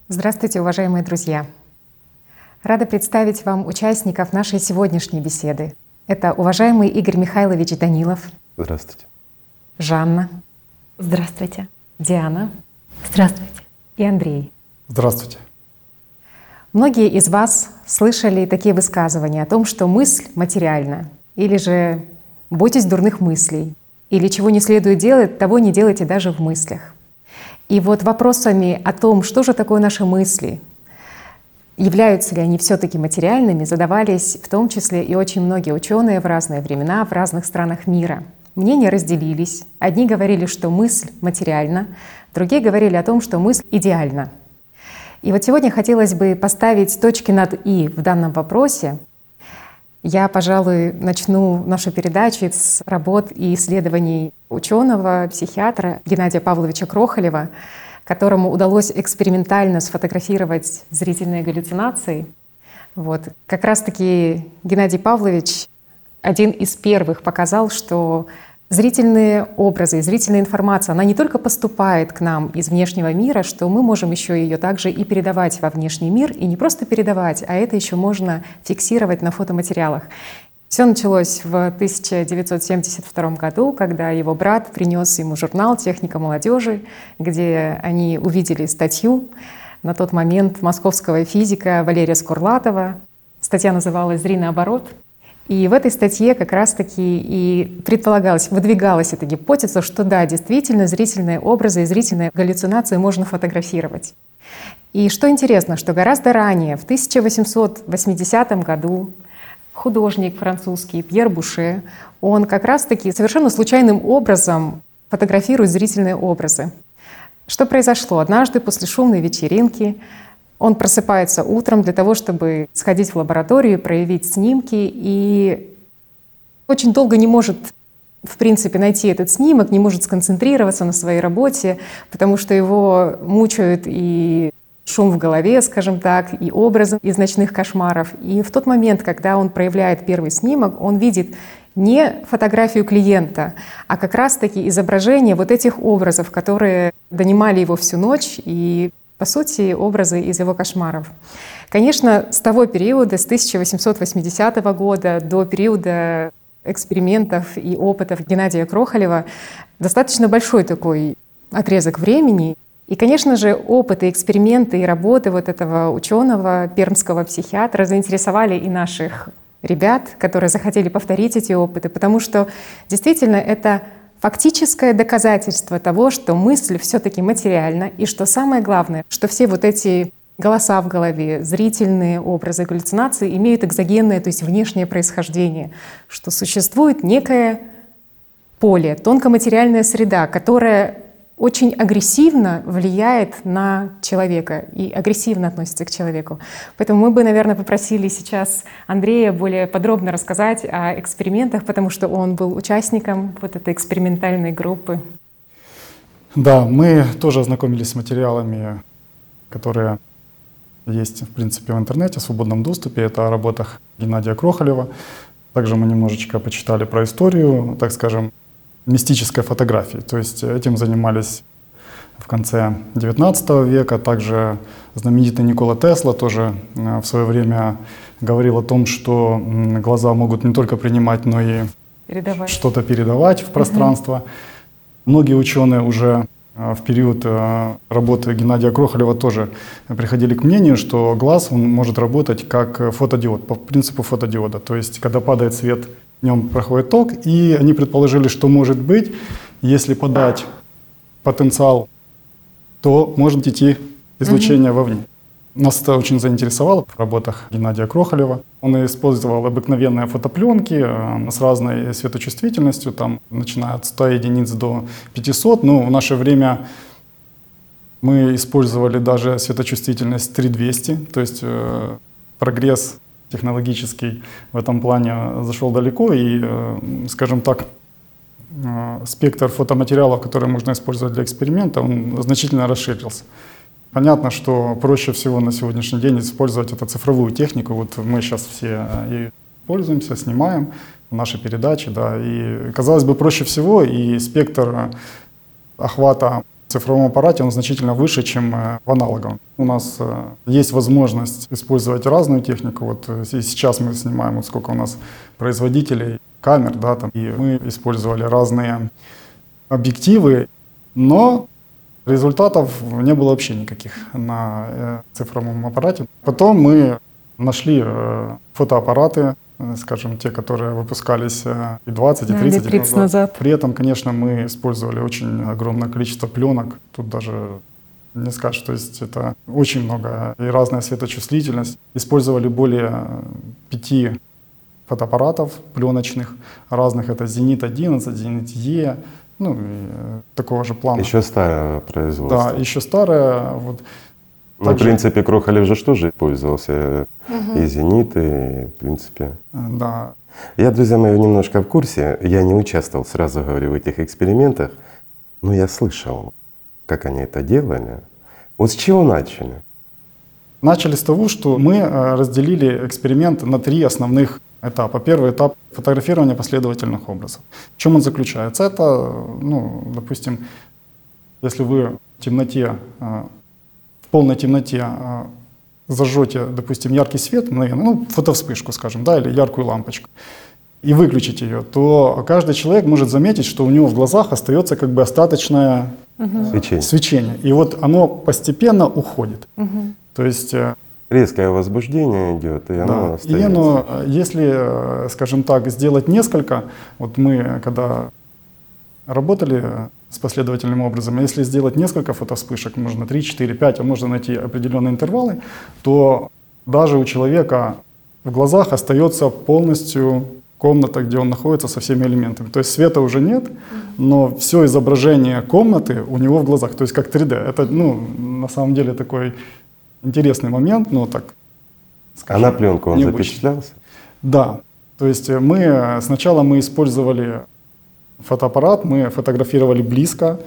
Здравствуйте, уважаемые друзья! Рада представить вам участников нашей сегодняшней беседы. Это уважаемый Игорь Михайлович Данилов. Здравствуйте. Жанна. Здравствуйте. Диана. Здравствуйте. И Андрей. Здравствуйте. Многие из вас слышали такие высказывания о том, что мысль материальна, или же «бойтесь дурных мыслей», или «чего не следует делать, того не делайте даже в мыслях». И вот вопросами о том, что же такое наши мысли, являются ли они все-таки материальными, задавались в том числе и очень многие ученые в разные времена, в разных странах мира. Мнения разделились. Одни говорили, что мысль материальна, другие говорили о том, что мысль идеальна. И вот сегодня хотелось бы поставить точки над «и» в данном вопросе. Я, пожалуй, начну нашу передачу с работ и исследований ученого, психиатра Геннадия Павловича Крохолева, которому удалось экспериментально сфотографировать зрительные галлюцинации. Как раз-таки Геннадий Павлович один из первых показал, что зрительные образы, зрительная информация, она не только поступает к нам из внешнего мира, что мы можем еще ее также и передавать во внешний мир, и не просто передавать, а это еще можно фиксировать на фотоматериалах. Все началось в 1972 году, когда его брат принес ему журнал «Техника молодежи», где они увидели статью на тот момент московского физика Валерия Скурлатова. Статья называлась «Зри наоборот». И в этой статье как раз-таки и предполагалось, выдвигалась эта гипотеза, что да, действительно, зрительные образы и зрительные галлюцинации можно фотографировать. И что интересно, что гораздо ранее, в 1880 году, художник французский Пьер Буше, он как раз-таки совершенно случайным образом фотографирует зрительные образы. Что произошло? Однажды после шумной вечеринки он просыпается утром для того, чтобы сходить в лабораторию, проявить снимки, и очень долго не может, в принципе, найти этот снимок, не может сконцентрироваться на своей работе, потому что его мучают и шум в голове, скажем так, и образы из ночных кошмаров. И в тот момент, когда он проявляет первый снимок, он видит не фотографию клиента, а как раз-таки изображение вот этих образов, которые донимали его всю ночь, и по сути, образы из его кошмаров. Конечно, с того периода, с 1880 года до периода экспериментов и опытов Геннадия Крохолева, достаточно большой такой отрезок времени. И, конечно же, опыты, эксперименты и работы вот этого ученого, пермского психиатра заинтересовали и наших ребят, которые захотели повторить эти опыты, потому что действительно это фактическое доказательство того, что мысль все-таки материальна, и что самое главное, что все вот эти голоса в голове, зрительные образы, галлюцинации имеют экзогенное, то есть внешнее происхождение, что существует некое поле, тонкоматериальная среда, которая очень агрессивно влияет на человека и агрессивно относится к человеку. Поэтому мы бы, наверное, попросили сейчас Андрея более подробно рассказать о экспериментах, потому что он был участником вот этой экспериментальной группы. Да, мы тоже ознакомились с материалами, которые есть, в принципе, в интернете, в свободном доступе. Это о работах Геннадия Крохолева. Также мы немножечко почитали про историю, так скажем, мистической фотографии. То есть этим занимались в конце XIX века. Также знаменитый Никола Тесла тоже в свое время говорил о том, что глаза могут не только принимать, но и что-то передавать в пространство. Многие ученые уже в период работы Геннадия Крохолева тоже приходили к мнению, что глаз он может работать как фотодиод, по принципу фотодиода. То есть когда падает свет, в нем проходит ток, и они предположили, что может быть, если подать потенциал, то может идти излучение вовне. Нас это очень заинтересовало в работах Геннадия Крохолева. Он использовал обыкновенные фотопленки с разной светочувствительностью, там, начиная от 100 единиц до 500. Но в наше время мы использовали даже светочувствительность 3200, то есть прогресс технологический в этом плане зашел далеко, и, скажем так, спектр фотоматериалов, которые можно использовать для эксперимента, он значительно расширился. Понятно, что проще всего на сегодняшний день использовать эту цифровую технику. Вот мы сейчас все и пользуемся, снимаем наши передачи, да, и казалось бы проще всего, и спектр охвата цифровом аппарате, он значительно выше, чем в аналоговом. У нас есть возможность использовать разную технику. Вот сейчас мы снимаем, вот сколько у нас производителей камер, да, там, и мы использовали разные объективы, но результатов не было вообще никаких на цифровом аппарате. Потом мы нашли фотоаппараты, скажем, те, которые выпускались и 20, и 30 лет назад. При этом, конечно, мы использовали очень огромное количество пленок. Тут даже не скажешь, то есть это очень много. И разная светочувствительность. Использовали более 5 фотоаппаратов пленочных разных. Это «Зенит-11», «Зенит-Е», ну, и такого же плана. Еще старое производство. Да, еще старое. Вот. Ну, в принципе, Крохолев же тоже пользовался и «Зенит», и, в принципе… Да. Я, друзья мои, немножко в курсе. Я не участвовал, сразу говорю, в этих экспериментах, но я слышал, как они это делали. Вот с чего начали? Начали с того, что мы разделили эксперимент на 3 основных этапа. Первый этап — фотографирование последовательных образов. В чем он заключается? Это, ну, допустим, если вы в темноте, в полной темноте зажжете, допустим, яркий свет, ну, фотовспышку, скажем, да, или яркую лампочку, и выключить ее, то каждый человек может заметить, что у него в глазах остается как бы остаточное свечение. И вот оно постепенно уходит. То есть резкое возбуждение идет, и оно остается. И оно, если, скажем так, сделать несколько, вот мы когда работали с последовательным образом, если сделать несколько фотовспышек, можно 3, 4, 5, а можно найти определенные интервалы, то даже у человека в глазах остается полностью комната, где он находится, со всеми элементами. То есть света уже нет, но все изображение комнаты у него в глазах, то есть как 3D. Это, ну, на самом деле такой интересный момент, ну так скажем. А на пленку он необычный. запечатлялся? Да. То есть сначала мы использовали фотоаппарат, мы фотографировали близко,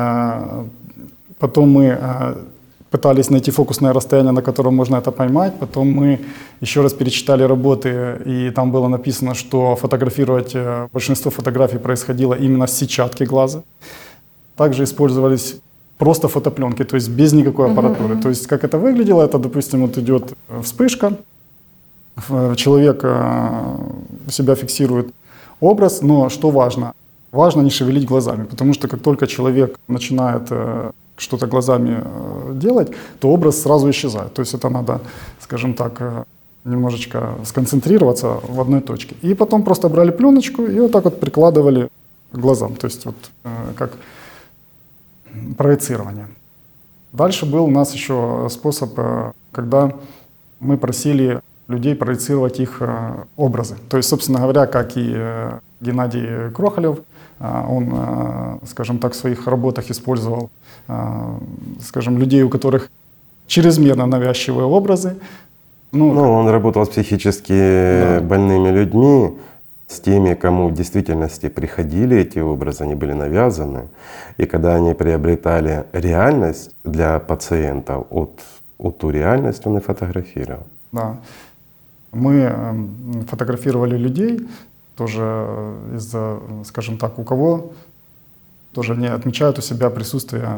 потом мы пытались найти фокусное расстояние, на котором можно это поймать, потом мы еще раз перечитали работы, и там было написано, что фотографировать, большинство фотографий происходило именно с сетчатки глаза. Также использовались просто фотопленки, то есть без никакой аппаратуры. То есть как это выглядело, это, допустим, вот идет вспышка, человек себя фиксирует образ, но что важно? Важно не шевелить глазами, потому что как только человек начинает что-то глазами делать, то образ сразу исчезает. То есть это надо, скажем так, немножечко сконцентрироваться в одной точке. И потом просто брали пленочку и вот так вот прикладывали к глазам, то есть вот как проецирование. Дальше был у нас еще способ, когда мы просили людей проецировать их образы. То есть, собственно говоря, как и Геннадий Крохолев, он, скажем так, в своих работах использовал, скажем, людей, у которых чрезмерно навязчивые образы. Ну, он работал с психически больными людьми, с теми, кому в действительности приходили эти образы, они были навязаны. И когда они приобретали реальность для пациентов, от ту реальность он и фотографировал. Да. Мы фотографировали людей, тоже из-за, скажем так, у кого тоже не отмечают у себя присутствие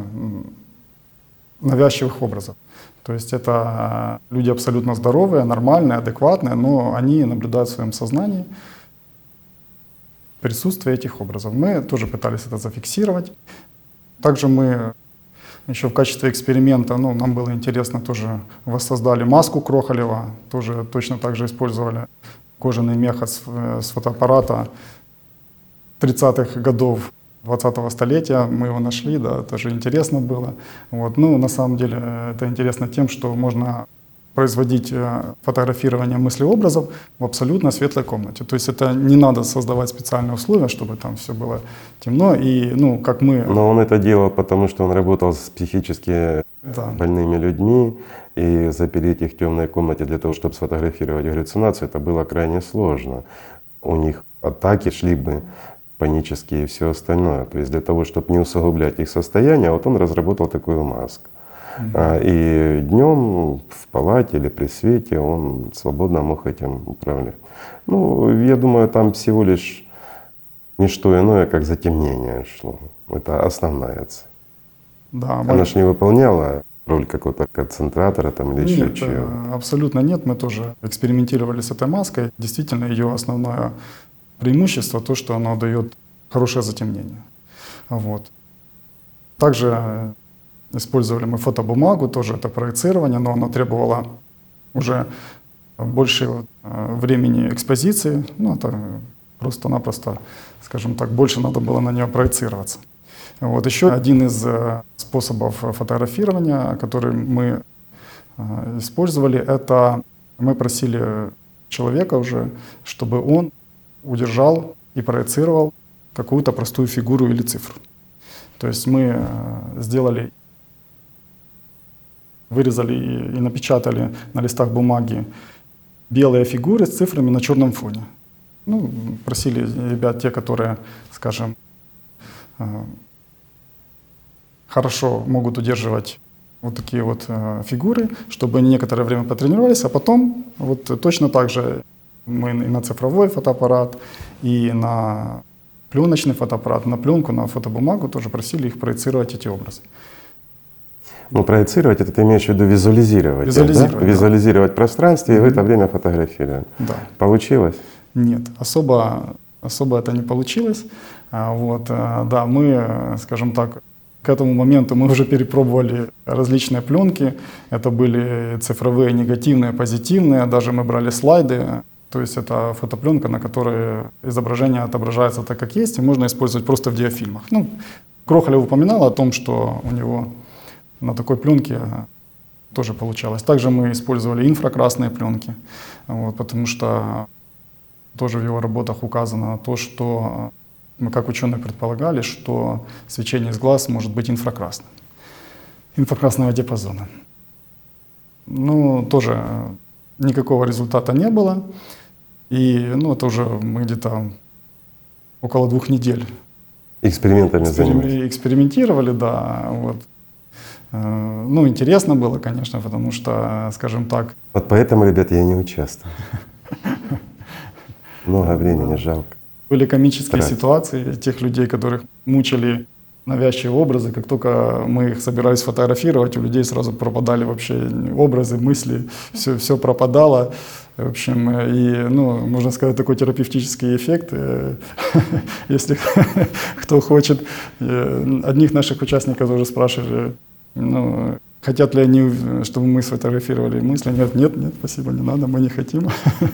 навязчивых образов. То есть это люди абсолютно здоровые, нормальные, адекватные, но они наблюдают в своем сознании присутствие этих образов. Мы тоже пытались это зафиксировать. Также мы еще в качестве эксперимента, ну, нам было интересно, тоже воссоздали маску Крохолева, тоже точно так же использовали кожаный мех с фотоаппарата 30-х годов 20-го столетия. Мы его нашли, да, тоже интересно было. Вот. Ну, на самом деле это интересно тем, что можно производить фотографирование мыслеобразов в абсолютно светлой комнате. То есть это не надо создавать специальные условия, чтобы там все было темно. И, ну, как мы… Но он это делал, потому что он работал с психически больными людьми, и запереть их в темной комнате для того, чтобы сфотографировать галлюцинацию, это было крайне сложно. У них атаки шли бы панические и все остальное. То есть для того, чтобы не усугублять их состояние, вот он разработал такую маску. И днем в палате или при свете он свободно мог этим управлять. Ну, я думаю, там всего лишь не что иное, как затемнение шло. Это основная цель. Да, Она же не выполняла роль какого-то концентратора там, или еще нет, чего? абсолютно нет. Мы тоже экспериментировали с этой маской. Действительно, ее основное преимущество то, что она дает хорошее затемнение. Вот. Также использовали мы фотобумагу, тоже это проецирование, но оно требовало уже больше времени экспозиции. Ну, это просто-напросто, скажем так, больше надо было на нее проецироваться. Вот. Еще один из способов фотографирования, который мы использовали, это мы просили человека уже, чтобы он удержал и проецировал какую-то простую фигуру или цифру. То есть мы вырезали и напечатали на листах бумаги белые фигуры с цифрами на черном фоне. Ну, просили ребят, те, которые, скажем, хорошо могут удерживать вот такие вот фигуры, чтобы они некоторое время потренировались, а потом вот точно так же мы и на цифровой фотоаппарат, и на пленочный фотоаппарат, на пленку, на фотобумагу тоже просили их проецировать эти образы. Ну, проецировать — это ты имеешь в виду визуализировать, Визуализировать, да? Визуализировать в пространстве и в это время фотографировать. Да. Получилось? Нет, особо это не получилось. Да, мы, скажем так, к этому моменту мы уже перепробовали различные пленки. Это были цифровые, негативные, позитивные. Даже мы брали слайды. То есть это фотопленка, на которой изображение отображается так, как есть, и можно использовать просто в диафильмах. Ну, Крохолев упоминал о том, что у него на такой пленке тоже получалось. Также мы использовали инфракрасные пленки, потому что тоже в его работах указано то, что мы как ученые предполагали, что свечение из глаз может быть инфракрасным, инфракрасного диапазона. Ну, тоже никакого результата не было. И это уже мы где-то около 2 недель Экспериментами занимались. Экспериментировали, да. Вот. Интересно было, конечно, потому что, скажем так… Вот поэтому, ребят, я не участвую. Много времени жалко. Были комические ситуации тех людей, которых мучили навязчивые образы. Как только мы их собирались фотографировать, у людей сразу пропадали вообще образы, мысли, все пропадало. В общем, и, можно сказать, такой терапевтический эффект. Если кто хочет, одних наших участников уже спрашивали, хотят ли они, чтобы мы сфотографировали мысли. Нет, спасибо, не надо, мы не хотим.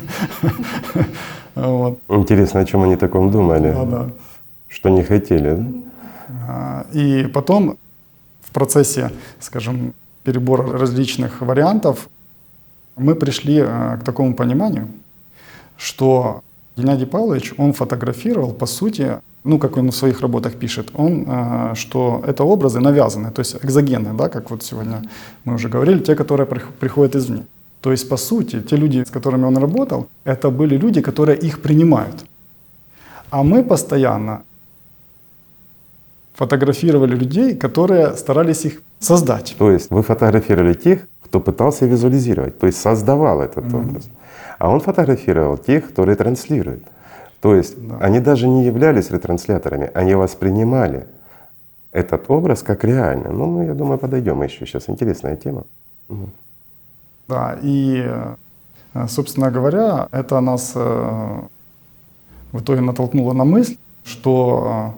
Вот. Интересно, о чем они таком думали? Да. Что не хотели, да? И потом в процессе, скажем, перебора различных вариантов мы пришли к такому пониманию, что Геннадий Павлович, он фотографировал, по сути, как он в своих работах пишет, что это образы навязанные, то есть экзогенные, да, как вот сегодня мы уже говорили, те, которые приходят извне. То есть, по сути, те люди, с которыми он работал, это были люди, которые их принимают. А мы постоянно фотографировали людей, которые старались их создать. То есть вы фотографировали тех, кто пытался визуализировать, то есть создавал этот образ. А он фотографировал тех, кто ретранслирует. То есть они даже не являлись ретрансляторами, они воспринимали этот образ как реально. Мы, я думаю, подойдем еще. Сейчас интересная тема. Да, и, собственно говоря, это нас в итоге натолкнуло на мысль, что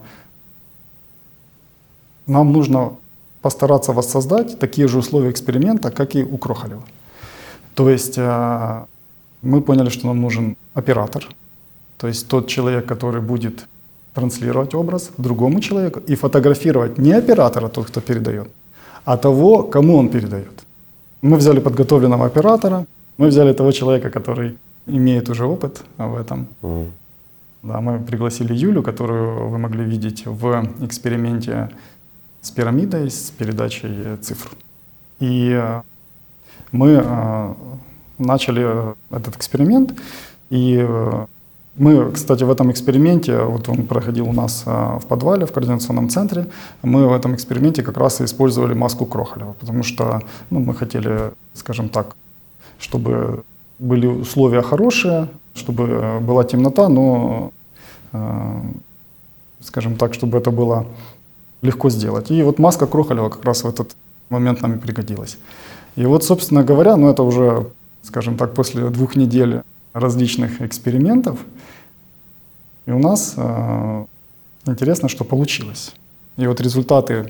нам нужно постараться воссоздать такие же условия эксперимента, как и у Крохолева. То есть мы поняли, что нам нужен оператор, то есть тот человек, который будет транслировать образ другому человеку и фотографировать не оператора, тот, кто передает, а того, кому он передает. Мы взяли подготовленного оператора, мы взяли того человека, который имеет уже опыт в этом. Да, мы пригласили Юлю, которую вы могли видеть в эксперименте с пирамидой, с передачей цифр. И мы начали этот эксперимент. И мы, кстати, в этом эксперименте, вот он проходил у нас в подвале, в координационном центре, мы в этом эксперименте как раз и использовали маску Крохолева, потому что мы хотели, скажем так, чтобы были условия хорошие, чтобы была темнота, но, скажем так, чтобы это было легко сделать. И вот маска Крохолева как раз в этот момент нам и пригодилась. И вот, собственно говоря, ну это уже, скажем так, после 2 недель различных экспериментов, и у нас интересно, что получилось. И вот результаты,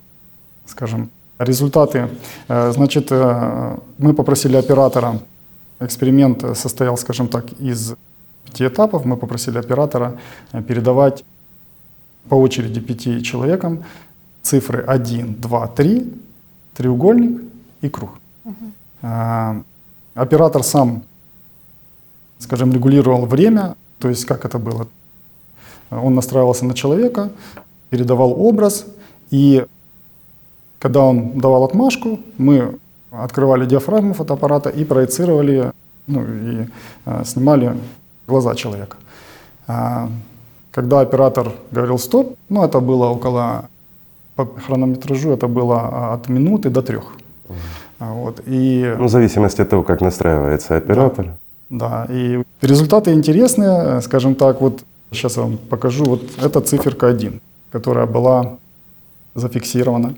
значит, мы попросили оператора, эксперимент состоял, скажем так, из 5 этапов, мы попросили оператора передавать по очереди 5 человекам цифры 1, 2, 3, треугольник и круг. Оператор сам, скажем, регулировал время, то есть как это было. Он настраивался на человека, передавал образ, и когда он давал отмашку, мы открывали диафрагму фотоаппарата и проецировали, и снимали глаза человека. Когда оператор говорил «стоп», это было около, по хронометражу, это было от минуты до 3. Вот, и, в зависимости от того, как настраивается оператор. Да, и результаты интересные, скажем так, вот сейчас я вам покажу, вот это циферка 1, которая была зафиксирована.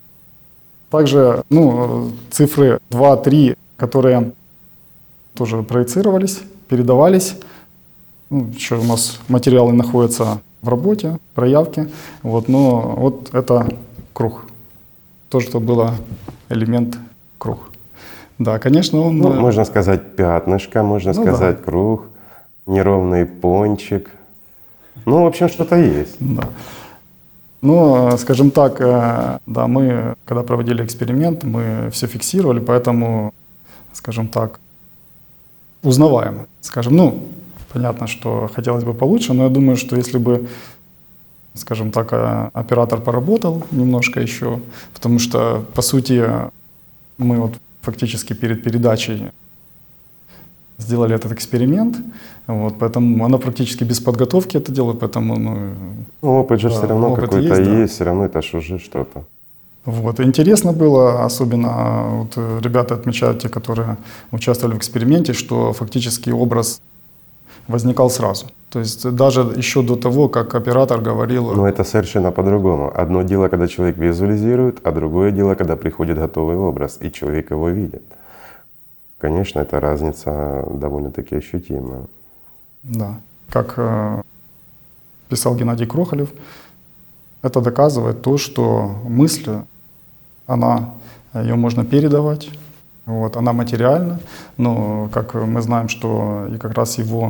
Также цифры 2, 3, которые тоже проецировались, передавались. Еще у нас материалы находятся в работе, проявке. Вот, но вот это круг. То, что было элемент круг. Да, конечно, он... можно сказать пятнышко, можно сказать круг, неровный пончик. В общем, что-то есть. Да. Скажем так, да, мы, когда проводили эксперимент, мы все фиксировали, поэтому, скажем так, узнаваемо. Скажем, понятно, что хотелось бы получше, но я думаю, что если бы, скажем так, оператор поработал немножко еще, потому что, по сути, мы вот фактически перед передачей сделали этот эксперимент, вот, поэтому она практически без подготовки это делает, поэтому... опыт же все равно какой-то есть, все равно это же уже что-то. Вот. Интересно было, особенно вот, ребята отмечают, те, которые участвовали в эксперименте, что фактически образ возникал сразу. То есть даже еще до того, как оператор говорил... Это совершенно по-другому. Одно дело, когда человек визуализирует, а другое дело, когда приходит готовый образ, и человек его видит. Конечно, эта разница довольно-таки ощутима. Да. Как писал Геннадий Крохолев, это доказывает то, что мысль, ее можно передавать, вот, она материальна, но как мы знаем, что и как раз его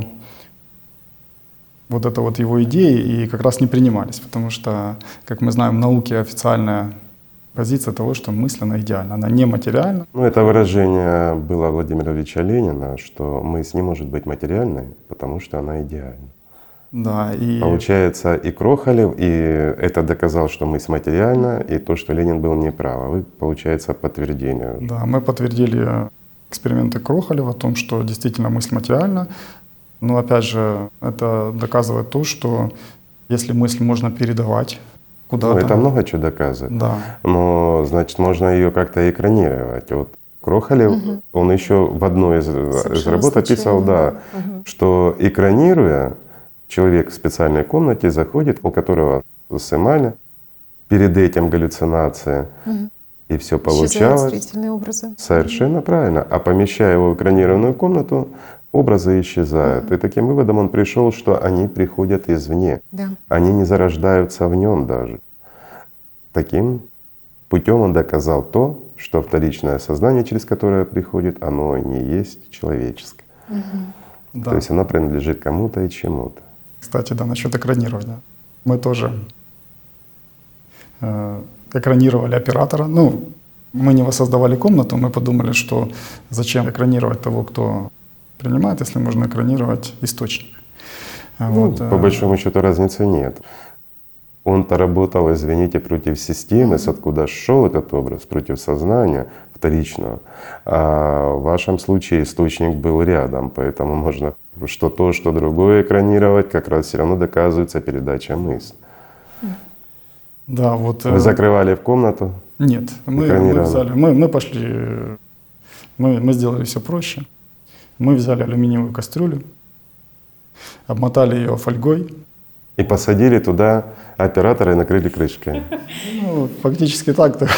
идеи и как раз не принимались, потому что, как мы знаем, в науке официальная позиция того, что мысль, она идеальна, она нематериальна. Это выражение было Владимира Ильича Ленина, что мысль не может быть материальной, потому что она идеальна. Да, и... Получается, и Крохолев, и это доказал, что мысль материальна, и то, что Ленин был неправ. А вы, получается, подтверждение. Да, мы подтвердили эксперименты Крохолева о том, что действительно мысль материальна. Но опять же, это доказывает то, что если мысль можно передавать куда-то... это много чего доказывает. Да. Но, значит, можно ее как-то экранировать. Вот Крохолев, он еще в одной из работ описывал, что экранируя, человек в специальной комнате заходит, у которого с эмали, перед этим галлюцинация, и все получалось. Зрительные образы. Совершенно правильно. А помещая его в экранированную комнату, образы исчезают. И таким выводом он пришел, что они приходят извне. Да. Они не зарождаются в нем даже. Таким путем он доказал то, что вторичное сознание, через которое приходит, оно не есть человеческое. Да. То есть оно принадлежит кому-то и чему-то. Кстати, да, насчет экранирования. Мы тоже экранировали оператора. Мы не воссоздавали комнату, мы подумали, что зачем экранировать того, кто принимает, если можно экранировать источник. По большому счету разницы нет. Он-то работал, извините, против системы, с откуда шел этот образ, против сознания вторичного. А в вашем случае источник был рядом, поэтому можно что то, что другое экранировать, как раз все равно доказывается передача мысли. Да, вот. Вы закрывали в комнату? Нет, мы взяли, мы пошли, мы сделали все проще. Мы взяли алюминиевую кастрюлю, обмотали ее фольгой И посадили туда оператора и накрыли крышкой. Ну, фактически так-то.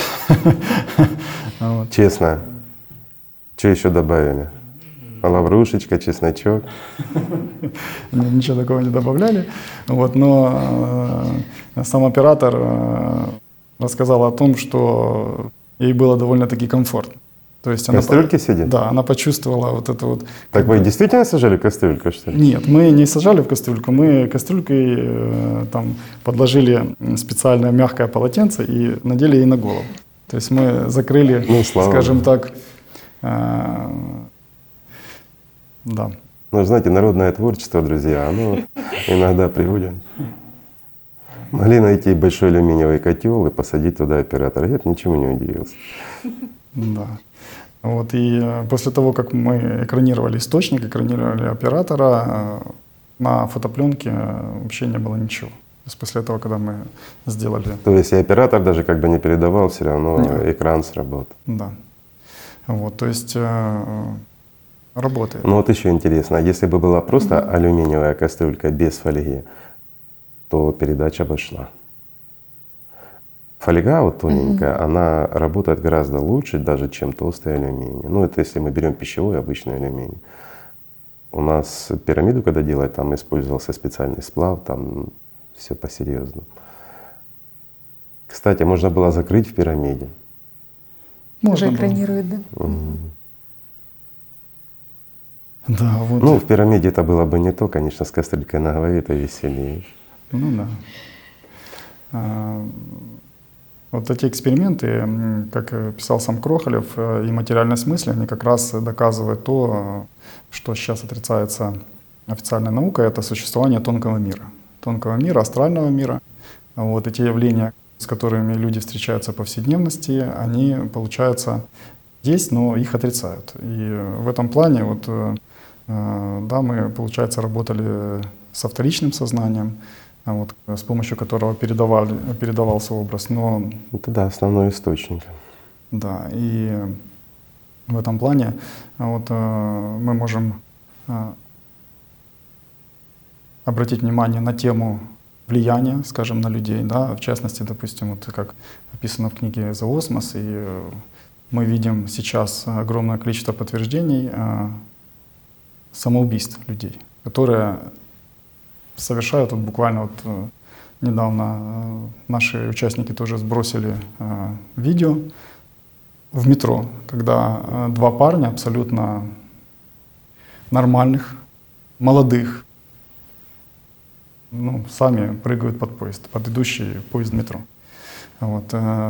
Честно. Что еще добавили? Лаврушечка, чесночок. Ничего такого не добавляли. Вот, но сам оператор рассказал о том, что ей было довольно-таки комфортно. То есть в кастрюльке сидит? Да, она почувствовала вот это вот. Так вы действительно сажали в кастрюльку, что ли? Нет, мы не сажали в кастрюльку, мы кастрюлькой там подложили специальное мягкое полотенце и надели ей на голову. То есть мы закрыли, скажем так, да. Ну, знаете, народное творчество, друзья, оно иногда приводит. Могли найти большой алюминиевый котел и посадить туда оператора. Я бы ничему не удивился. Да. Вот, и после того, как мы экранировали источник, экранировали оператора, на фотопленке вообще не было ничего. То есть после этого, когда мы сделали… То есть и оператор даже как бы не передавал, все равно экран сработал. Да. Вот, то есть работает. Ну вот еще интересно, а если бы была просто алюминиевая кастрюлька без фольги, то передача бы шла. Фольга вот тоненькая, она работает гораздо лучше даже, чем толстый алюминий. Ну это если мы берем пищевой обычный алюминий. У нас пирамиду, когда делать, там использовался специальный сплав, там все по-серьезному. Кстати, можно было закрыть в пирамиде. Уже экранирует, да? Да, вот. Ну, в пирамиде это было бы не то, конечно, с кастрюлькой на голове это веселее. Ну да. Вот эти эксперименты, как писал сам Крохолев, и материальность мысли, они как раз доказывают то, что сейчас отрицается официальной наукой, это существование тонкого мира, астрального мира. Вот эти явления, с которыми люди встречаются в повседневности, они, получается, есть, но их отрицают. И в этом плане вот, да, мы, получается, работали со вторичным сознанием, вот, с помощью которого передавался образ. Но, это да, основной источник. Да, и в этом плане вот, мы можем обратить внимание на тему влияния, скажем, на людей, да, в частности, допустим, вот как описано в книге «Зоосмос», и мы видим сейчас огромное количество подтверждений самоубийств людей, которые совершают, вот буквально вот недавно наши участники тоже сбросили видео в метро, когда два парня абсолютно нормальных, молодых, ну, сами прыгают под поезд, под идущий поезд метро. Вот.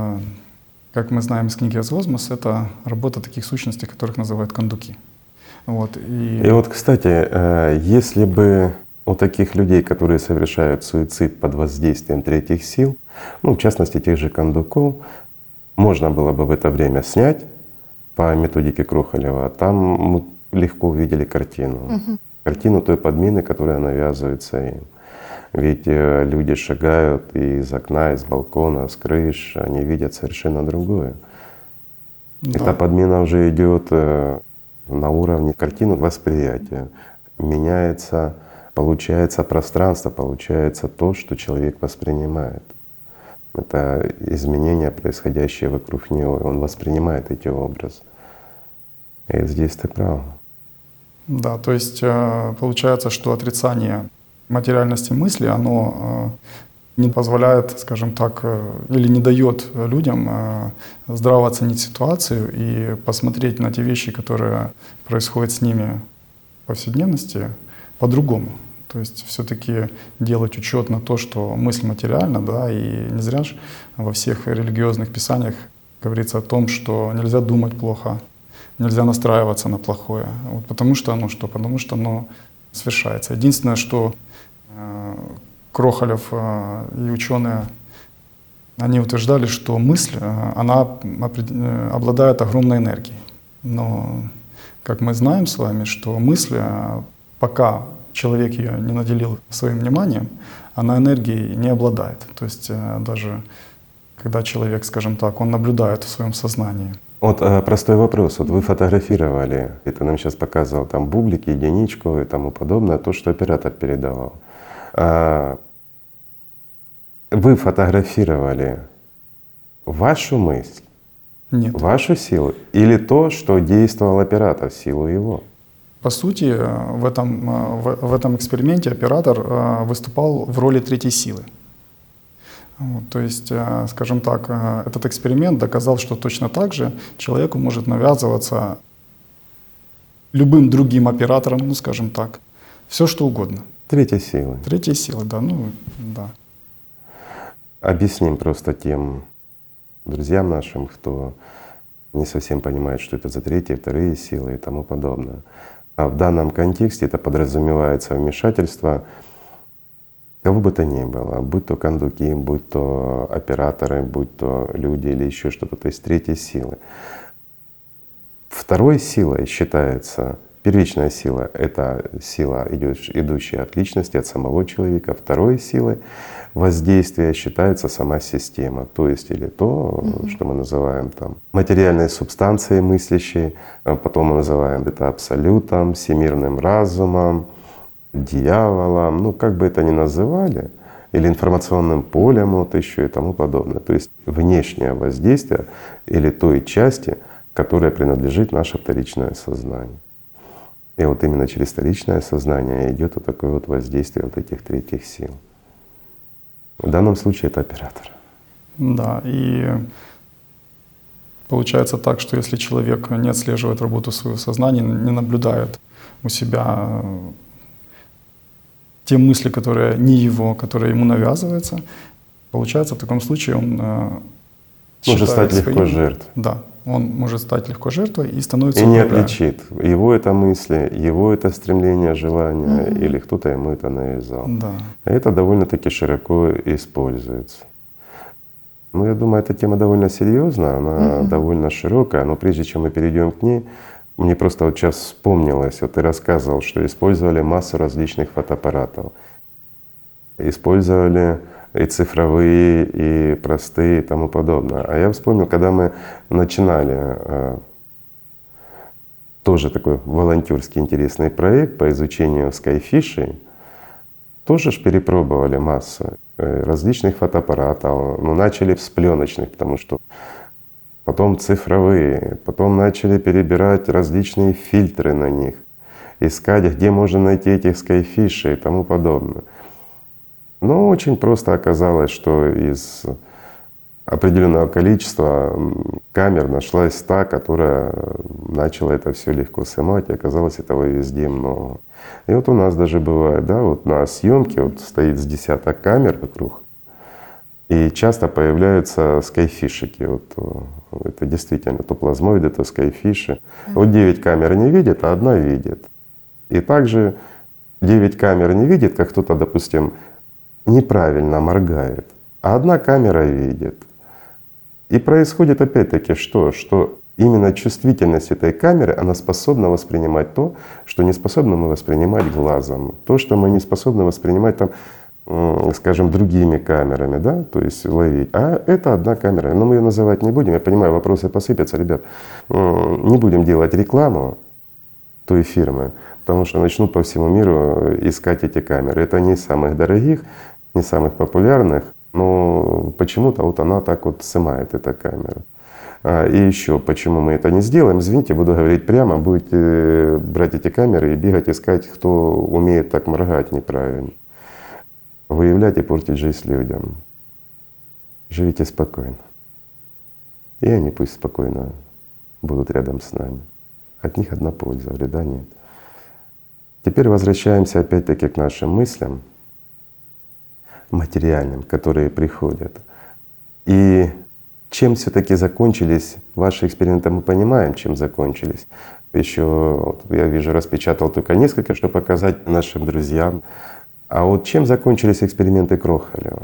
Как мы знаем из книги «Зоосмос», это работа таких сущностей, которых называют кондуки. Вот. И вот, кстати, если бы у таких людей, которые совершают суицид под воздействием третьих сил, ну, в частности, тех же кондуков, можно было бы в это время снять по методике Крохолева, там мы легко увидели картину. Картину той подмены, которая навязывается им. Ведь люди шагают из окна, из балкона, с крыш, они видят совершенно другое. Да. Эта подмена уже идет на уровне картины восприятия. Меняется, получается пространство, получается то, что человек воспринимает. Это изменения, происходящие вокруг него, он воспринимает эти образы. И здесь ты прав. Да, то есть получается, что отрицание материальности мысли, оно не позволяет, скажем так, или не дает людям здраво оценить ситуацию и посмотреть на те вещи, которые происходят с ними в повседневности, по-другому. То есть все-таки делать учет на то, что мысль материальна, да, и не зря же во всех религиозных писаниях говорится о том, что нельзя думать плохо, нельзя настраиваться на плохое, вот потому что оно что? Потому что оно свершается. Единственное, что Крохолев и ученые, они утверждали, что мысль, она обладает огромной энергией. Но, как мы знаем с вами, что мысль, пока человек ее не наделил своим вниманием, она энергией не обладает. То есть даже когда человек, скажем так, он наблюдает в своем сознании. Вот простой вопрос. Вот вы фотографировали, и ты нам сейчас показывал там бублики, единичку и тому подобное, то, что оператор передавал. Вы фотографировали вашу мысль, Нет. вашу силу или то, что действовал оператор, силу его? По сути, в этом эксперименте оператор выступал в роли третьей силы. Вот, то есть, скажем так, этот эксперимент доказал, что точно так же человеку может навязываться любым другим оператором, ну скажем так, все что угодно. Третья сила. Третья сила, да, ну да. Объясним просто тем друзьям нашим, кто не совсем понимает, что это за третьи, вторые силы и тому подобное. А в данном контексте это подразумевается вмешательство кого бы то ни было, будь то кондуки, будь то операторы, будь то люди или еще что-то, то есть третьей силы. Второй силой считается первичная сила — это сила, идущая от личности, от самого человека. Второй силой воздействия считается сама система, то есть или то, что мы называем там материальной субстанцией мыслящей, потом мы называем это абсолютом, всемирным разумом, дьяволом, ну как бы это ни называли, или информационным полем вот еще и тому подобное. То есть внешнее воздействие или той части, которая принадлежит наше вторичное сознание. И вот именно через вторичное сознание идет вот такое вот воздействие вот этих третьих сил. В данном случае это оператор. Да, и получается так, что если человек не отслеживает работу своего сознания, не наблюдает у себя те мысли, которые не его, которые ему навязываются, получается в таком случае он может стать легко жертвой. Да, он может стать легко жертвой и становится и не отличит, его это мысли, его это стремление, желание, или кто-то ему это навязал. Да. Это довольно-таки широко используется. Ну, я думаю, эта тема довольно серьезная, она довольно широкая, но прежде чем мы перейдем к ней, мне просто вот сейчас вспомнилось, вот ты рассказывал, что использовали массу различных фотоаппаратов, использовали и цифровые, и простые, и тому подобное. А я вспомнил, когда мы начинали тоже такой волонтерский интересный проект по изучению скайфишей, тоже ж перепробовали массу различных фотоаппаратов, ну начали с пленочных, потому что потом цифровые, потом начали перебирать различные фильтры на них, искать, где можно найти этих скайфишей и тому подобное. Но очень просто оказалось, что из определенного количества камер нашлась та, которая начала это все легко снимать, и оказалось этого везде много. И вот у нас даже бывает, да, вот на съемке вот стоит с десяток камер вокруг, и часто появляются скайфишики. Вот это действительно то плазмоиды, то скайфиши. Вот 9 камер не видит, а одна видит. И также 9 камер не видит, как кто-то, допустим, неправильно моргает, а одна камера видит. И происходит опять-таки что? Что именно чувствительность этой камеры, она способна воспринимать то, что не способны мы воспринимать глазом, то, что мы не способны воспринимать там, скажем, другими камерами, да, то есть ловить. А это одна камера, но мы ее называть не будем. Я понимаю, вопросы посыпятся, ребят. Не будем делать рекламу той фирмы, потому что начнут по всему миру искать эти камеры. Это не из самых дорогих, не самых популярных, но почему-то вот она так вот снимает, эта камера. И еще, почему мы это не сделаем, извините, буду говорить прямо, будете брать эти камеры и бегать искать, кто умеет так моргать неправильно. Выявлять и портить жизнь людям. Живите спокойно. И они пусть спокойно будут рядом с нами. От них одна польза, вреда нет. Теперь возвращаемся опять-таки к нашим мыслям материальным, которые приходят. И чем все-таки закончились ваши эксперименты, мы понимаем, чем закончились. Еще вот, я вижу, распечатал только несколько, чтобы показать нашим друзьям. А вот чем закончились эксперименты Крохолева?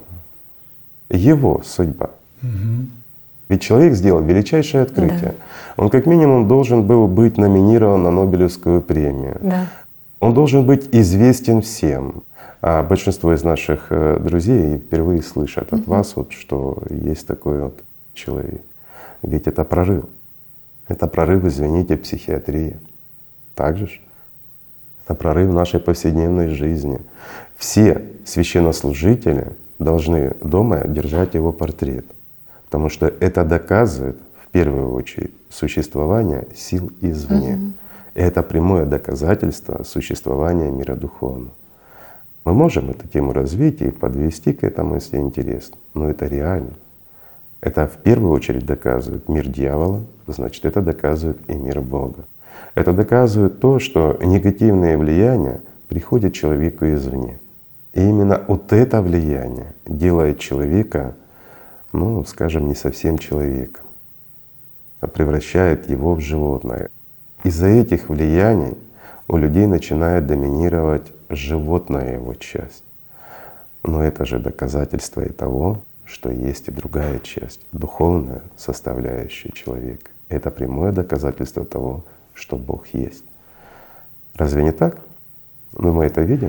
Его судьба. Ведь человек сделал величайшее открытие. Да. Он как минимум должен был быть номинирован на Нобелевскую премию. Да. Он должен быть известен всем. А большинство из наших друзей впервые слышат от вас, вот, что есть такой вот человек. Ведь это прорыв. Это прорыв, извините, психиатрии. Так же ж? Это прорыв нашей повседневной жизни. Все священнослужители должны дома держать его портрет, потому что это доказывает в первую очередь существование сил извне. И это прямое доказательство существования мира духовного. Мы можем эту тему развить и подвести к этому, если интересно, но это реально. Это в первую очередь доказывает мир дьявола, значит, это доказывает и мир Бога. Это доказывает то, что негативные влияния приходят человеку извне. И именно вот это влияние делает человека, ну, скажем, не совсем человеком, а превращает его в животное. Из-за этих влияний у людей начинает доминировать животная его часть. Но это же доказательство и того, что есть и другая часть, духовная составляющая человека. Это прямое доказательство того, что Бог есть. Разве не так? Ну, мы это видим.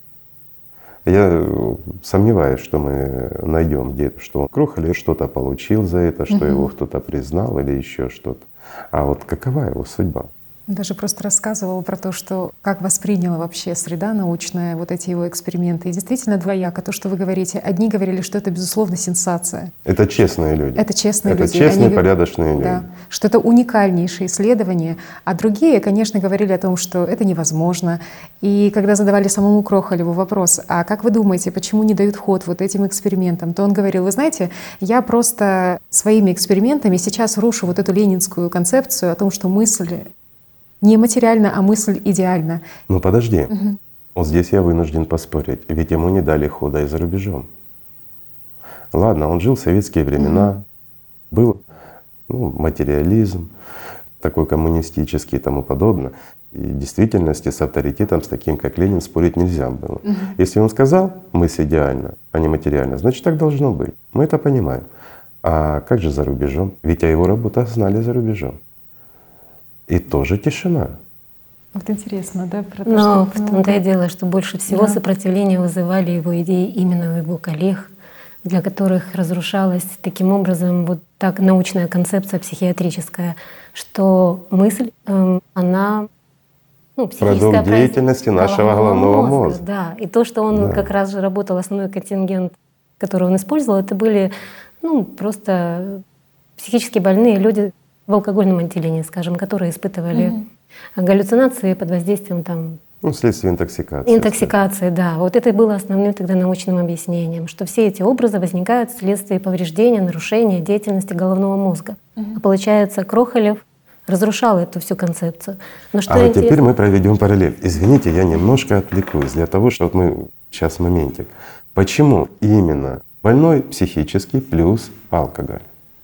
Я сомневаюсь, что мы найдем где-то, что Крохолев что-то получил за это, что его кто-то признал или еще что-то. А вот какова его судьба? Даже просто рассказывал про то, что как восприняла вообще среда научная вот эти его эксперименты. И действительно двояко. То, что вы говорите, одни говорили, что это безусловно сенсация. Это честные люди. Это честные люди. Это честные, порядочные люди. Да, что это уникальнейшее исследование. А другие, конечно, говорили о том, что это невозможно. И когда задавали самому Крохолеву вопрос, а как вы думаете, почему не дают ход вот этим экспериментам, то он говорил, вы знаете, я просто своими экспериментами сейчас рушу вот эту ленинскую концепцию о том, что мысль не материальна, а мысль идеальна. Ну подожди, вот здесь я вынужден поспорить, ведь ему не дали хода и за рубежом. Ладно, он жил в советские времена, был материализм, такой коммунистический и тому подобное. И в действительности с авторитетом, с таким как Ленин, спорить нельзя было. Если он сказал «мысль идеальна, а не материальна», значит так должно быть. Мы это понимаем. А как же за рубежом? Ведь о его работах знали за рубежом. И тоже тишина. Вот интересно, да? Про то, Но что, в том-то и дело, что больше всего Да. сопротивление вызывали его идеи именно у его коллег, для которых разрушалась таким образом вот так научная концепция психиатрическая, что мысль, она психическая Продукт деятельности нашего головного мозга. Да, и то, что он как раз же работал, основной контингент, который он использовал, это были просто психически больные люди в алкогольном отделении, скажем, которые испытывали галлюцинации под воздействием Вследствие интоксикации. Интоксикации, да. Вот это было основным тогда научным объяснением, что все эти образы возникают вследствие повреждения, нарушения деятельности головного мозга. А получается, Крохолев разрушал эту всю концепцию. Но что вот теперь мы проведем параллель. Извините, я немножко отвлекусь для того, чтобы мы сейчас моментик. Почему именно больной психический плюс алкоголь?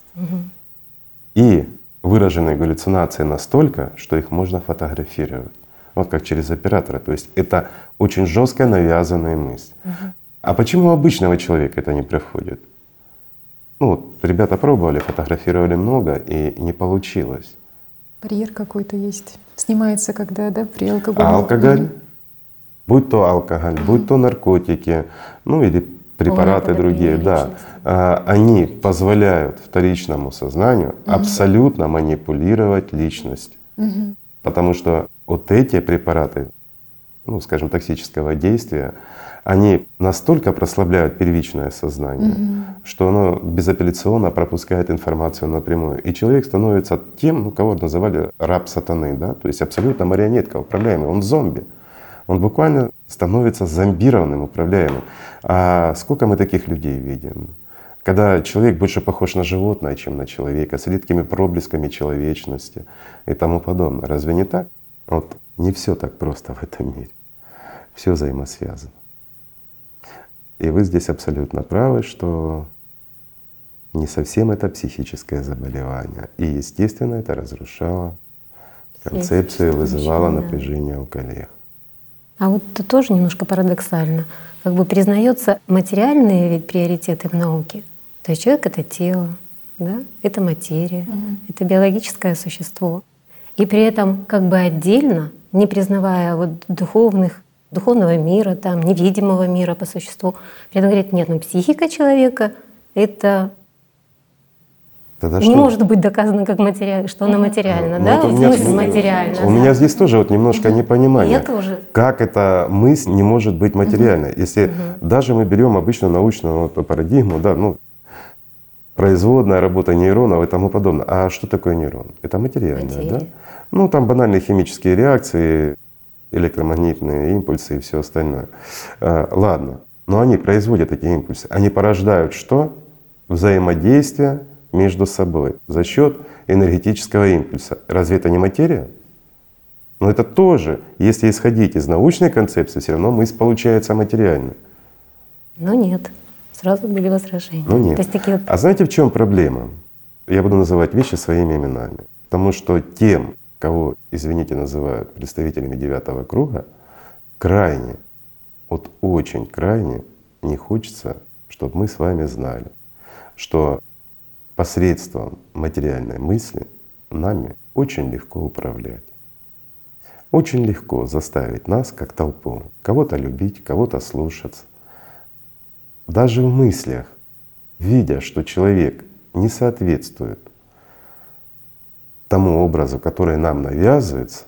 И выраженные галлюцинации настолько, что их можно фотографировать. Вот как через оператора. То есть это очень жесткая навязанная мысль. А почему у обычного человека это не проходит? Ребята пробовали, фотографировали много и не получилось. барьер какой-то есть. Снимается когда, да, при алкоголе. Алкоголь, будь то алкоголь, будь то наркотики, или препараты другие, да, они позволяют вторичному сознанию абсолютно манипулировать личностью. Потому что вот эти препараты, скажем, токсического действия, они настолько прослабляют первичное сознание, что оно безапелляционно пропускает информацию напрямую. И человек становится тем, кого называли раб сатаны, да? То есть абсолютно марионетка, управляемый, он зомби. Он буквально становится зомбированным, управляемым. А сколько мы таких людей видим? Когда человек больше похож на животное, чем на человека, с редкими проблесками человечности и тому подобное. Разве не так? Вот не все так просто в этом мире. Все взаимосвязано. И вы здесь абсолютно правы, что не совсем это психическое заболевание. И естественно это разрушало концепцию и вызывало напряжение у коллег. А вот это тоже немножко парадоксально. Как бы признается материальные ведь приоритеты в науке. То есть человек — это тело, да? Это материя, это биологическое существо. И при этом как бы отдельно, не признавая вот духовного мира, невидимого мира по существу, при этом говорит, нет, психика человека — это Тогда не что? может быть доказано, как что она материальна, да? У В меня, смысле материальна. у меня здесь тоже вот немножко непонимание. Я тоже. Как эта мысль не может быть материальной? Если даже мы берем обычную научную вот парадигму, да, ну, производная работа нейронов и тому подобное. А что такое нейрон? Это материальное, да? Ну, там банальные химические реакции, электромагнитные импульсы и все остальное. Ладно, но они производят эти импульсы. Они порождают что? Взаимодействие между собой за счет энергетического импульса. Разве это не материя? Но это тоже, если исходить из научной концепции, все равно мысль получается материальной. Но нет. Сразу были возражения. Ну нет. То есть такие вот... А знаете, в чем проблема? Я буду называть вещи своими именами. Потому что тем, кого, извините, называют представителями 9-го круга, крайне, вот очень крайне не хочется, чтобы мы с вами знали, что посредством материальной мысли нами очень легко управлять. Очень легко заставить нас, как толпу, кого-то любить, кого-то слушаться. Даже в мыслях, видя, что человек не соответствует тому образу, который нам навязывается,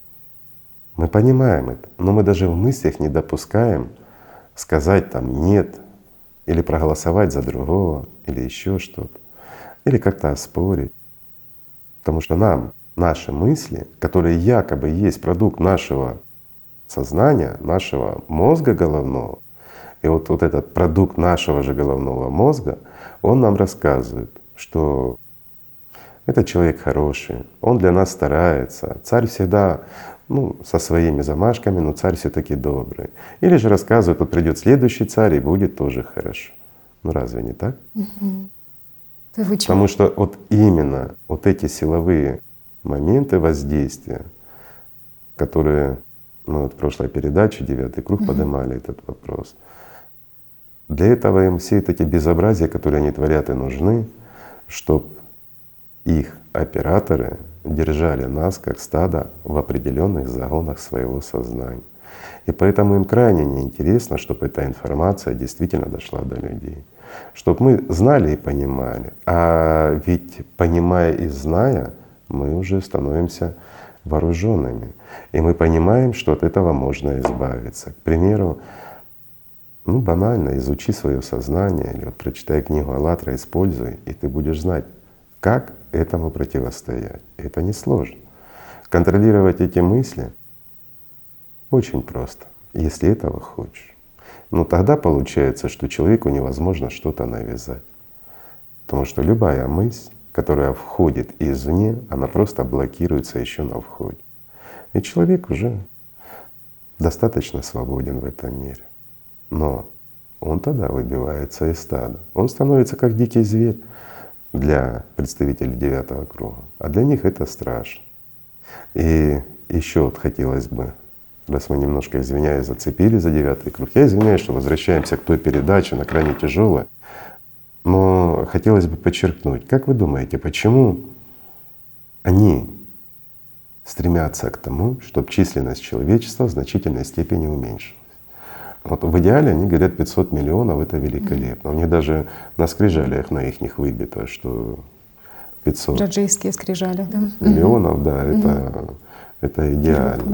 мы понимаем это, но мы даже в мыслях не допускаем сказать там «нет» или проголосовать за другого, или еще что-то, или как-то оспорить. Потому что нам наши мысли, которые якобы есть продукт нашего сознания, нашего мозга головного, и вот этот продукт нашего же головного мозга, он нам рассказывает, что этот человек хороший, он для нас старается, царь всегда со своими замашками, но царь все-таки добрый. Или же рассказывает, вот придет следующий царь и будет тоже хорошо. Ну разве не так? Потому что вот именно вот эти силовые моменты воздействия, которые мы вот в прошлой передаче «9-й круг» поднимали этот вопрос, для этого им все эти безобразия, которые они творят, и нужны, чтобы их операторы держали нас как стадо в определенных загонах своего сознания. И поэтому им крайне неинтересно, чтобы эта информация действительно дошла до людей, чтобы мы знали и понимали. А ведь понимая и зная, мы уже становимся вооруженными. И мы понимаем, что от этого можно избавиться. К примеру, банально, изучи свое сознание или вот прочитай книгу «АЛЛАТРА», используй, и ты будешь знать, как этому противостоять. Это несложно. Контролировать эти мысли очень просто, если этого хочешь. Но тогда получается, что человеку невозможно что-то навязать. Потому что любая мысль, которая входит извне, она просто блокируется еще на входе. И человек уже достаточно свободен в этом мире. Но он тогда выбивается из стада. Он становится как дикий зверь для представителей 9-го круга. А для них это страшно. И еще вот хотелось бы, раз мы немножко, извиняюсь, зацепили за 9-й круг, я извиняюсь, что возвращаемся к той передаче, она крайне тяжелая, но хотелось бы подчеркнуть, как вы думаете, почему они стремятся к тому, чтобы численность человечества в значительной степени уменьшилась? Вот в идеале они говорят 500 миллионов — это великолепно. У них даже на скрижалях на их выбито, что 500 Джаджийские скрижали, да. Миллионов, да, это идеально.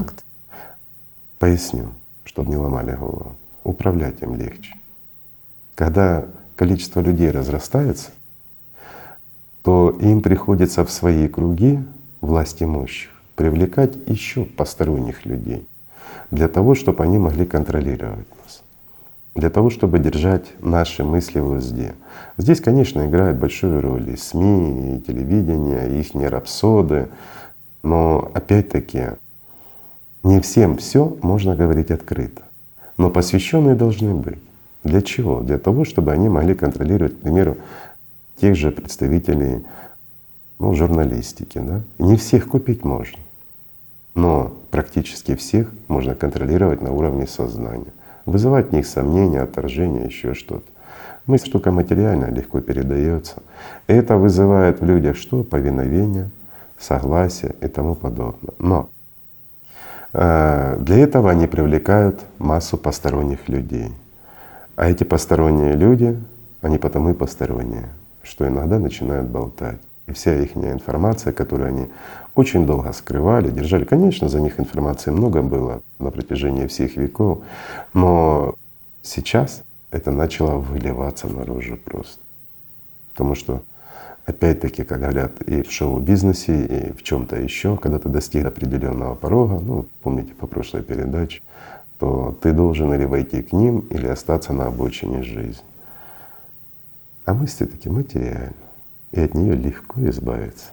Поясню, чтобы не ломали голову. Управлять им легче. Когда количество людей разрастается, то им приходится в свои круги власть имущих привлекать еще посторонних людей для того, чтобы они могли контролировать нас, для того, чтобы держать наши мысли в узде. Здесь, конечно, играют большую роль и СМИ, и телевидение, и ихние рапсоды, но опять-таки не всем все можно говорить открыто. Но посвященные должны быть. Для чего? Для того, чтобы они могли контролировать, к примеру, тех же представителей журналистики. Да? Не всех купить можно, но практически всех можно контролировать на уровне сознания, вызывать в них сомнения, отторжение, еще что-то. Мысль штука материальная, легко передается. Это вызывает в людях что? Повиновение, согласие и тому подобное. Но для этого они привлекают массу посторонних людей. А эти посторонние люди, они потому и посторонние, что иногда начинают болтать. И вся их информация, которую они очень долго скрывали, держали. Конечно, за них информации много было на протяжении всех веков, но сейчас это начало выливаться наружу просто. Потому что, опять-таки, как говорят и в шоу-бизнесе, и в чем-то еще, когда ты достиг определенного порога, ну, помните по прошлой передаче, то ты должен или войти к ним, или остаться на обочине жизни. А мысли такие материальны, и от нее легко избавиться.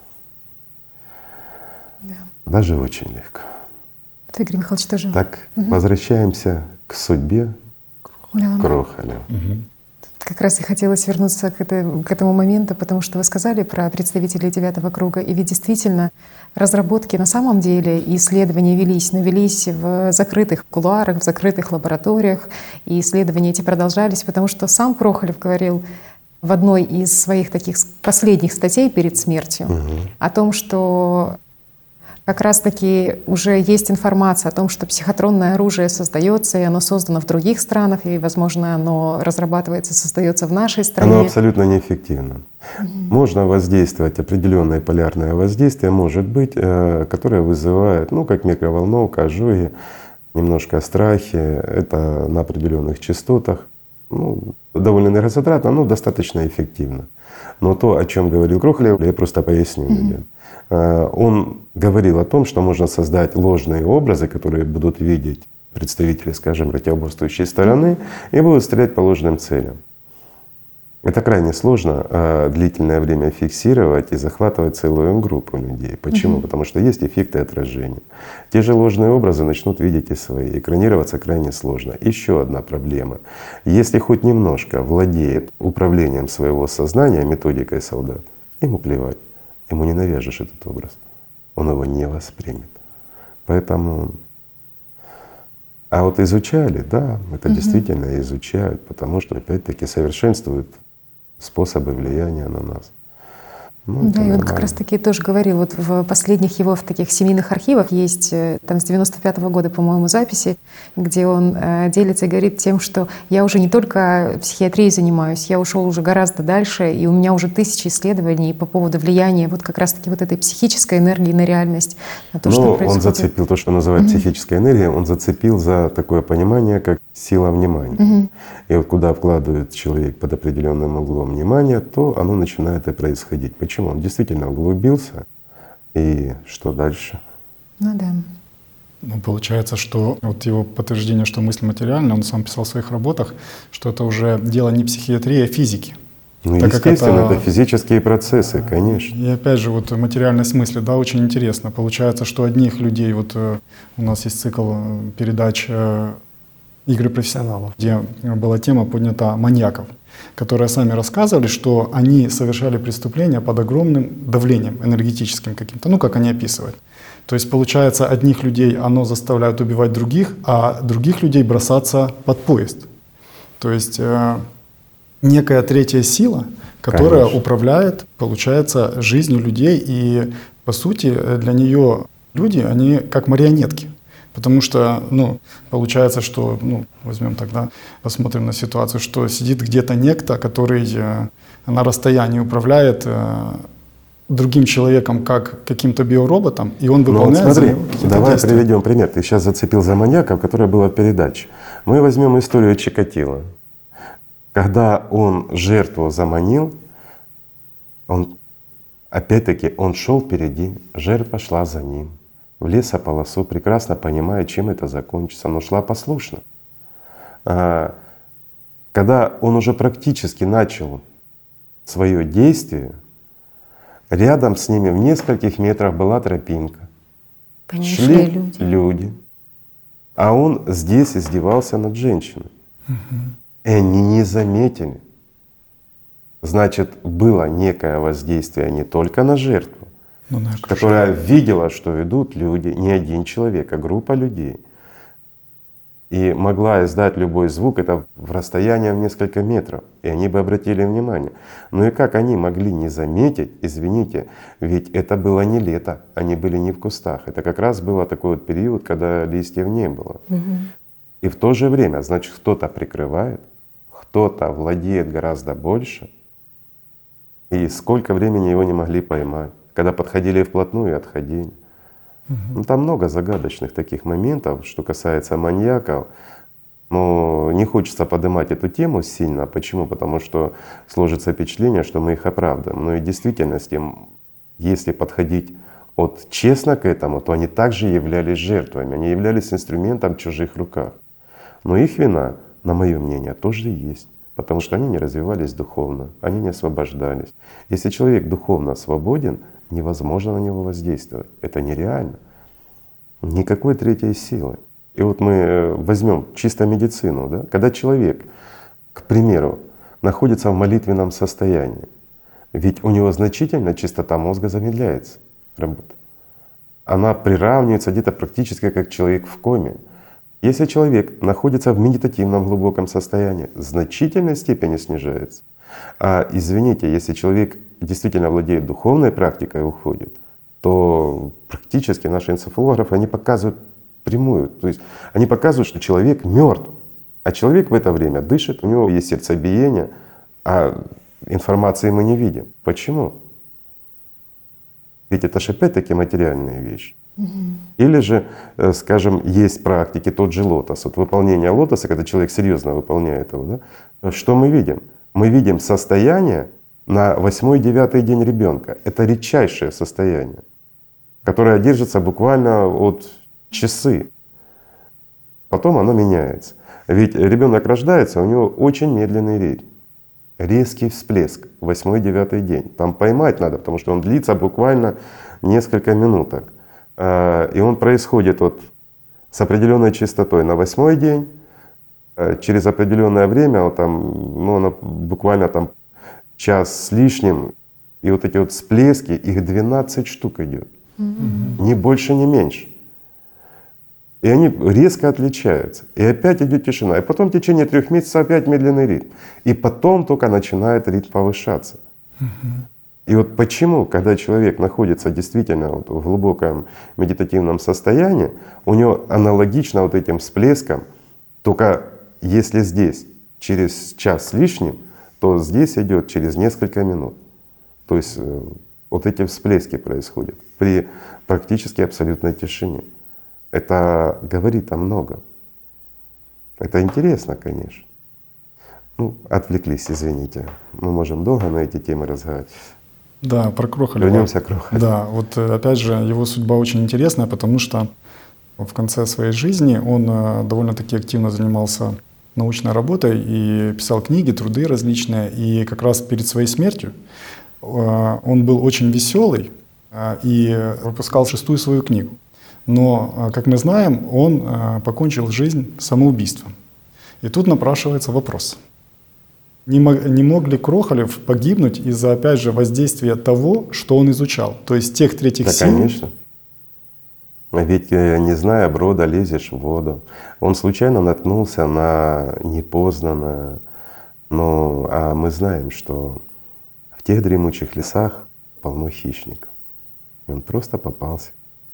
Да. Даже очень легко. Это Игорь Михайлович тоже. Так, возвращаемся к судьбе Крохолева. Как раз и хотелось вернуться к этому моменту, потому что вы сказали про представителей 9-го круга, и ведь действительно разработки на самом деле и исследования велись, но велись в закрытых кулуарах, в закрытых лабораториях, и исследования эти продолжались, потому что сам Крохолев говорил в одной из своих таких последних статей перед смертью о том, что как раз-таки уже есть информация о том, что психотронное оружие создается, и оно создано в других странах, и, возможно, оно разрабатывается, создается в нашей стране. Оно абсолютно неэффективно. Можно воздействовать, определенное полярное воздействие может быть, которое вызывает, ну, как микроволновка, ожоги, немножко страхи, это на определенных частотах. Ну, довольно энергозатратно, но достаточно эффективно. Но то, о чем говорил Крохолев, я просто поясню людям. Он говорил о том, что можно создать ложные образы, которые будут видеть представители, скажем, противоборствующей стороны, и будут стрелять по ложным целям. Это крайне сложно длительное время фиксировать и захватывать целую группу людей. Почему? Потому что есть эффекты отражения. Те же ложные образы начнут видеть и свои. Экранироваться крайне сложно. Еще одна проблема. Если хоть немножко владеет управлением своего сознания, методикой солдат, ему плевать. Ему не навяжешь этот образ. Он его не воспримет. Поэтому… А вот изучали, да, это действительно изучают, потому что опять-таки совершенствуют способы влияния на нас. Ну, да, и он как раз-таки тоже говорил, вот в последних его в таких семейных архивах есть там с 95-го года, по-моему, записи, где он делится и говорит тем, что я уже не только психиатрией занимаюсь, я ушел уже гораздо дальше, и у меня уже тысячи исследований по поводу влияния вот как раз-таки вот этой психической энергии на реальность, на то, что происходит. Он зацепил то, что называют психической энергией, он зацепил за такое понимание, как сила внимания. И вот куда вкладывает человек под определенным углом внимания, то оно начинает и происходить. Почему? Он действительно углубился, и что дальше? Ну да. Ну, получается, что вот его подтверждение, что мысль материальна, он сам писал в своих работах, что это уже дело не психиатрии, а физики. Ну, естественно, это физические процессы, конечно. И опять же, вот материальность мысли, да, очень интересно. Получается, что одних людей, вот у нас есть цикл передач «Игры профессионалов», где была тема поднята маньяков, которые сами рассказывали, что они совершали преступления под огромным давлением энергетическим каким-то, ну, как они описывают. То есть, получается, одних людей оно заставляет убивать других, а других людей бросаться под поезд. То есть некая третья сила, которая Конечно. управляет, получается, жизнью людей, и по сути для нее люди, они как марионетки. Потому что, ну, получается, что, ну, возьмем тогда, посмотрим на ситуацию, что сидит где-то некто, который на расстоянии управляет другим человеком как каким-то биороботом, и он выполняет… Вот смотри, давай приведем пример. Ты сейчас зацепил за маньяков, которая была в передаче. Мы возьмем историю Чикатило. Когда он жертву заманил, он, опять-таки, он шел впереди, жертва шла за ним. В лесополосу, прекрасно понимая, чем это закончится, но шла послушно. Когда он уже практически начал свое действие, рядом с ними в нескольких метрах была тропинка. Шли люди. А он здесь издевался над женщиной. И они не заметили. Значит, было некое воздействие не только на жертву, которая видела, что ведут люди, не один человек, а группа людей. И могла издать любой звук, это в расстоянии в несколько метров, и они бы обратили внимание. Ну и как они могли не заметить, извините, ведь это было не лето, они были не в кустах. Это как раз был такой вот период, когда листьев не было. И в то же время, значит, кто-то прикрывает, кто-то владеет гораздо больше. И сколько времени его не могли поймать. Когда подходили вплотную и отходили. Ну, там много загадочных таких моментов, что касается маньяков. Но не хочется поднимать эту тему сильно. Почему? Потому что сложится впечатление, что мы их оправдываем. Но и в действительности, если подходить вот честно к этому, то они также являлись жертвами, они являлись инструментом в чужих руках. Но их вина, на мое мнение, тоже есть. Потому что они не развивались духовно, они не освобождались. Если человек духовно свободен, невозможно на него воздействовать. Это нереально. Никакой третьей силы. И вот мы возьмем чисто медицину, да? Когда человек, к примеру, находится в молитвенном состоянии, ведь у него значительно частота мозга замедляется, работа. Она приравнивается где-то практически как человек в коме. Если человек находится в медитативном глубоком состоянии, в значительной степени снижается. А извините, если человек действительно владеет духовной практикой и уходит, то практически наши энцефалографы, они показывают прямую. То есть они показывают, что человек мертв, а человек в это время дышит, у него есть сердцебиение, а информации мы не видим. Почему? Ведь это же опять-таки материальные вещи. Или же, скажем, есть практики, тот же лотос. Вот выполнение лотоса, когда человек серьезно выполняет его, да, что мы видим? Мы видим состояние на 8-9 день ребенка. Это редчайшее состояние, которое держится буквально от часы. Потом оно меняется. Ведь ребенок рождается, у него очень медленный ритм. Резкий всплеск, 8-9 день. Там поймать надо, потому что он длится буквально несколько минуток. И он происходит вот с определенной частотой на 8-й день, через определенное время, вот там, ну, оно буквально там час с лишним, и вот эти вот всплески, их 12 штук идет, ни больше, ни меньше. И они резко отличаются. И опять идет тишина. И потом в течение 3 месяцев опять медленный ритм. И потом только начинает ритм повышаться. И вот почему, когда человек находится действительно вот в глубоком медитативном состоянии, у него аналогично вот этим всплескам, только если здесь через час с лишним, то здесь идет через несколько минут. То есть вот эти всплески происходят при практически абсолютной тишине. Это говорит о многом. Это интересно, конечно. Ну, отвлеклись, извините. Мы можем долго на эти темы разговаривать. Да, про Крохолева. Вернемся к Крохолеву. Да, вот опять же, его судьба очень интересная, потому что в конце своей жизни он довольно-таки активно занимался научной работой и писал книги, труды различные. И как раз перед своей смертью он был очень веселый и выпускал 6-ю свою книгу. Но, как мы знаем, он покончил жизнь самоубийством. И тут напрашивается вопрос. Не мог ли Крохолев погибнуть из-за, опять же, воздействия того, что он изучал? То есть тех третьих сил? Да, конечно. Ведь, не зная брода, лезешь в воду. Он случайно наткнулся на непознанное. Ну, а мы знаем, что в тех дремучих лесах полно хищников. И он просто попался.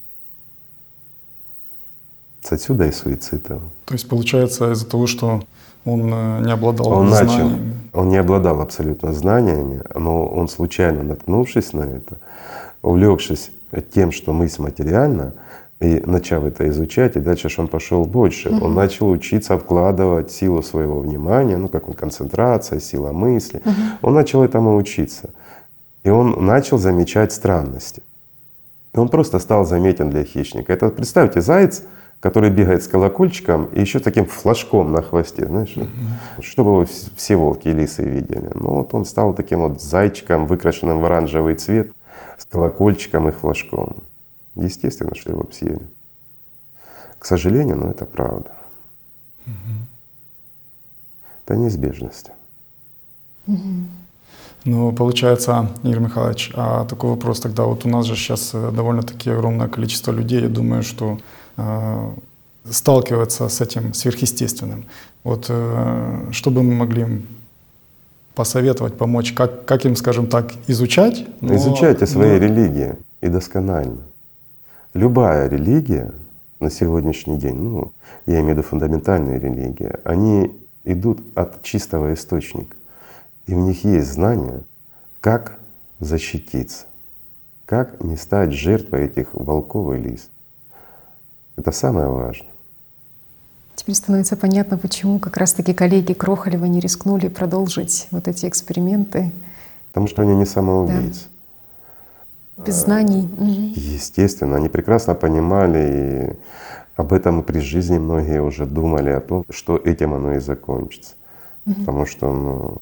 Отсюда и суицид. То есть получается из-за того, что он не обладал знаниями? Он не обладал абсолютно знаниями, но он случайно наткнувшись на это, увлекшись тем, что мысль материальна, и начав это изучать, и дальше он пошел больше. Он начал учиться вкладывать силу своего внимания, ну как он, концентрация, сила мысли. Он начал этому учиться. И он начал замечать странности. И он просто стал заметен для хищника. Это представьте, заяц, который бегает с колокольчиком и еще таким флажком на хвосте, знаешь, чтобы все волки и лисы видели. Ну вот он стал таким вот зайчиком, выкрашенным в оранжевый цвет, с колокольчиком и флажком. Естественно, что его съели. К сожалению, но это правда. Это неизбежность. Ну, получается, Игорь Михайлович, а такой вопрос тогда, вот у нас же сейчас довольно-таки огромное количество людей, я думаю, что сталкиваются с этим сверхъестественным. Вот что бы мы могли им посоветовать, помочь, как им, скажем так, изучать? Изучайте свои религии и досконально. Любая религия на сегодняшний день, ну, я имею в виду фундаментальные религии, они идут от чистого источника. И в них есть знания, как защититься, как не стать жертвой этих волков и лис. Это самое важное. Теперь становится понятно, почему как раз-таки коллеги Крохолева не рискнули продолжить вот эти эксперименты. Потому что они не самоубийцы. Да. Без знаний. Естественно, они прекрасно понимали, и об этом и при жизни многие уже думали, о том, что этим оно и закончится. Потому что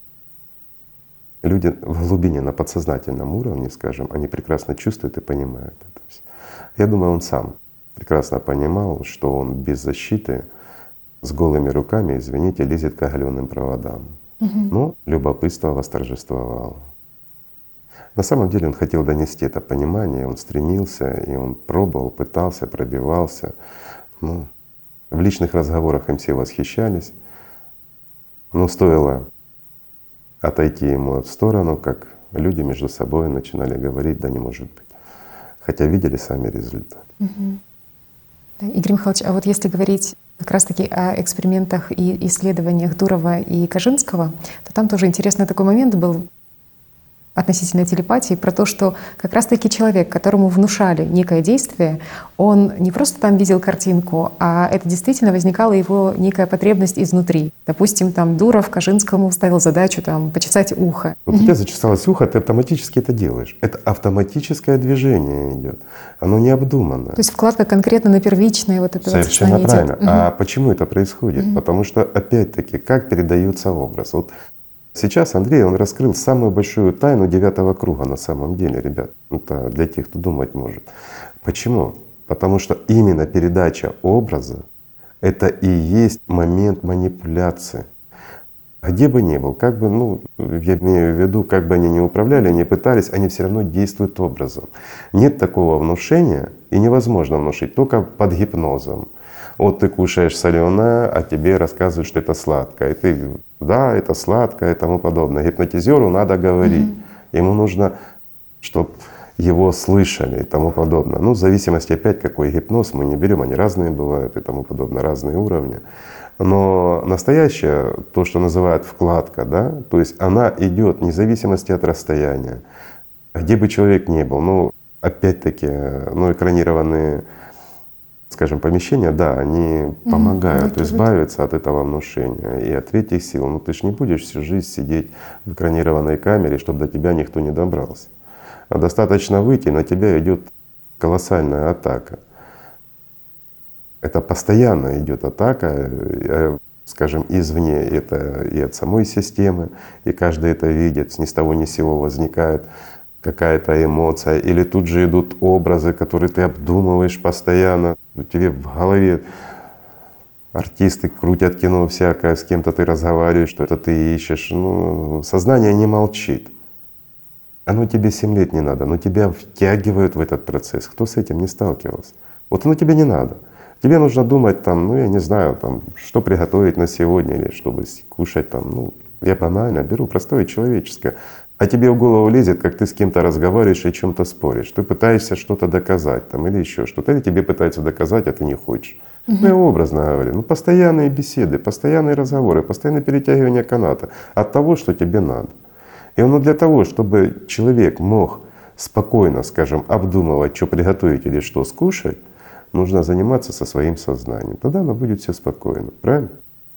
люди в глубине, на подсознательном уровне, скажем, они прекрасно чувствуют и понимают это все. Я думаю, он сам прекрасно понимал, что он без защиты, с голыми руками, извините, лезет к оголенным проводам. Но любопытство восторжествовало. На самом деле он хотел донести это понимание, он стремился, и он пробовал, пытался, пробивался. В личных разговорах им все восхищались. Но стоило отойти ему в сторону, как люди между собой начинали говорить: да не может быть. Хотя видели сами результат. Да, Игорь Михайлович, а вот если говорить как раз-таки о экспериментах и исследованиях Дурова и Кожинского, то там тоже интересный такой момент был относительно телепатии, про то, что как раз-таки человек, которому внушали некое действие, он не просто там видел картинку, а это действительно возникала его некая потребность изнутри. Допустим, там Дуров Кожинскому ставил задачу там почесать ухо. Вот у тебя зачесалось ухо, ты автоматически это делаешь. Это автоматическое движение идет, оно необдуманно. То есть вкладка конкретно на первичное вот это Совершенно правильно. А почему это происходит? Потому что опять-таки как передается образ. Вот сейчас Андрей, он раскрыл самую большую тайну 9-го круга на самом деле, ребят. Это для тех, кто думать может. Почему? Потому что именно передача образа — это и есть момент манипуляции. Где бы ни был, как бы, я имею в виду, как бы они ни управляли, они пытались, они все равно действуют образом. Нет такого внушения, и невозможно внушить только под гипнозом. Вот ты кушаешь соленое, а тебе рассказывают, что это сладкое. И ты: да, это сладкое и тому подобное. Гипнотизеру надо говорить. Ему нужно, чтобы его слышали и тому подобное. В зависимости опять, какой гипноз, мы не берем, они разные бывают и тому подобное, разные уровни. Но настоящее, то, что называют вкладка, да, то есть она идет вне зависимости от расстояния. Где бы человек ни был, опять-таки, экранированные, скажем, помещения, да, они помогают избавиться от этого внушения и от третьих сил. Ты ж не будешь всю жизнь сидеть в экранированной камере, чтобы до тебя никто не добрался. А достаточно выйти, на тебя идет колоссальная атака. Это постоянно идет атака, скажем, извне, это и от самой системы, и каждый это видит, ни с того ни с сего возникает какая-то эмоция, или тут же идут образы, которые ты обдумываешь постоянно, у тебя в голове артисты крутят кино всякое, с кем-то ты разговариваешь, что-то ты ищешь. Сознание не молчит. Оно тебе 7 лет не надо, но тебя втягивают в этот процесс. Кто с этим не сталкивался? Вот оно тебе не надо. Тебе нужно думать я не знаю, что приготовить на сегодня или чтобы кушать я банально беру простое человеческое. А тебе в голову лезет, как ты с кем-то разговариваешь и о чем-то споришь. Ты пытаешься что-то доказать или еще что-то. Или тебе пытаются доказать, а ты не хочешь. Я образно говорю. Постоянные беседы, постоянные разговоры, постоянное перетягивание каната от того, что тебе надо. И оно для того, чтобы человек мог спокойно, скажем, обдумывать, что приготовить или что скушать, нужно заниматься со своим сознанием. Тогда оно будет все спокойно, правильно?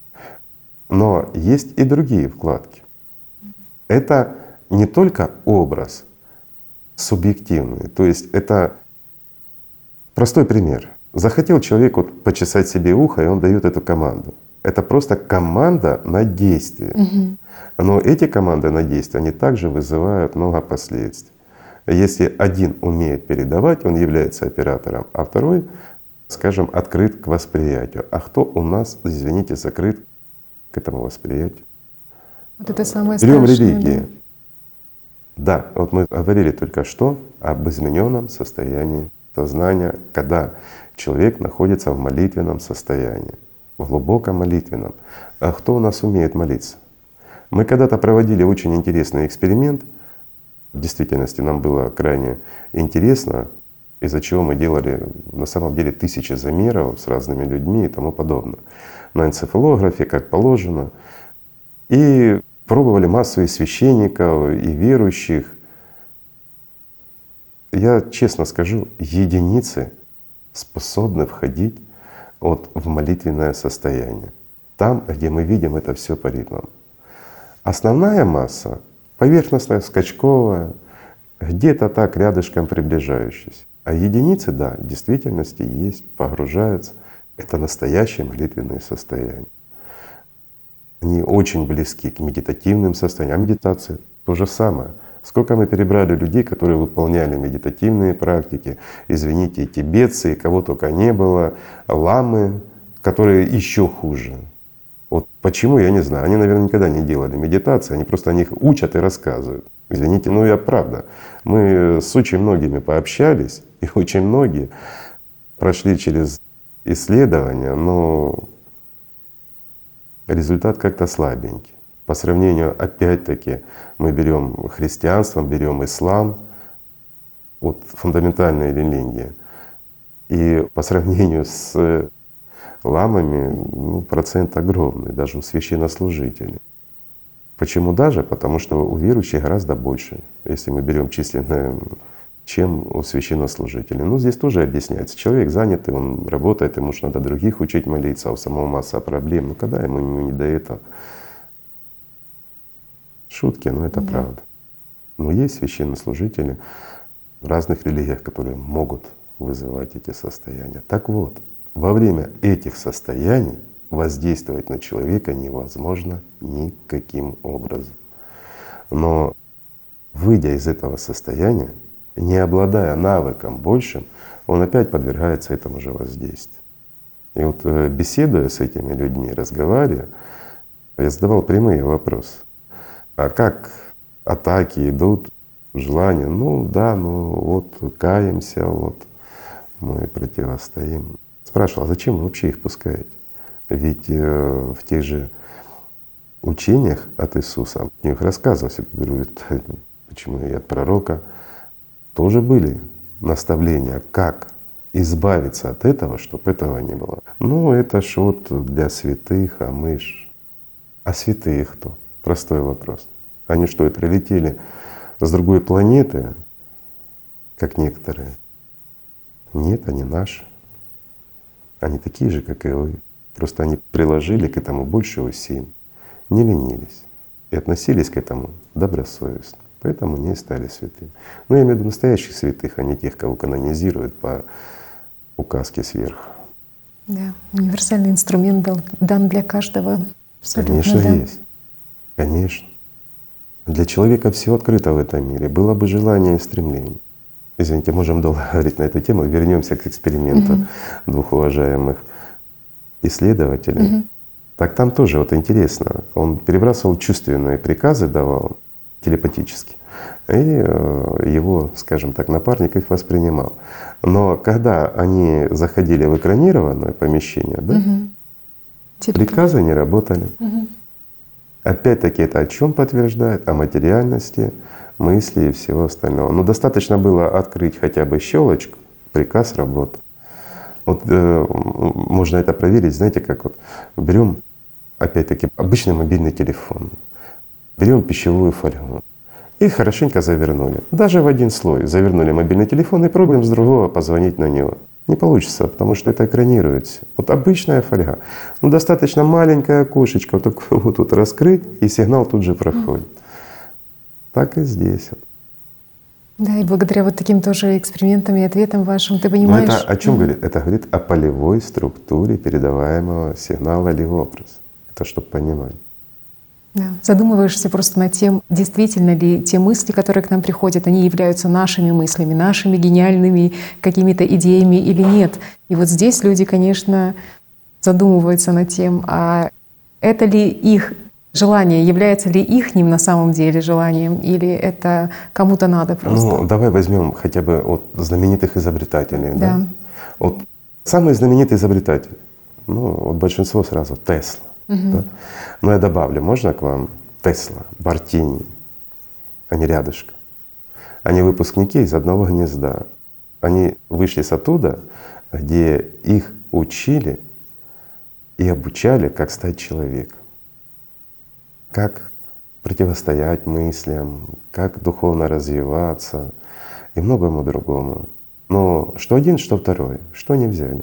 Но есть и другие вкладки. Это не только образ субъективный, то есть это простой пример. Захотел человек почесать себе ухо, и он дает эту команду. Это просто команда на действие. Но эти команды на действие, они также вызывают много последствий. Если один умеет передавать, он является оператором, а второй, скажем, открыт к восприятию. А кто у нас, извините, закрыт к этому восприятию? Вот это самое Берем страшное. религии. Да, вот мы говорили только что об измененном состоянии сознания, когда человек находится в молитвенном состоянии, в глубоком молитвенном. А кто у нас умеет молиться? Мы когда-то проводили очень интересный эксперимент. В действительности нам было крайне интересно, из-за чего мы делали на самом деле тысячи замеров с разными людьми и тому подобное. На энцефалографе, как положено. И пробовали массу и священников, и верующих. Я честно скажу, единицы способны входить вот в молитвенное состояние. Там, где мы видим это все по ритмам. Основная масса поверхностная, скачковая, где-то так рядышком приближающаяся. А единицы, да, в действительности есть, погружаются. Это настоящее молитвенное состояние. Они очень близки к медитативным состояниям. А медитация — то же самое. Сколько мы перебрали людей, которые выполняли медитативные практики, извините, тибетцы, кого только не было, ламы, которые еще хуже. Вот почему, я не знаю. Они, наверное, никогда не делали медитации, они просто о них учат и рассказывают. Извините, но я правда. Мы с очень многими пообщались, и очень многие прошли через исследования, но результат как-то слабенький. По сравнению, опять-таки, мы берем христианство, берем ислам, вот фундаментальные религии. И по сравнению с ламами процент огромный, даже у священнослужителей. Почему даже? Потому что у верующих гораздо больше, если мы берем численное, чем у священнослужителей. Ну, здесь тоже объясняется. Человек занятый, он работает, ему же надо других учить молиться, а у самого масса проблем. Ну, когда ему не до этого? Шутки, но это правда. Но есть священнослужители в разных религиях, которые могут вызывать эти состояния. Так вот, во время этих состояний воздействовать на человека невозможно никаким образом. Но выйдя из этого состояния, не обладая навыком большим, он опять подвергается этому же воздействию. И вот беседуя с этими людьми, разговаривая, я задавал прямые вопросы. А как атаки идут, желания? Ну да, ну вот каемся, вот мы противостоим. Спрашивал, а зачем вы вообще их пускаете? Ведь в тех же учениях от Иисуса, о них рассказывалось, я говорю, почему и от пророка, тоже были наставления, как избавиться от этого, чтобы этого не было. Ну это ж вот для святых, а мы ж… А святые кто? Простой вопрос. Они что, и прилетели с другой планеты, как некоторые? Нет, они наши. Они такие же, как и вы. Просто они приложили к этому больше усилий, не ленились и относились к этому добросовестно. Поэтому они и стали святыми. Но я имею в виду настоящих святых, а не тех, кого канонизируют по указке сверху. Да, универсальный инструмент дан для каждого. Абсолютно, конечно, да. есть. Конечно. Для человека все открыто в этом мире. Было бы желание и стремление. Извините, можем долго говорить на эту тему. Вернемся к эксперименту двух уважаемых исследователей. Так там тоже вот интересно. Он перебрасывал чувственные приказы, давал телепатически. И его, скажем так, напарник их воспринимал. Но когда они заходили в экранированное помещение, да, приказы не работали. Опять-таки это о чем подтверждает? О материальности, мысли и всего остального. Но достаточно было открыть хотя бы щелочку, приказ работал. Вот можно это проверить, знаете, как вот берем опять-таки обычный мобильный телефон, берем пищевую фольгу и хорошенько завернули. Даже в один слой завернули мобильный телефон и пробуем с другого позвонить на него. Не получится, потому что это экранируется. Вот обычная фольга. Ну достаточно маленькое окошечко, вот так вот тут раскрыть, и сигнал тут же проходит. Так и здесь. Да, и благодаря вот таким тоже экспериментам и ответам вашим, ты понимаешь… Но это о чем говорит? Это говорит о полевой структуре передаваемого сигнала или образа. Это чтобы понимать. Да. Задумываешься просто над тем, действительно ли те мысли, которые к нам приходят, они являются нашими мыслями, нашими гениальными какими-то идеями или нет. И вот здесь люди, конечно, задумываются над тем, а это ли их желание, является ли ихним на самом деле желанием, или это кому-то надо просто. Ну, давай возьмем хотя бы вот знаменитых изобретателей. Да. Да? Вот самый знаменитый изобретатель, ну вот большинство сразу Тесла. Да? Но я добавлю, можно к вам Тесла, Бартини, они рядышком. Они выпускники из одного гнезда. Они вышли с оттуда, где их учили и обучали, как стать человеком, как противостоять мыслям, как духовно развиваться. и многому другому. Но что один, что второй, что они взяли?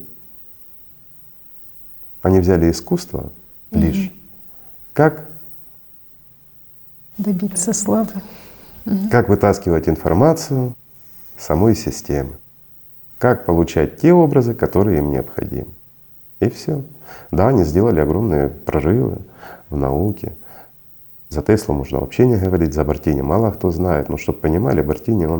Они взяли искусство лишь как добиться славы. как вытаскивать информацию самой системы, как получать те образы, которые им необходимы. И все. Да, они сделали огромные прорывы в науке. За Теслу можно вообще не говорить, за Бартини мало кто знает. Но чтобы понимали, Бартини, он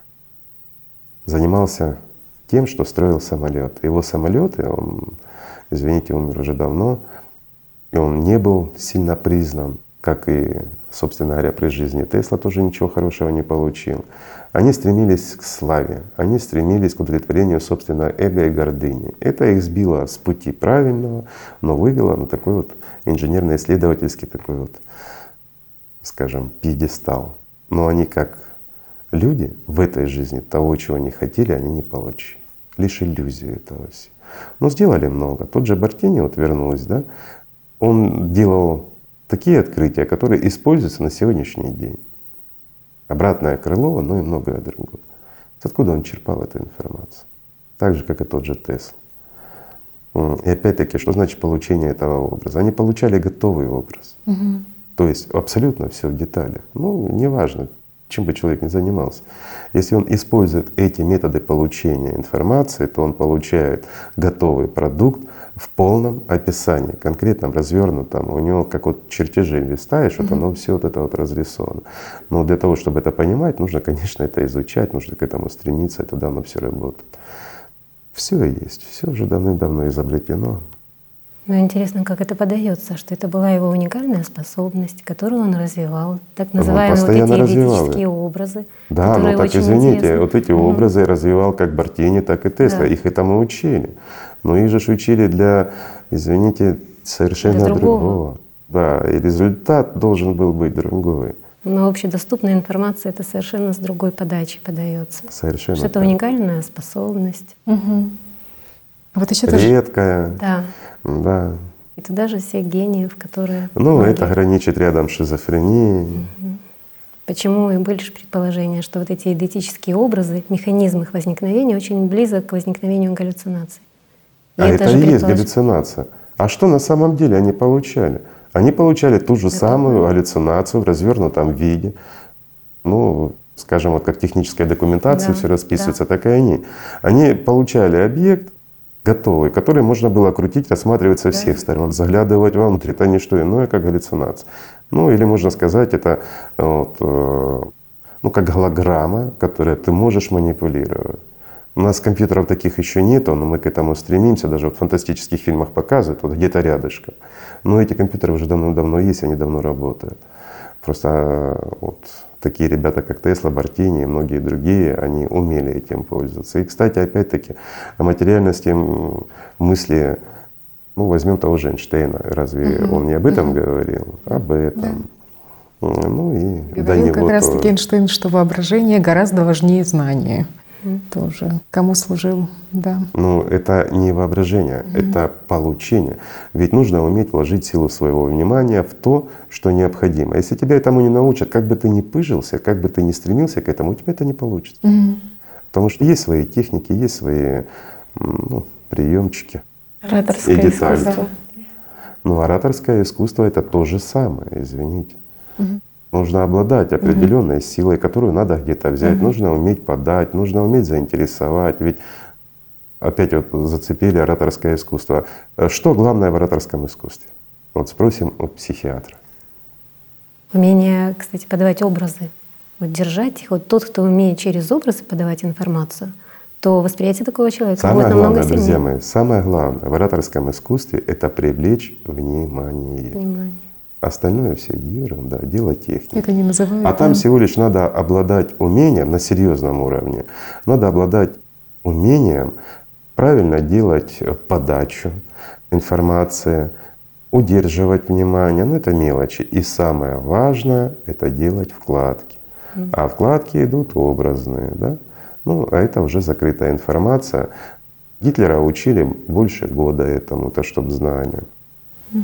занимался тем, что строил самолет. Его самолеты, он, извините, умер уже давно, и он не был сильно признан, как и, собственно говоря, при жизни Тесла тоже ничего хорошего не получил. Они стремились к славе, они стремились к удовлетворению собственного эго и гордыни. Это их сбило с пути правильного, но вывело на такой вот инженерно-исследовательский такой вот, скажем, пьедестал. Но они как люди в этой жизни того, чего они хотели, они не получили. Лишь иллюзию этого всего. Но сделали много. Тот же Бартини, вот вернусь, да, он делал такие открытия, которые используются на сегодняшний день. Обратное крыло, но и многое другое. Откуда он черпал эту информацию? Так же, как и тот же Тесла. И опять-таки, что значит получение этого образа? Они получали готовый образ. То есть абсолютно все в деталях. Ну, неважно, чем бы человек ни занимался. Если он использует эти методы получения информации, то он получает готовый продукт в полном описании, конкретном, развернутом. У него как вот чертежи листаешь, вот оно все вот это вот разрисовано. Но для того, чтобы это понимать, нужно, конечно, это изучать, нужно к этому стремиться, и тогда оно все работает. Все есть, все уже давным-давно изобретено. Но интересно, как это подается, что это была его уникальная способность, которую он развивал, так называемые вот эти идентические образы. Да, ну так извините, интересны. Вот эти образы развивал как Бартини, так и Тесла, да. Их этому учили. Но их же учили для, извините, совершенно для другого. Да, и результат должен был быть другой. Но общедоступная информация — это совершенно с другой подачи подается. Совершенно. Что это уникальная способность. Вот еще редкая. Да. Да. И туда же всех гениев, которые… Ну, это граничит рядом с шизофренией. Почему и были же предположения, что вот эти идентические образы, механизм их возникновения очень близок к возникновению галлюцинаций. А это и есть галлюцинация. А что на самом деле они получали? Они получали ту же самую галлюцинацию в развернутом виде. Ну, скажем, вот как техническая документация все расписывается, так и они. Они получали объект готовый, который можно было крутить, рассматривать со всех сторон, заглядывать вовнутрь. Это не что иное, как галлюцинация. Ну или можно сказать, это вот, ну, как голограмма, которой ты можешь манипулировать. У нас компьютеров таких еще нету, но мы к этому стремимся. Даже вот в фантастических фильмах показывают, вот где-то рядышком. Но эти компьютеры уже давно есть, они давно работают. Просто вот такие ребята, как Тесла, Бартини и многие другие, они умели этим пользоваться. И, кстати, опять-таки, о материальности мысли, ну, возьмем того же Эйнштейна. Разве он не об этом говорил? Об этом. Да. Ну и говорил как раз-таки Эйнштейн, что воображение гораздо важнее знания. Тоже. Кому служил, да. Ну, это не воображение, это получение. Ведь нужно уметь вложить силу своего внимания в то, что необходимо. Если тебя этому не научат, как бы ты ни пыжился, как бы ты ни стремился к этому, у тебя это не получится. Потому что есть свои техники, есть свои приемчики и детали. Искусство. Ну, ораторское искусство — это то же самое, извините. Нужно обладать определенной силой, которую надо где-то взять, нужно уметь подать, нужно уметь заинтересовать. Ведь опять вот зацепили ораторское искусство. Что главное в ораторском искусстве? Вот спросим у психиатра. Умение, кстати, подавать образы, вот держать их. Вот тот, кто умеет через образы подавать информацию, то восприятие такого человека будет намного сильнее. Друзья мои, самое главное в ораторском искусстве — это привлечь внимание. Остальное все ерунда, дело техники. Это не называют. А там всего лишь надо обладать умением на серьезном уровне. Надо обладать умением правильно делать подачу информации, удерживать внимание. Ну это мелочи. И самое важное — это делать вкладки. А вкладки идут образные, да? Ну а это уже закрытая информация. Гитлера учили больше года этому, то чтобы знали.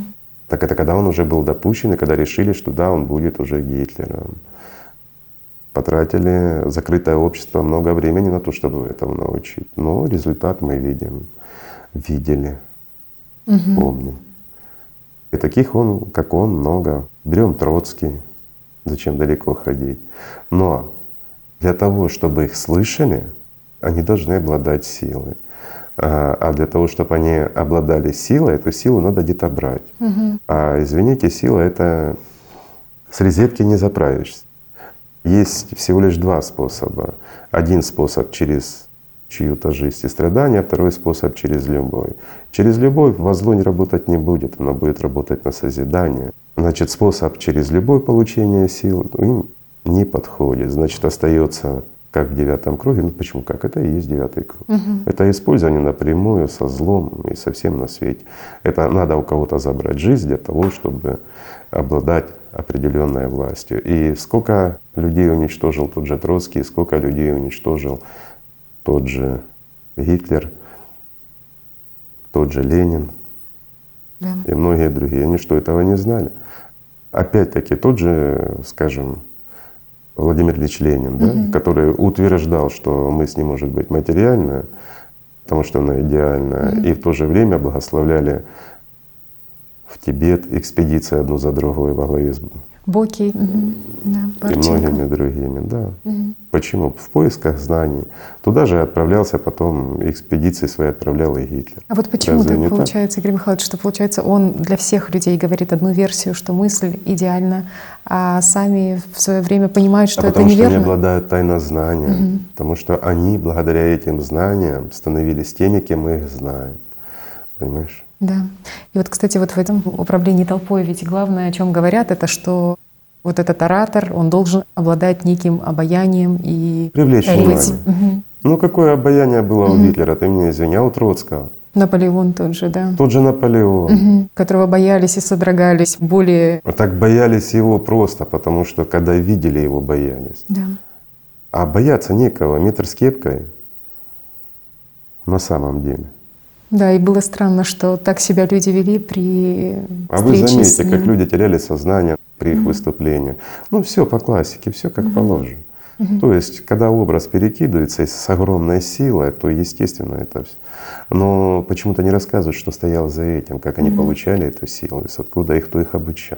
Так это когда он уже был допущен, и когда решили, что да, он будет уже Гитлером. потратили закрытое общество много времени на то, чтобы этому научить. Но результат мы видели, помним. И таких как он, много. Берем Троцкий, зачем далеко ходить. Но для того, чтобы их слышали, они должны обладать силой. А для того, чтобы они обладали силой, эту силу надо где-то брать. А извините, сила — это с розетки не заправишься. Есть всего лишь два способа. Один способ через чью-то жизнь и страдания, второй способ через любовь. Через любовь во зло не работать не будет, она будет работать на созидание. Значит, способ через любовь получения сил им не подходит. Значит, остается как в 9 круге. Ну почему как? Это и есть 9 круг. Это использование напрямую со злом и со всем на свете. Это надо у кого-то забрать жизнь для того, чтобы обладать определенной властью. И сколько людей уничтожил тот же Троцкий, сколько людей уничтожил тот же Гитлер, тот же Ленин и многие другие. Они что, этого не знали? Опять-таки тот же, скажем, Владимир Ильич Ленин, который утверждал, что мысль не может быть материальная, потому что она идеальная, и в то же время благословляли в Тибет экспедиции одну за другой во главе с Боки, и многими другими. Да. Почему? В поисках знаний. Туда же отправлялся потом, экспедиции свои отправлял и Гитлер. А вот почему так получается, Игорь Михайлович, что получается он для всех людей говорит одну версию, что мысль идеальна, а сами в свое время понимают, что это неверно? Потому что они обладают тайнознанием, потому что они благодаря этим знаниям становились теми, кем мы их знаем. Понимаешь? Да. И вот, кстати, вот в этом управлении толпой ведь главное, о чем говорят, это что вот этот оратор, он должен обладать неким обаянием и привлечь внимание. Ну какое обаяние было у Гитлера, ты меня извини, а у Троцкого? Наполеон тот же, да. Тот же Наполеон. Которого боялись и содрогались более… Так боялись его просто, потому что когда видели его, боялись. Да. А бояться некого, метр с кепкой на самом деле. Да, и было странно, что так себя люди вели при А вы заметите, как люди теряли сознание при их выступлениях. Ну все по классике, все как положено. То есть, когда образ перекидывается с огромной силой, то естественно это все. Но почему-то не рассказывают, что стояло за этим, как они получали эту силу, откуда их, кто их обучал.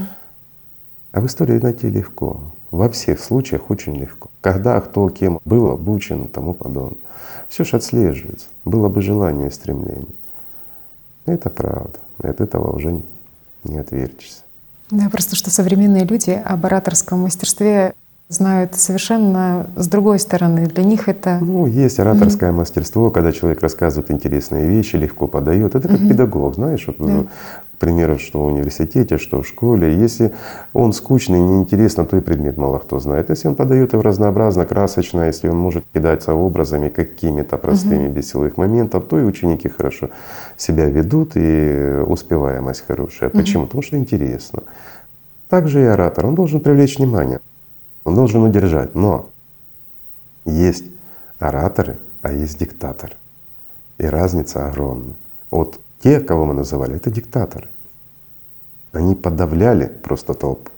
А в истории найти легко. Во всех случаях очень легко. Когда, кто, кем был обучен и тому подобное. Все же отслеживается. Было бы желание и стремление. Это правда. И от этого уже не отвертишься. Да, просто что современные люди об ораторском мастерстве знают совершенно с другой стороны. Для них это… Ну, есть ораторское мастерство, когда человек рассказывает интересные вещи, легко подает. Это как педагог, знаешь, вот, к примеру, что в университете, что в школе. Если он скучный, неинтересно, то и предмет мало кто знает. Если он подает его разнообразно, красочно, если он может кидаться образами какими-то простыми, без силовых моментов, то и ученики хорошо себя ведут, и успеваемость хорошая. Почему? Потому что интересно. Также и оратор, он должен привлечь внимание. Он должен удержать. Но есть ораторы, а есть диктаторы. И разница огромна. Вот те, кого мы называли, это диктаторы. Они подавляли просто толпу.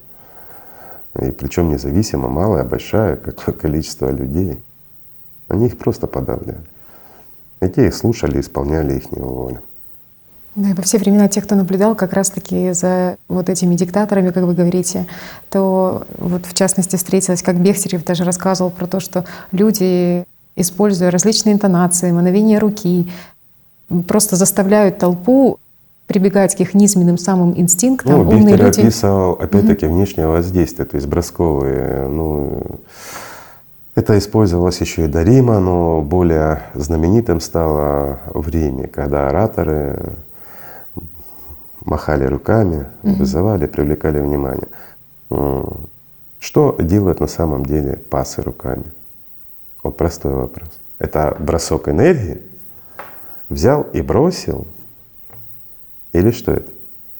И причем независимо, малое, большое, какое количество людей. Они их просто подавляли. И те их слушали, исполняли их волю. Да, и во все времена те, кто наблюдал как раз-таки за вот этими диктаторами, как вы говорите, то вот в частности встретилась, как Бехтерев даже рассказывал про то, что люди, используя различные интонации, мановения руки, просто заставляют толпу прибегать к их низменным самым инстинктам. Ну, Бехтер описывал опять-таки внешнее воздействие, то есть бросковые. Ну, это использовалось еще и до Рима, но более знаменитым стало в Риме, когда ораторы махали руками, вызывали, привлекали внимание. Что делают на самом деле пасы руками? Вот простой вопрос. Это бросок энергии? Взял и бросил? Или что это?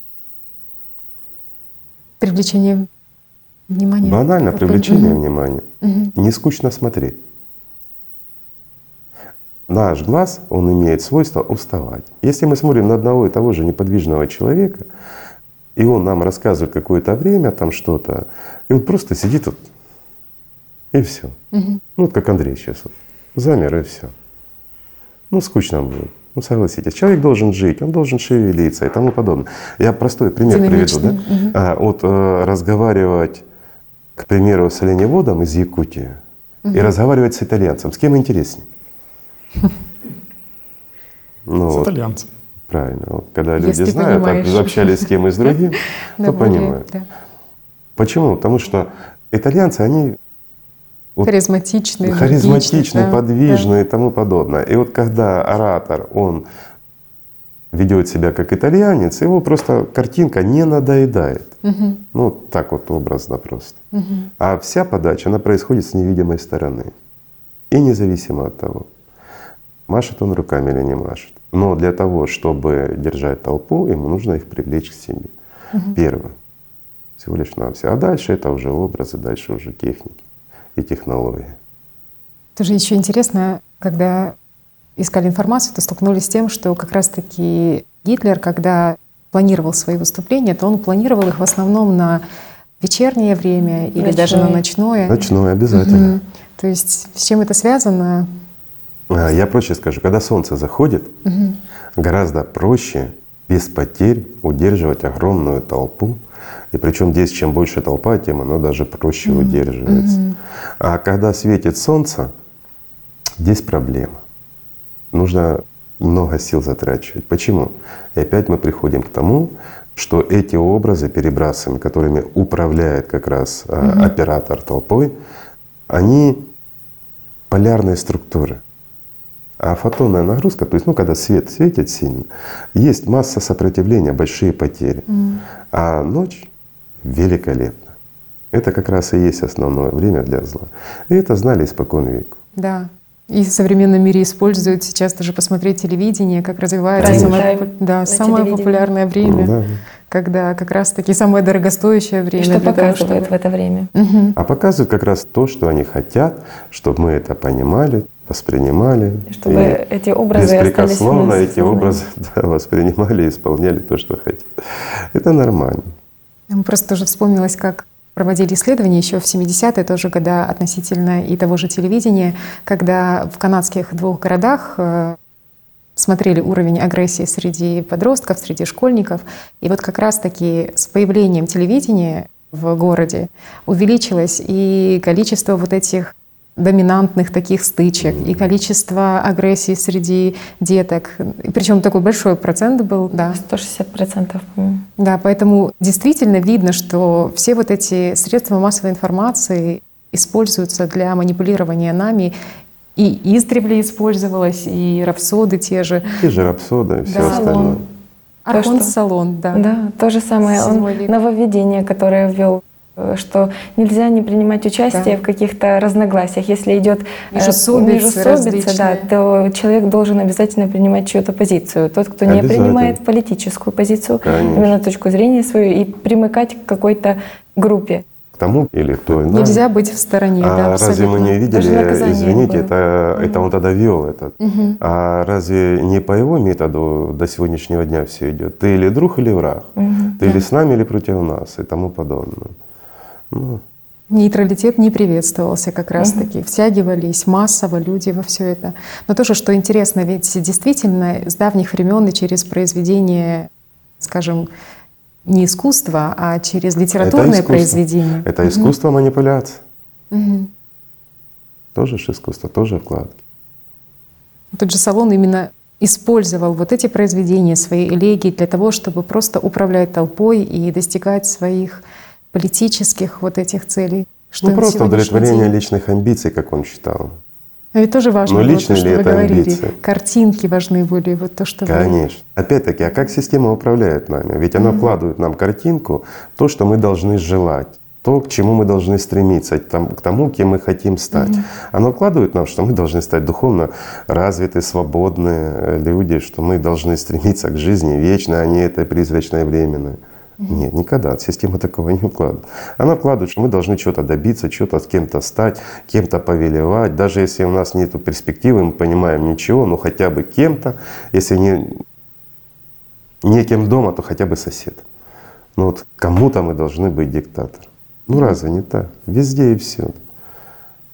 Привлечение внимания. Банально привлечение внимания. Не скучно смотреть. Наш глаз, он имеет свойство уставать. Если мы смотрим на одного и того же неподвижного человека, и он нам рассказывает какое-то время там что-то, и вот просто сидит вот И все. Ну вот как Андрей сейчас вот. Замер и все. Ну скучно будет. Ну согласитесь, человек должен жить, он должен шевелиться и тому подобное. Я простой пример приведу. Да? Вот разговаривать, к примеру, с оленеводом из Якутии и разговаривать с итальянцем. С кем интереснее? Ну, С вот, итальянцем. правильно. Вот, когда люди Если знают, общались с тем и с другим, то понимают. Почему? Потому что итальянцы, они харизматичные, подвижные и тому подобное. И вот когда оратор, он ведет себя как итальянец, его просто картинка не надоедает. Ну так вот образно просто. А вся подача, она происходит с невидимой стороны. И независимо от того, машет он руками или не машет. Но для того, чтобы держать толпу, ему нужно их привлечь к себе. Первое. Всего лишь навсего. А дальше это уже образы, дальше уже техники и технологии. Тоже еще интересно, когда искали информацию, то столкнулись с тем, что как раз-таки Гитлер, когда планировал свои выступления, то он планировал их в основном на вечернее время или даже на ночное. Ночное обязательно. То есть с чем это связано? Я проще скажу, когда солнце заходит, гораздо проще без потерь удерживать огромную толпу. И причем здесь чем больше толпа, тем оно даже проще удерживается. А когда светит солнце, здесь проблема. Нужно много сил затрачивать. Почему? И опять мы приходим к тому, что эти образы перебрасываемые, которыми управляет как раз оператор толпой, они полярные структуры. А фотонная нагрузка, то есть когда свет светит сильно, есть масса сопротивления, большие потери. А ночь великолепна. Это как раз и есть основное время для зла. И это знали испокон веку. Да. И в современном мире используют сейчас даже посмотреть телевидение, как развивается самое популярное время, когда как раз-таки самое дорогостоящее время. И что показывают в это время. А показывают как раз то, что они хотят, чтобы мы это понимали, воспринимали. И чтобы эти образы беспрекословно эти образы воспринимали и исполняли то, что хотят. Это нормально. Просто тоже вспомнилось, как проводили исследования еще в 70-е тоже года относительно и того же телевидения, когда в канадских 2 городах смотрели уровень агрессии среди подростков, среди школьников. И вот как раз-таки с появлением телевидения в городе увеличилось и количество вот этих доминантных таких стычек, и количество агрессии среди деток. Причем такой большой процент был. 160%, по-моему. Да, поэтому действительно видно, что все вот эти средства массовой информации используются для манипулирования нами. И издревле использовалось, и рапсоды те же. Те же рапсоды и все остальное. Архон-салон, да. Да, то же самое. Нововведение, которое ввел, что нельзя не принимать участие в каких-то разногласиях. Если идет междоусобица, то человек должен обязательно принимать чью-то позицию. Тот, кто не принимает политическую позицию, именно точку зрения свою, и примыкать к какой-то группе. К тому или к той. Нельзя быть в стороне. Разве мы не видели, извините, это он тогда вел этот. А разве не по его методу до сегодняшнего дня все идет? Ты или друг, или враг? Ты или с нами, или против нас и тому подобное. Нейтралитет не приветствовался как раз-таки. Втягивались массово люди во все это. Но тоже, что интересно, ведь действительно с давних времен и через произведение, скажем, не искусства, а через литературное произведение. Это искусство манипуляции. Тоже же искусство, тоже вкладки. Тот же Салон именно использовал вот эти произведения, свои элегии для того, чтобы просто управлять толпой и достигать своих политических вот этих целей. Что просто удовлетворение личных амбиций, как он считал. А ведь тоже важно было то, что вы говорили. Амбиции? Картинки важны были, вот то, что Конечно. Опять-таки, а как система управляет нами? Ведь она вкладывает нам картинку, то, что мы должны желать, то, к чему мы должны стремиться, к тому, кем мы хотим стать. Она вкладывает нам, что мы должны стать духовно развитые, свободные люди, что мы должны стремиться к жизни вечной, а не этой призрачной временной. Нет, никогда. Система такого не укладывает. Она вкладывает, что мы должны чего-то добиться, что-то с кем-то стать, кем-то повелевать. Даже если у нас нет перспективы, мы понимаем ничего, но хотя бы кем-то, если не кем дома, то хотя бы сосед. Но вот кому-то мы должны быть диктатором. Разве не так? Везде и всюду.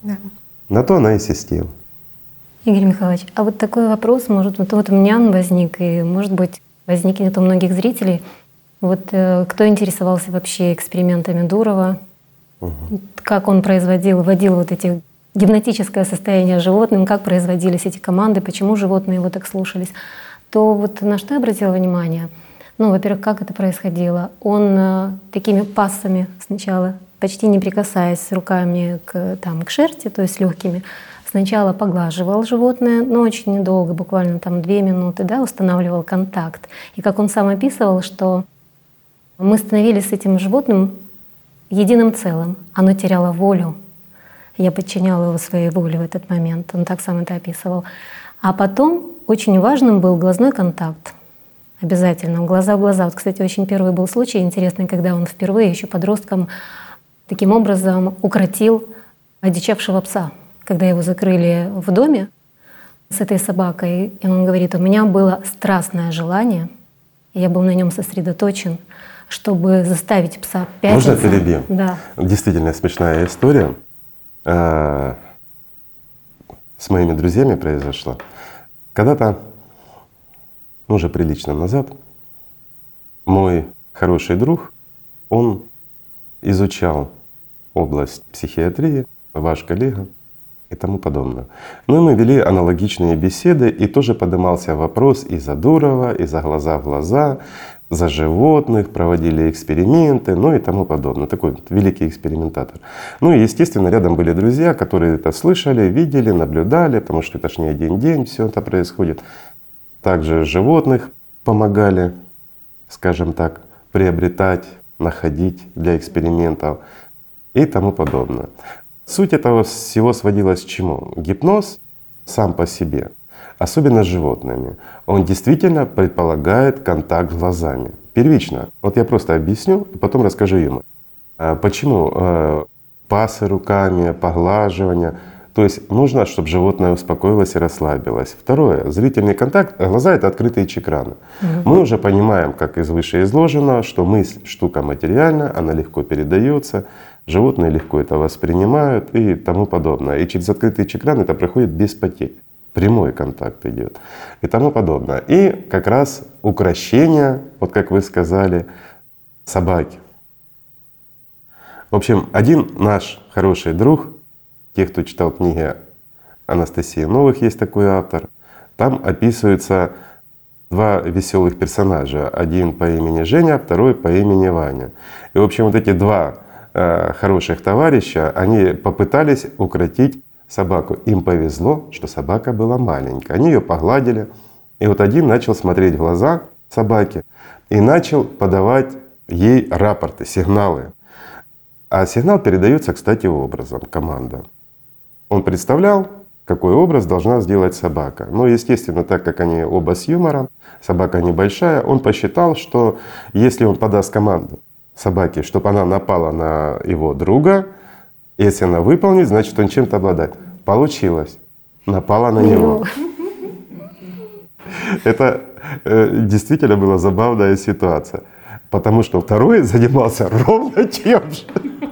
Да. На то она и система. Игорь Михайлович, а вот такой вопрос, может, вот у меня он возник, и, может быть, возникнет у многих зрителей. Вот кто интересовался вообще экспериментами Дурова, как он вводил вот эти гипнотическое состояние животным, как производились эти команды, почему животные его так слушались, то вот на что я обратила внимание? Ну, во-первых, как это происходило? Он такими пассами сначала, почти не прикасаясь руками к шерсти, то есть легкими, сначала поглаживал животное, но очень недолго, буквально 2 минуты, да, устанавливал контакт. И как он сам описывал, что мы становились с этим животным единым целым. Оно теряло волю. Я подчиняла его своей воле в этот момент. Он так сам это описывал. А потом очень важным был глазной контакт. Обязательно, глаза в глаза. Вот, кстати, очень первый был случай интересный, когда он впервые, еще подростком, таким образом укротил одичавшего пса. Когда его закрыли в доме с этой собакой, и он говорит, у меня было страстное желание, и я был на нем сосредоточен, чтобы заставить пса пятиться. Можно перебью? Да. Действительно смешная история. С моими друзьями произошла. Когда-то, уже прилично назад, мой хороший друг, он изучал область психиатрии, ваш коллега и тому подобное. Ну и мы вели аналогичные беседы, и тоже поднимался вопрос и за Дурова, и за глаза в глаза, за животных, проводили эксперименты, ну и тому подобное. Такой вот великий экспериментатор. Ну и естественно рядом были друзья, которые это слышали, видели, наблюдали, потому что это ж не один день все это происходит. Также животных помогали, скажем так, приобретать, находить для экспериментов и тому подобное. Суть этого всего сводилась к чему? Гипноз сам по себе, особенно с животными, он действительно предполагает контакт глазами. Первично. Вот я просто объясню, и потом расскажу ему. Почему пасы руками, поглаживание. То есть нужно, чтобы животное успокоилось и расслабилось. Второе. Зрительный контакт. Глаза — это открытые чакраны. Мы уже понимаем, как из вышеизложенного, что мысль — штука материальная, она легко передается, животные легко это воспринимают и тому подобное. И через открытые чакраны это проходит без потерь. Прямой контакт идет и тому подобное. И как раз укрощение, вот как вы сказали, собаки. В общем, один наш хороший друг, те, кто читал книги Анастасии Новых, есть такой автор, там описываются 2 веселых персонажа. Один по имени Женя, второй по имени Ваня. И в общем вот эти 2 хороших товарища, они попытались укротить собаку. Им повезло, что собака была маленькая. Они ее погладили. И вот один начал смотреть в глаза собаки и начал подавать ей рапорты, сигналы. А сигнал передается, кстати, образом, команда. Он представлял, какой образ должна сделать собака. Но, естественно, так как они оба с юмором, собака небольшая, он посчитал, что если он подаст команду собаке, чтобы она напала на его друга, если она выполнит, значит он чем-то обладает. Получилось. Напала на него. Это действительно была забавная ситуация. Потому что второй занимался ровно тем же.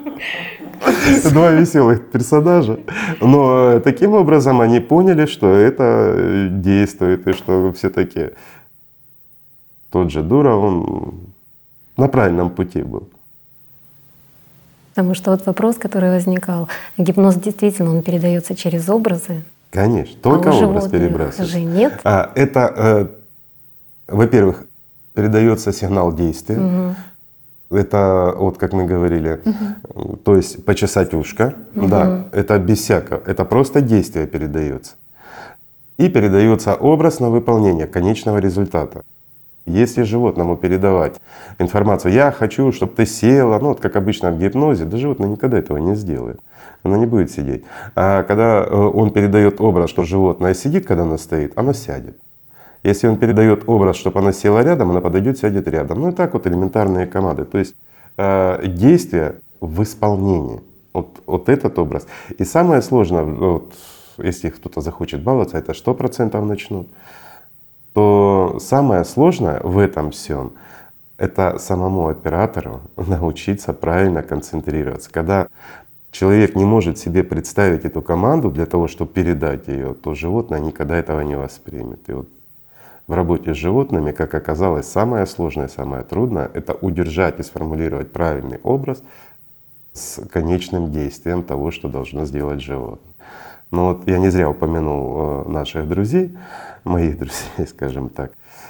2 веселых персонажа. Но таким образом они поняли, что это действует, и что все-таки тот же Дуров, он на правильном пути был. Потому что вот вопрос, который возникал, гипноз действительно он передается через образы. Конечно, только образ перебрасывается. Же нет. Это, во-первых, передается сигнал действия. Это вот как мы говорили, то есть почесать ушко, да, это без всякого, это просто действие передается. И передается образ на выполнение конечного результата. Если животному передавать информацию, я хочу, чтобы ты села, ну вот как обычно в гипнозе, да животное никогда этого не сделает, оно не будет сидеть. А когда он передает образ, что животное сидит, когда оно стоит, оно сядет. Если он передает образ, чтобы она села рядом, она подойдет, сядет рядом. Ну и так вот элементарные команды. То есть действие в исполнении. Вот этот образ. И самое сложное, вот, если кто-то захочет баловаться, это 100% начнут, то самое сложное в этом всем — это самому оператору научиться правильно концентрироваться. Когда человек не может себе представить эту команду для того, чтобы передать ее, то животное никогда этого не воспримет. И вот в работе с животными, как оказалось, самое сложное, самое трудное — это удержать и сформулировать правильный образ с конечным действием того, что должно сделать животное. Но вот я не зря упомянул наших друзей, моих друзей, скажем так,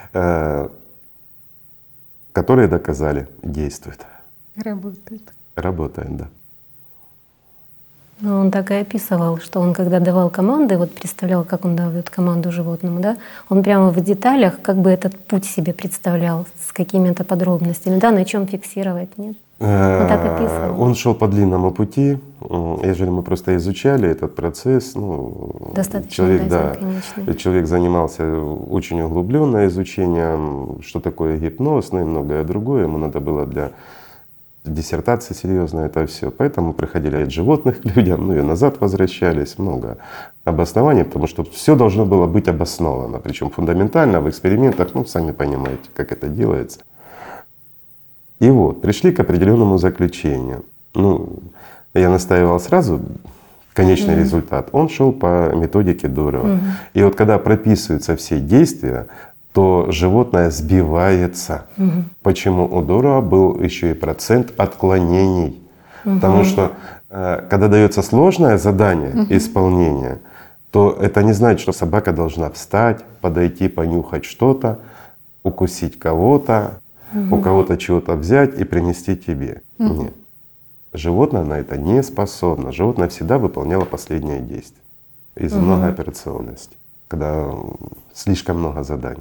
которые доказали, действует. Работает. Работает, да. Ну, он так и описывал, что он, когда давал команды, вот представлял, как он дает команду животному, да, он прямо в деталях как бы этот путь себе представлял с какими-то подробностями, да, на чем фиксировать, нет? Он так описывал. Он шел по длинному пути. Я же, мы просто изучали этот процесс. Достаточно человек, да, конечно. Человек занимался очень углубленно изучением, что такое гипноз, ну и многое другое. Ему надо было для диссертации серьезно это все. Поэтому приходили от животных к людям, ну и назад возвращались. Много обоснований, потому что все должно было быть обосновано. Причем фундаментально в экспериментах, ну сами понимаете, как это делается. И вот пришли к определенному заключению. Ну, я настаивал сразу, конечный результат. Он шел по методике Дурова. И вот когда прописываются все действия, то животное сбивается. Почему у Дурова был еще и процент отклонений? Потому что когда дается сложное задание исполнения, то это не значит, что собака должна встать, подойти, понюхать что-то, укусить кого-то, у кого-то чего-то взять и принести тебе. Нет. Животное на это не способно. Животное всегда выполняло последнее действие из-за многооперационности, когда слишком много заданий.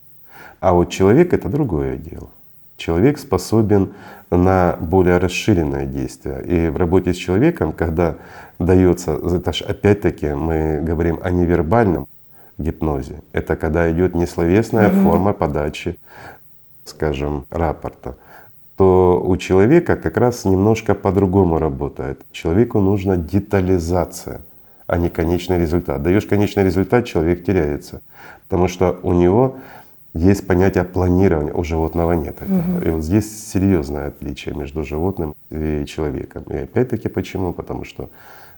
А вот человек — это другое дело. Человек способен на более расширенное действие. И в работе с человеком, когда дается, это ж опять-таки мы говорим о невербальном гипнозе, это когда идет несловесная форма подачи, скажем, рапорта, то у человека как раз немножко по-другому работает. Человеку нужна детализация, а не конечный результат. Даешь конечный результат, человек теряется, потому что у него есть понятие планирования, у животного нет этого. И вот здесь серьезное отличие между животным и человеком. И опять-таки почему? Потому что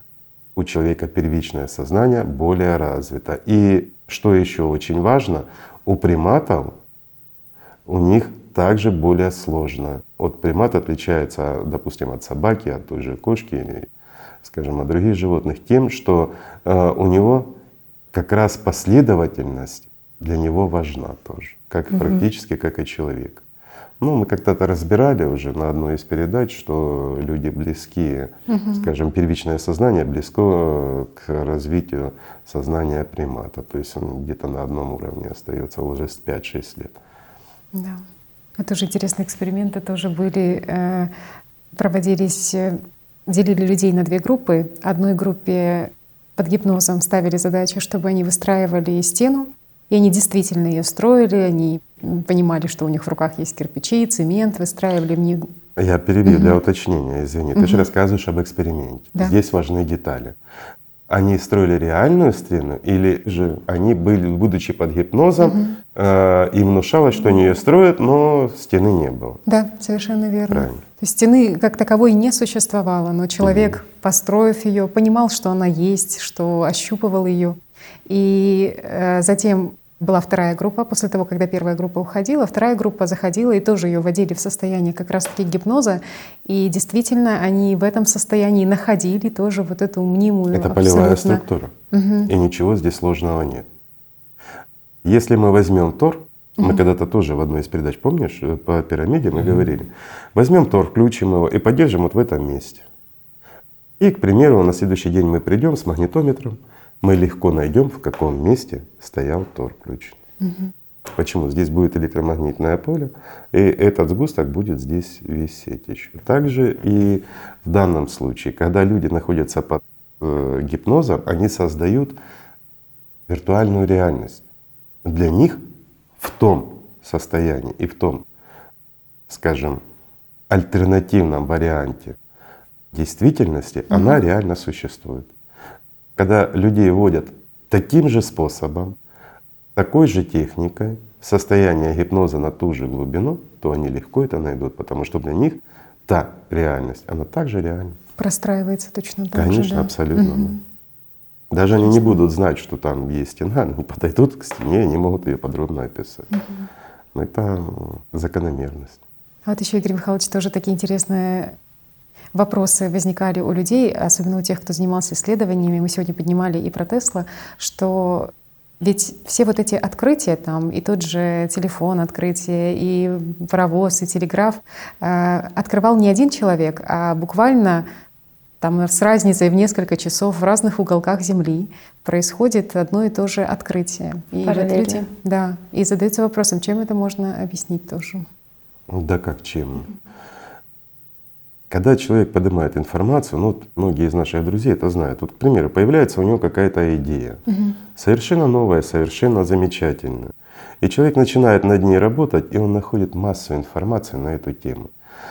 у человека первичное сознание более развито. И что еще очень важно, у приматов у них также более сложно. Вот примат отличается, допустим, от собаки, от той же кошки или, скажем, от других животных тем, что у него как раз последовательность для него важна тоже, как практически как и человек. Ну, мы как-то разбирали уже на одной из передач, что люди близкие, скажем, первичное сознание близко к развитию сознания примата. То есть он где-то на одном уровне остается возраст 5-6 лет. Да. Это тоже интересные эксперименты тоже были, проводились, делили людей на две группы. Одной группе под гипнозом ставили задачу, чтобы они выстраивали стену, и они действительно ее строили, они понимали, что у них в руках есть кирпичи, цемент, выстраивали в них. Я перебью для уточнения, извини. Ты же рассказываешь об эксперименте. Да. Здесь важны детали. Они строили реальную стену или же они были, будучи под гипнозом, им внушалось, что они ее строят, но стены не было? Да, совершенно верно. Правильно. То есть стены как таковой не существовало, но человек, построив ее, понимал, что она есть, что ощупывал ее. И затем была вторая группа. После того, когда первая группа уходила, вторая группа заходила и тоже ее вводили в состояние как раз-таки гипноза. И действительно, они в этом состоянии находили тоже вот эту мнимую Это полевая структура. И ничего здесь сложного нет. Если мы возьмем тор, мы когда-то тоже в одной из передач, помнишь, по пирамиде мы говорили, возьмем тор, включим его и поддержим вот в этом месте. И, к примеру, на следующий день мы придем с магнитометром, мы легко найдем, в каком месте стоял тор включен. Почему? Здесь будет электромагнитное поле, и этот сгусток будет здесь висеть еще. Также и в данном случае, когда люди находятся под гипнозом, они создают виртуальную реальность. Для них в том состоянии и в том, скажем, альтернативном варианте действительности она реально существует. Когда людей вводят таким же способом, такой же техникой, в состояние гипноза на ту же глубину, то они легко это найдут, потому что для них та реальность, она также реальна. Простраивается точно так же. Конечно, да? абсолютно. Да. Даже они не будут знать, что там есть стена, но подойдут к стене, они могут ее подробно описать. Но это закономерность. А вот еще, Игорь Михайлович, тоже такие интересные вопросы возникали у людей, особенно у тех, кто занимался исследованиями. Мы сегодня поднимали и про Тесла, что ведь все вот эти открытия, там, и тот же телефон открытие, и паровоз, и телеграф открывал не один человек, а буквально там с разницей в несколько часов в разных уголках Земли происходит одно и то же открытие. И вот люди, да, и задаются вопросом, чем это можно объяснить тоже. Да как чем? Когда человек поднимает информацию, ну вот многие из наших друзей это знают. Вот, к примеру, появляется у него какая-то идея, совершенно новая, совершенно замечательная. И человек начинает над ней работать, и он находит массу информации на эту тему.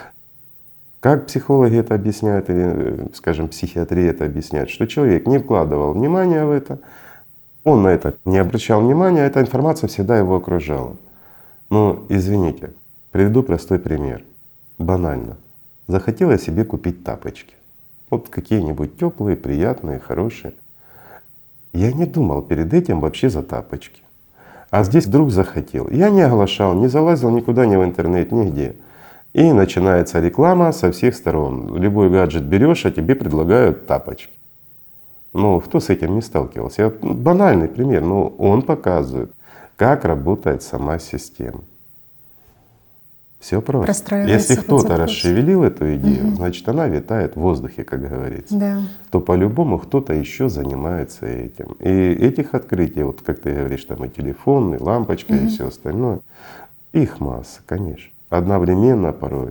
Как психологи это объясняют, или, скажем, психиатрия это объясняет, что человек не вкладывал внимания в это, он на это не обращал внимания, эта информация всегда его окружала. Но извините, приведу простой пример, банально. Захотел я себе купить тапочки. Вот какие-нибудь теплые, приятные, хорошие. Я не думал перед этим вообще за тапочки. А здесь вдруг захотел. Я не оглашал, не залазил никуда, ни в интернет, нигде. И начинается реклама со всех сторон. Любой гаджет берешь, а тебе предлагают тапочки. Ну, кто с этим не сталкивался? Банальный пример, но он показывает, как работает сама система. Все просто. Если кто-то расшевелил эту идею, значит она витает в воздухе, как говорится. Да. То по-любому кто-то еще занимается этим. И этих открытий, вот как ты говоришь, там и телефон, и лампочка, и все остальное, их масса, конечно. Одновременно порой.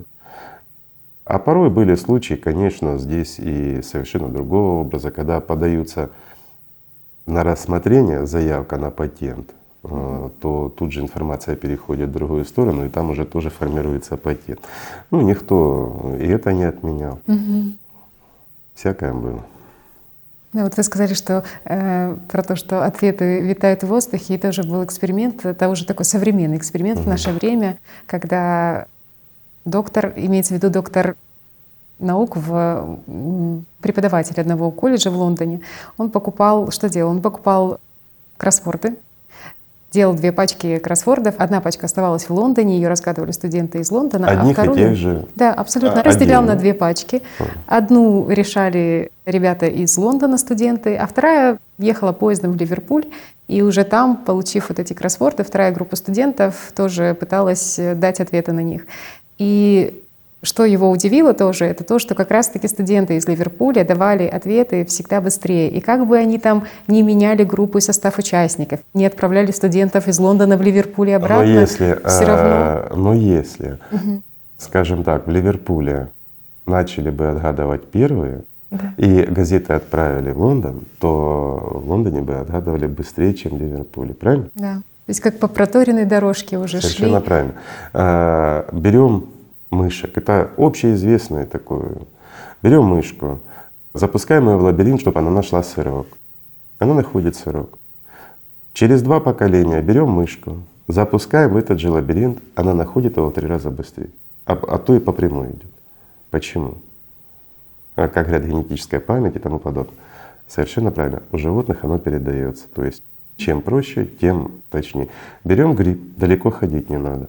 А порой были случаи, конечно, здесь и совершенно другого образа, когда подаются на рассмотрение заявка на патент, то тут же информация переходит в другую сторону, и там уже тоже формируется патент. Ну, никто и это не отменял. Всякое было. Ну, вот вы сказали, что про то, что ответы витают в воздухе, и тоже был эксперимент, это уже такой современный эксперимент в наше время, когда доктор, имеется в виду доктор наук, преподаватель одного колледжа в Лондоне, он покупал, что делал? Он покупал кроссворды, делал 2 пачки кроссвордов. Одна пачка оставалась в Лондоне, ее разгадывали студенты из Лондона. Одних а вторую, и тех же. Да, абсолютно. Разделял на 2 пачки. Одну решали ребята из Лондона, студенты, а вторая ехала поездом в Ливерпуль. И уже там, получив вот эти кроссворды, вторая группа студентов тоже пыталась дать ответы на них. И что его удивило тоже, это то, что как раз-таки студенты из Ливерпуля давали ответы всегда быстрее. И как бы они там не меняли группу и состав участников, не отправляли студентов из Лондона в Ливерпуль и обратно, но если, скажем так, в Ливерпуле начали бы отгадывать первые, и газеты отправили в Лондон, то в Лондоне бы отгадывали быстрее, чем в Ливерпуле, правильно? Да. То есть как по проторенной дорожке уже шли. Совершенно правильно. Берем мышек. Это общеизвестное такое. Берем мышку, запускаем ее в лабиринт, чтобы она нашла сырок. Она находит сырок. Через 2 поколения берем мышку, запускаем в этот же лабиринт, она находит его в 3 раза быстрее. А то и по прямой идет. Почему? Как говорят, генетическая память и тому подобное. Совершенно правильно. У животных оно передается. То есть чем проще, тем точнее. Берем гриб, далеко ходить не надо.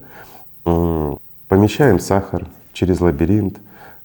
Помещаем сахар через лабиринт.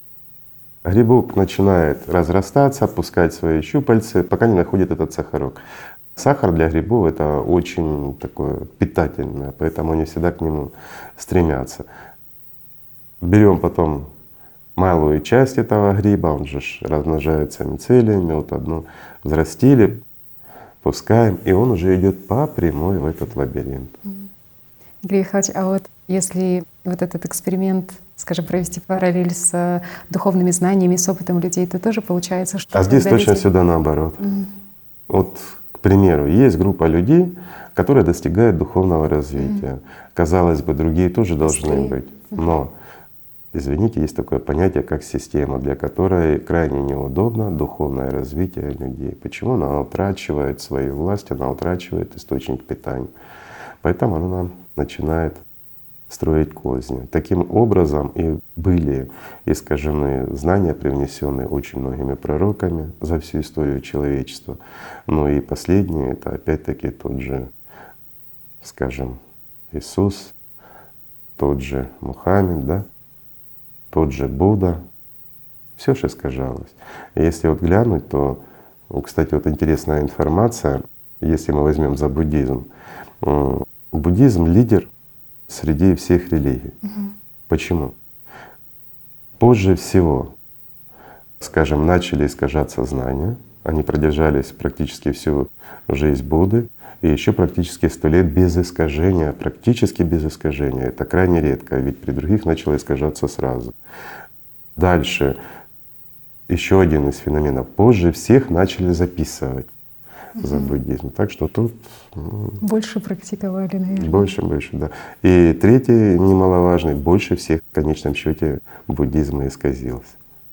Грибок начинает разрастаться, опускать свои щупальцы, пока не находит этот сахарок. Сахар для грибов — это очень такое питательное, поэтому они всегда к нему стремятся. Берем потом малую часть этого гриба, он же размножается мицелиями, вот одну взрастили, пускаем, и он уже идет по прямой в этот лабиринт. Игорь Михайлович, а вот если вот этот эксперимент, скажем, провести параллель с духовными знаниями, с опытом людей, то тоже получается, что… А здесь точно сюда наоборот. Вот, к примеру, есть группа людей, которые достигают духовного развития. Казалось бы, другие тоже должны быть. Но, извините, есть такое понятие, как система, для которой крайне неудобно духовное развитие людей. Почему? Она утрачивает свою власть, она утрачивает источник питания. Поэтому она нам начинает строить козни. Таким образом и были искажены знания, привнесенные очень многими пророками за всю историю человечества. Но и последнее — это опять-таки тот же, скажем, Иисус, тот же Мухаммед, да, тот же Будда. Все же искажалось. И если вот глянуть, то, кстати, вот интересная информация, если мы возьмем за буддизм. Буддизм — лидер среди всех религий. Почему? Позже всего, скажем, начали искажаться знания. Они продержались практически всю жизнь Будды, и еще практически 100 лет без искажения, практически без искажения. Это крайне редко, ведь при других начало искажаться сразу. Дальше еще один из феноменов. Позже всех начали записывать за буддизм. Так что тут больше практиковали, наверное. Больше, да. И третий, немаловажный, больше всех в конечном счете буддизм и исказился.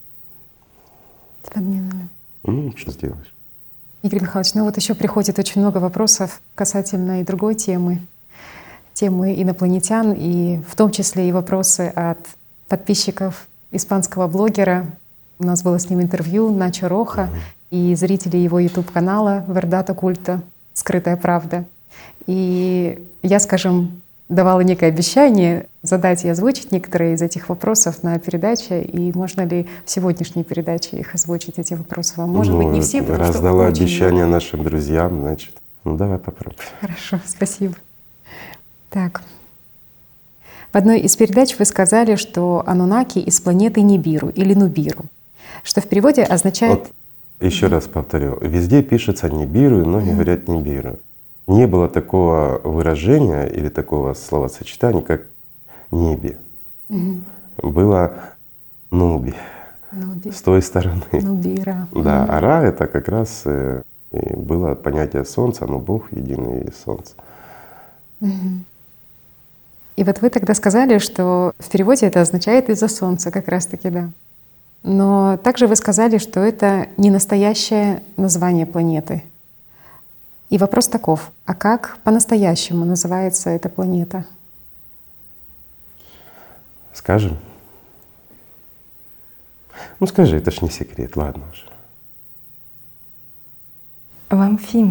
Ну, что сделаешь? Игорь Михайлович, ну вот еще приходит очень много вопросов касательно и другой темы инопланетян, и в том числе и вопросы от подписчиков испанского блогера. У нас было с ним интервью Начо Роха и зрителей его YouTube-канала «Вердата Культа. Скрытая правда». И я, скажем, давала некое обещание задать и озвучить некоторые из этих вопросов на передаче, и можно ли в сегодняшней передаче их озвучить, эти вопросы вам? Может быть, не все, потому раз дала обещание нашим друзьям, значит, давай попробуем. Хорошо, спасибо. Так. В одной из передач вы сказали, что Анунаки из планеты Нибиру или Нубиру, что в переводе означает… Вот еще раз повторю, везде пишется Нибиру, и многие говорят Нибиру. Не было такого выражения или такого словосочетания, как «неби». Было «нуби», с той стороны. Нубира. Да, а Ра — это как раз и было понятие Солнца, но Бог единый и Солнце. И вот вы тогда сказали, что в переводе это означает «из-за Солнца» как раз-таки, да. Но также вы сказали, что это не настоящее название планеты. И вопрос таков: а как по-настоящему называется эта планета? Скажем? Ну скажи, это ж не секрет, ладно уже. Вамфим.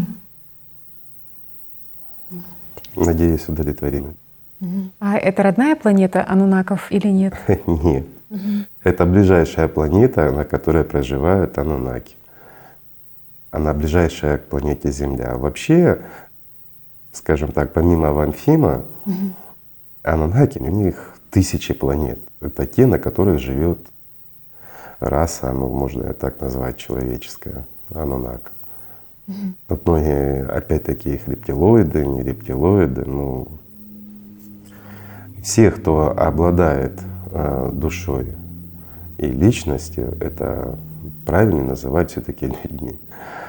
Надеюсь, удовлетворим. А это родная планета анунаков или нет? Нет. Это ближайшая планета, на которой проживают анунаки. Она ближайшая к планете Земля. Вообще, скажем так, помимо Вамфима, анунаки, у них тысячи планет. Это те, на которых живет раса, ну можно так назвать, человеческая, анунака. Вот многие, опять-таки, их рептилоиды, не рептилоиды, ну все, кто обладает душой и личностью, это правильно называть все-таки людьми.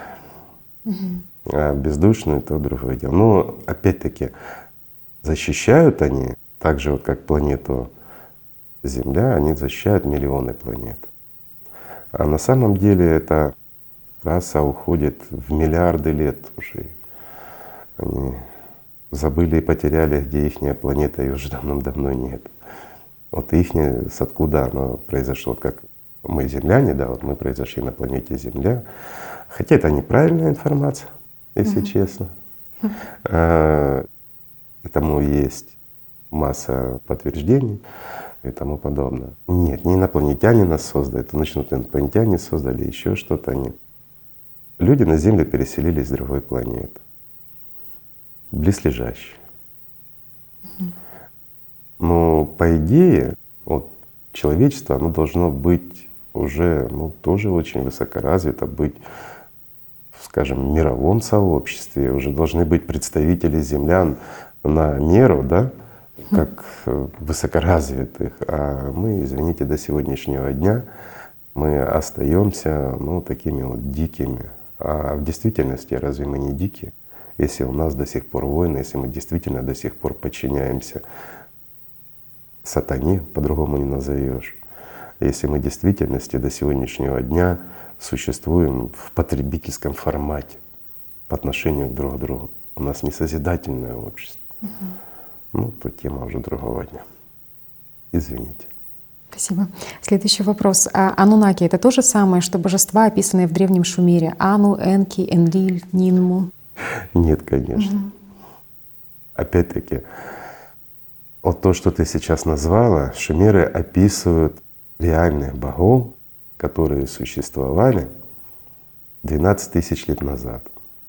А бездушные — то другое дело. Но опять-таки защищают они, так же вот как планету Земля, они защищают миллионы планет. А на самом деле эта раса уходит в миллиарды лет уже. Они забыли и потеряли, где ихняя планета, и уже давным-давно нет. Вот ихняя, с откуда оно произошло, как мы земляне, да, вот мы произошли на планете Земля. Хотя это неправильная информация, если честно. Этому есть масса подтверждений и тому подобное. Нет, не инопланетяне нас создали, это начнут инопланетяне создали, еще что-то они. Люди на Землю переселились с другой планеты, близлежащей. Но по идее, вот человечество, оно должно быть уже, ну, тоже очень высокоразвито, быть, скажем, в мировом сообществе, уже должны быть представители землян на меру, да, как высокоразвитых. А мы, извините, до сегодняшнего дня мы остаемся, ну, такими вот дикими. А в действительности разве мы не дикие? Если у нас до сих пор войны, если мы действительно до сих пор подчиняемся сатане, по-другому не назовешь. Если мы в действительности до сегодняшнего дня существуем в потребительском формате по отношению друг к другу, у нас не созидательное общество. Ну, то тема уже другого дня. Извините. Спасибо. Следующий вопрос. А Анунаки — это то же самое, что божества, описанные в древнем Шумере? Ану, Энки, Энлиль, Нинму? Нет, конечно. Опять-таки, вот то, что ты сейчас назвала, шумеры описывают реальных богов, которые существовали 12 тысяч лет назад.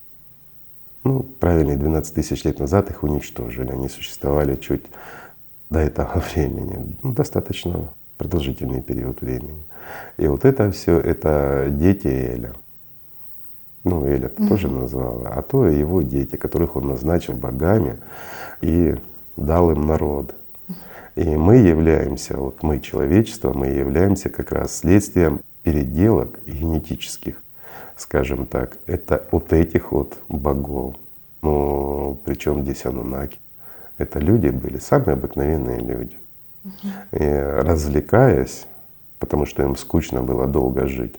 Ну, правильно, 12 тысяч лет назад их уничтожили. Они существовали чуть до этого времени, ну, достаточно продолжительный период времени. И вот это все это дети Эля. Ну, Эля тоже назвала, а то его дети, которых он назначил богами и дал им народ. И мы являемся, вот мы, человечество, мы являемся как раз следствием переделок генетических, скажем так. Это вот этих вот богов. Ну, причем здесь Анунаки? Это люди были, самые обыкновенные люди. И развлекаясь, потому что им скучно было долго жить,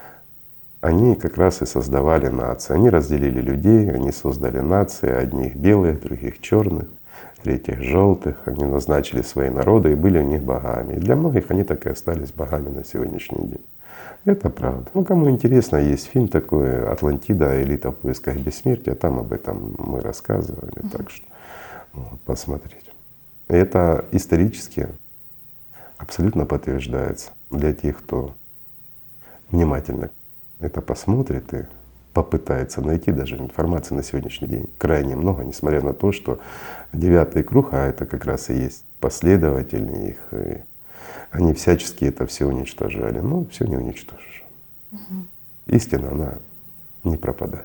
они как раз и создавали нации. Они разделили людей, они создали нации, одних белых, других черных, третьих желтых. Они назначили свои народы и были у них богами. И для многих они так и остались богами на сегодняшний день. Это правда. Ну, кому интересно, есть фильм такой «Атлантида. Элита в поисках бессмертия». Там об этом мы рассказывали, так что вот, посмотреть. Это исторически абсолютно подтверждается для тех, кто внимательно это посмотрит и попытается найти даже информации на сегодняшний день крайне много, несмотря на то, что 9-й круг, а это как раз и есть последователи их, и они всячески это все уничтожали. Но все не уничтожишь. Истина, она не пропадает.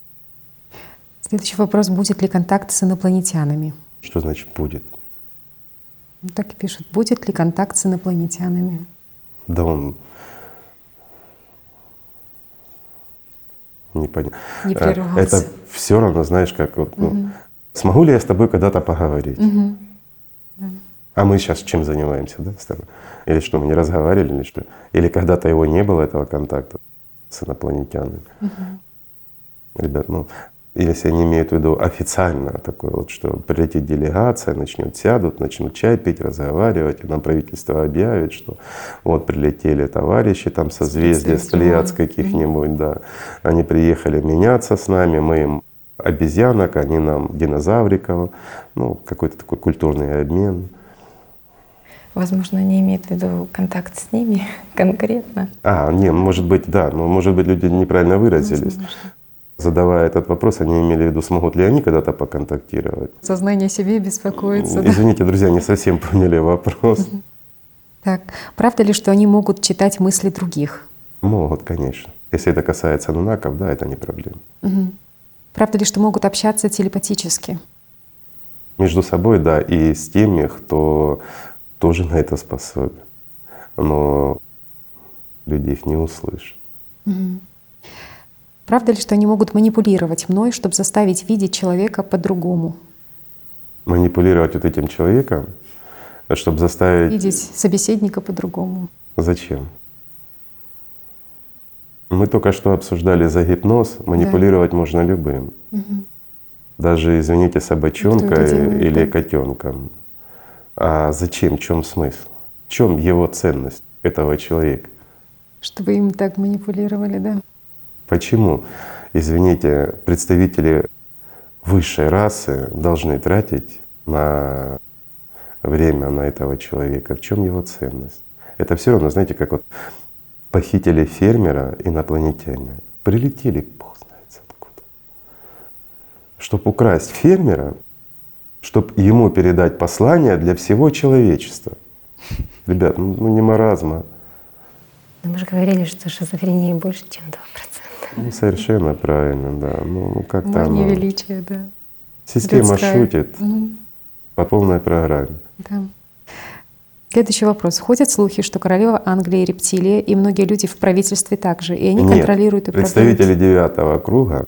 Следующий вопрос. Будет ли контакт с инопланетянами? Что значит «будет»? Так и пишут. Будет ли контакт с инопланетянами? Да он не понятно. Не прерывался. Это все равно, знаешь, как вот, ну, смогу ли я с тобой когда-то поговорить? А мы сейчас чем занимаемся, да, с тобой? Или что, мы не разговаривали, или что? Или когда-то его не было, этого контакта с инопланетянами? Ребят, ну, если они имеют в виду официально такое вот, что прилетит делегация, сядут, начнут чай пить, разговаривать, и нам правительство объявит, что вот прилетели товарищи там созвездия, с Плеяд каких-нибудь, да, они приехали меняться с нами, мы им обезьянок, они нам динозавриков, ну, какой-то такой культурный обмен. Возможно, они имеют в виду контакт с ними конкретно. Не, может быть, да, но может быть люди неправильно выразились. Задавая этот вопрос, они имели в виду, смогут ли они когда-то поконтактировать. Сознание о себе беспокоится. Извините, друзья, не совсем поняли вопрос. Так, правда ли, что они могут читать мысли других? Могут, конечно. Если это касается анунаков, да, это не проблема. Правда ли, что могут общаться телепатически? Между собой, да, и с теми, кто тоже на это способен. Но люди их не услышат. Правда ли, что они могут манипулировать мной, чтобы заставить видеть человека по-другому? Манипулировать вот этим человеком, чтобы заставить… Видеть собеседника по-другому. Зачем? Мы только что обсуждали за гипноз, манипулировать можно любым. Даже, извините, собачонкой или котенком. А зачем? В чем смысл? В чем его ценность этого человека? Чтобы им так манипулировали, да? Почему, извините, представители высшей расы должны тратить на время на этого человека? В чем его ценность? Это все равно, знаете, как вот похитили фермера инопланетяне. Прилетели, бог знает откуда. Чтобы украсть фермера, чтобы ему передать послание для всего человечества. Ребят, ну не маразма. Но мы же говорили, что шизофрении больше, чем 2%. Ну, совершенно правильно, да. Ну как-то Мания величия, да. Система шутит по полной программе. Да. Следующий вопрос. Ходят слухи, что королева Англии рептилия, и многие люди в правительстве также, и они контролируют и управляют. Представители 9-го круга,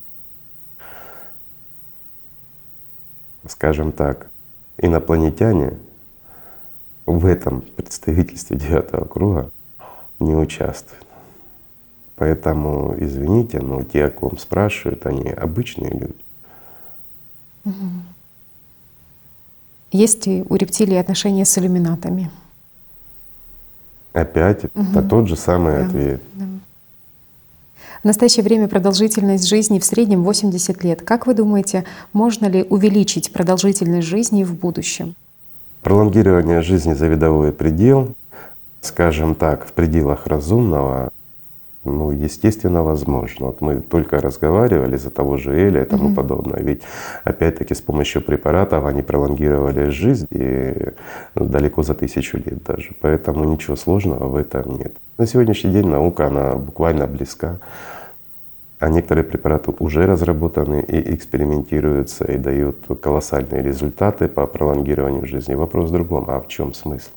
скажем так, инопланетяне в этом представительстве 9-го круга не участвуют. Поэтому, извините, но те, о ком спрашивают, они обычные люди. Есть ли у рептилий отношения с иллюминатами? Опять это тот же самый ответ. Да. В настоящее время продолжительность жизни в среднем 80 лет. Как вы думаете, можно ли увеличить продолжительность жизни в будущем? Пролонгирование жизни за видовой предел, скажем так, в пределах разумного, естественно, возможно. Вот мы только разговаривали за того же Эля и тому подобное. Ведь опять-таки с помощью препаратов они пролонгировали жизнь и далеко за 1000 лет даже. Поэтому ничего сложного в этом нет. На сегодняшний день наука, она буквально близка. А некоторые препараты уже разработаны и экспериментируются, и дают колоссальные результаты по пролонгированию жизни. Вопрос в другом, а в чем смысл?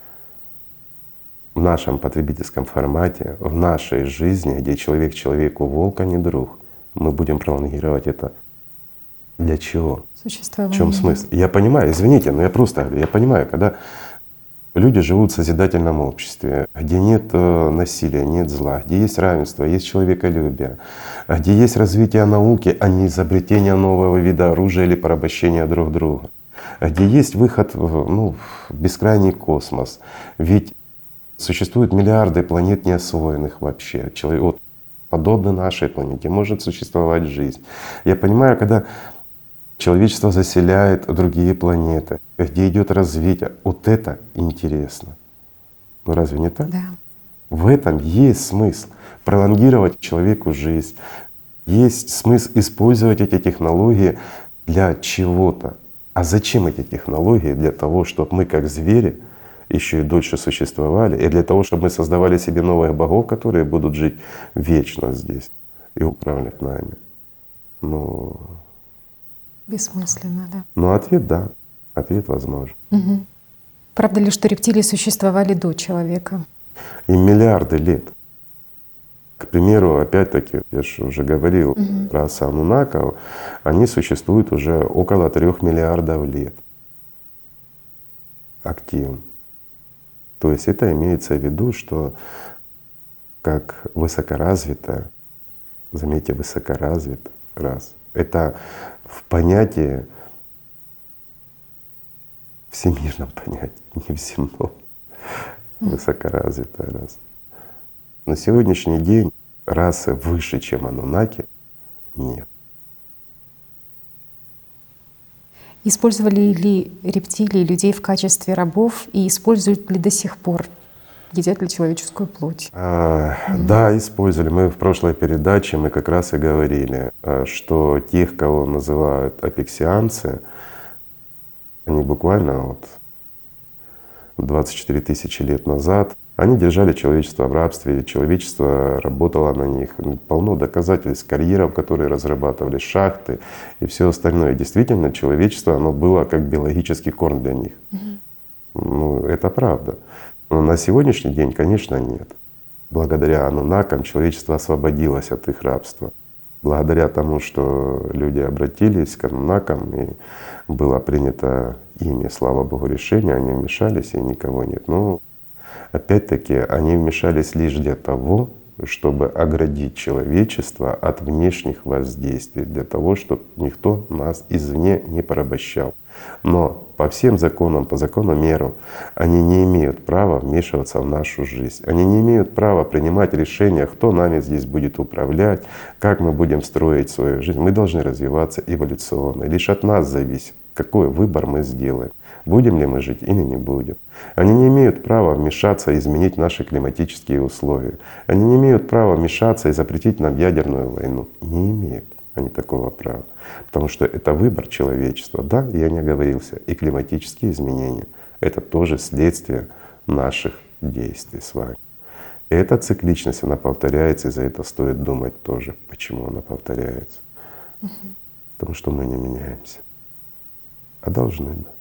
В нашем потребительском формате, в нашей жизни, где человек человеку волк, а не друг, мы будем пролонгировать это для чего? Существование. В чем смысл? Я понимаю, извините, но я просто говорю, я понимаю, когда люди живут в созидательном обществе, где нет насилия, нет зла, где есть равенство, есть человеколюбие, где есть развитие науки, а не изобретение нового вида оружия или порабощение друг друга, где есть выход в бескрайний космос. Ведь существуют миллиарды планет неосвоенных вообще. Подобно нашей планете может существовать жизнь. Я понимаю, когда человечество заселяет другие планеты, где идет развитие, вот это интересно. Ну разве не так? Да. В этом есть смысл пролонгировать человеку жизнь. Есть смысл использовать эти технологии для чего-то. А зачем эти технологии? Для того, чтобы мы как звери еще и дольше существовали, и для того, чтобы мы создавали себе новых богов, которые будут жить вечно здесь и управлять нами. Бессмысленно, да. Но ответ — да, ответ возможен. Правда ли, что рептилии существовали до человека? И миллиарды лет. К примеру, опять-таки, я же уже говорил, раса ануннаков, они существуют уже около 3 миллиардов лет активно. То есть это имеется в виду, что как высокоразвитая, заметьте, высокоразвитая раса, это в понятии, всемирном понятии, не в земном, высокоразвитая раса. На сегодняшний день расы выше, чем ануннаки, нет. Использовали ли рептилии людей в качестве рабов и используют ли до сих пор? Едят ли человеческую плоть? Да, использовали. Мы в прошлой передаче мы как раз и говорили, что тех, кого называют апексианцы, они буквально 24 тысячи лет назад, они держали человечество в рабстве, и человечество работало на них. Полно доказательств, карьеров, которые разрабатывали, шахты и все остальное. Действительно, человечество, оно было как биологический корм для них. Это правда. Но на сегодняшний день, конечно, нет. Благодаря ануннакам человечество освободилось от их рабства. Благодаря тому, что люди обратились к ануннакам, и было принято ими, слава Богу, решение, они вмешались, и никого нет. Но опять-таки они вмешались лишь для того, чтобы оградить человечество от внешних воздействий, для того, чтобы никто нас извне не порабощал. Но по всем законам, по закону меру, они не имеют права вмешиваться в нашу жизнь. Они не имеют права принимать решения, кто нами здесь будет управлять, как мы будем строить свою жизнь. Мы должны развиваться эволюционно. Лишь от нас зависит, какой выбор мы сделаем. Будем ли мы жить или не будем. Они не имеют права вмешаться и изменить наши климатические условия. Они не имеют права вмешаться и запретить нам ядерную войну. Не имеют они такого права. Потому что это выбор человечества. Да, я не оговорился. И климатические изменения — это тоже следствие наших действий с вами. И эта цикличность, она повторяется, и за это стоит думать тоже, почему она повторяется. Потому что мы не меняемся. А должны бы.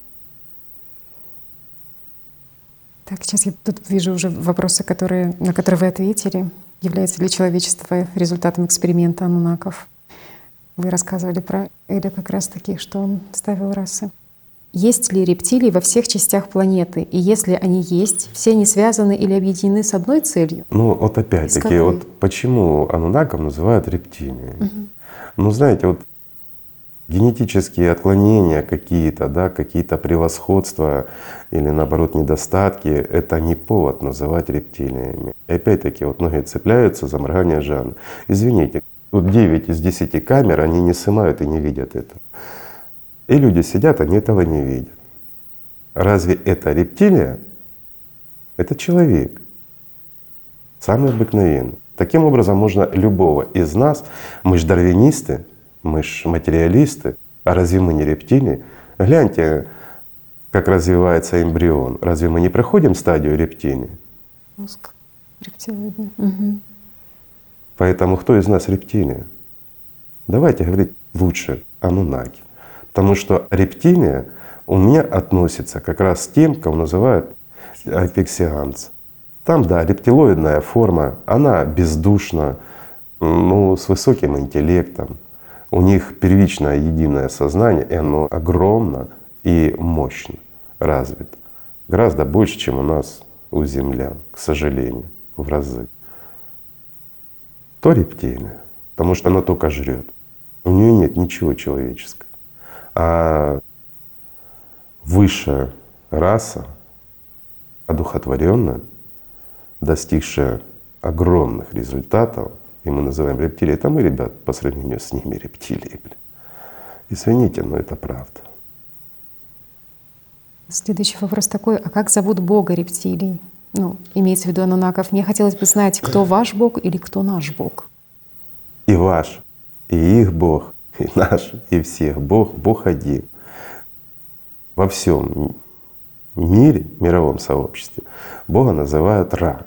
Так, сейчас я тут вижу уже вопросы, на которые вы ответили. Является ли человечество результатом эксперимента ануннаков? Вы рассказывали про Эля как раз-таки, что он ставил расы. Есть ли рептилии во всех частях планеты? И если они есть, все они связаны или объединены с одной целью? Вот опять-таки, почему ануннаков называют рептилиями? Знаете, Генетические отклонения какие-то, да, какие-то превосходства или наоборот недостатки — это не повод называть рептилиями. И опять-таки вот многие цепляются за моргание Жанны. Извините, вот 9 из 10 камер, они не снимают и не видят это. И люди сидят, они этого не видят. Разве это рептилия? Это человек, самый обыкновенный. Таким образом можно любого из нас, мы ж дарвинисты, мы ж материалисты, а разве мы не рептилии? Гляньте, как развивается эмбрион. Разве мы не проходим стадию рептилии? Мозг рептилоидный. Угу. Поэтому кто из нас рептилия? Давайте говорить лучше анунаки. Потому что рептилия у меня относится как раз к тем, кого называют апексианцы. Там, да, рептилоидная форма, она бездушна, ну, с высоким интеллектом. У них первичное единое сознание, и оно огромно и мощно развито. Гораздо больше, чем у нас, у землян, к сожалению, в разы. То рептилия, потому что она только жрет. У нее нет ничего человеческого. А высшая раса, одухотворенная, достигшая огромных результатов, и мы называем рептилией, это мы, ребят, по сравнению с ними рептилии. Извините, но это правда. Следующий вопрос такой: а как зовут Бога рептилий? Ну, имеется в виду анунаков. Мне хотелось бы знать, кто ваш Бог или кто наш Бог? И ваш, и их Бог, и наш, и всех Бог, Бог один. Во всем мире, мировом сообществе Бога называют Ра.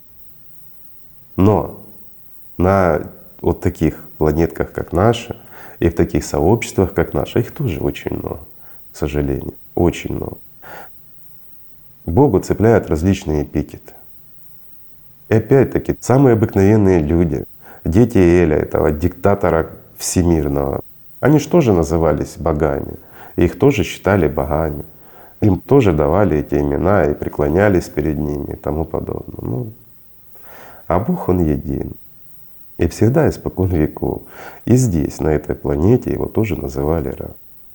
Но на вот таких планетках, как наша, и в таких сообществах, как наше, их тоже очень много, к сожалению, очень много. Богу цепляют различные эпитеты. И опять-таки самые обыкновенные люди, дети Эля, этого диктатора всемирного, они же тоже назывались богами, их тоже считали богами, им тоже давали эти имена и преклонялись перед ними и тому подобное. Ну, а Бог Он един. И всегда, испокон веков. И здесь, на этой планете, его тоже называли Ра.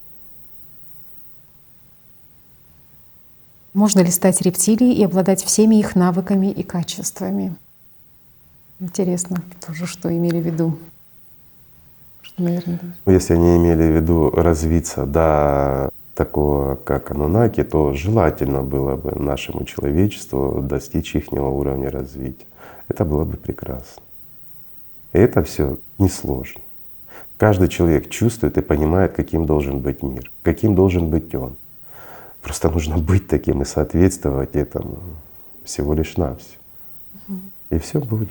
Можно ли стать рептилией и обладать всеми их навыками и качествами? Интересно тоже, что имели в виду. Наверное, да. Если они имели в виду развиться до такого, как анунаки, то желательно было бы нашему человечеству достичь ихнего уровня развития. Это было бы прекрасно. И это все несложно. Каждый человек чувствует и понимает, каким должен быть мир, каким должен быть он. Просто нужно быть таким и соответствовать этому всего лишь навсего. И все будет.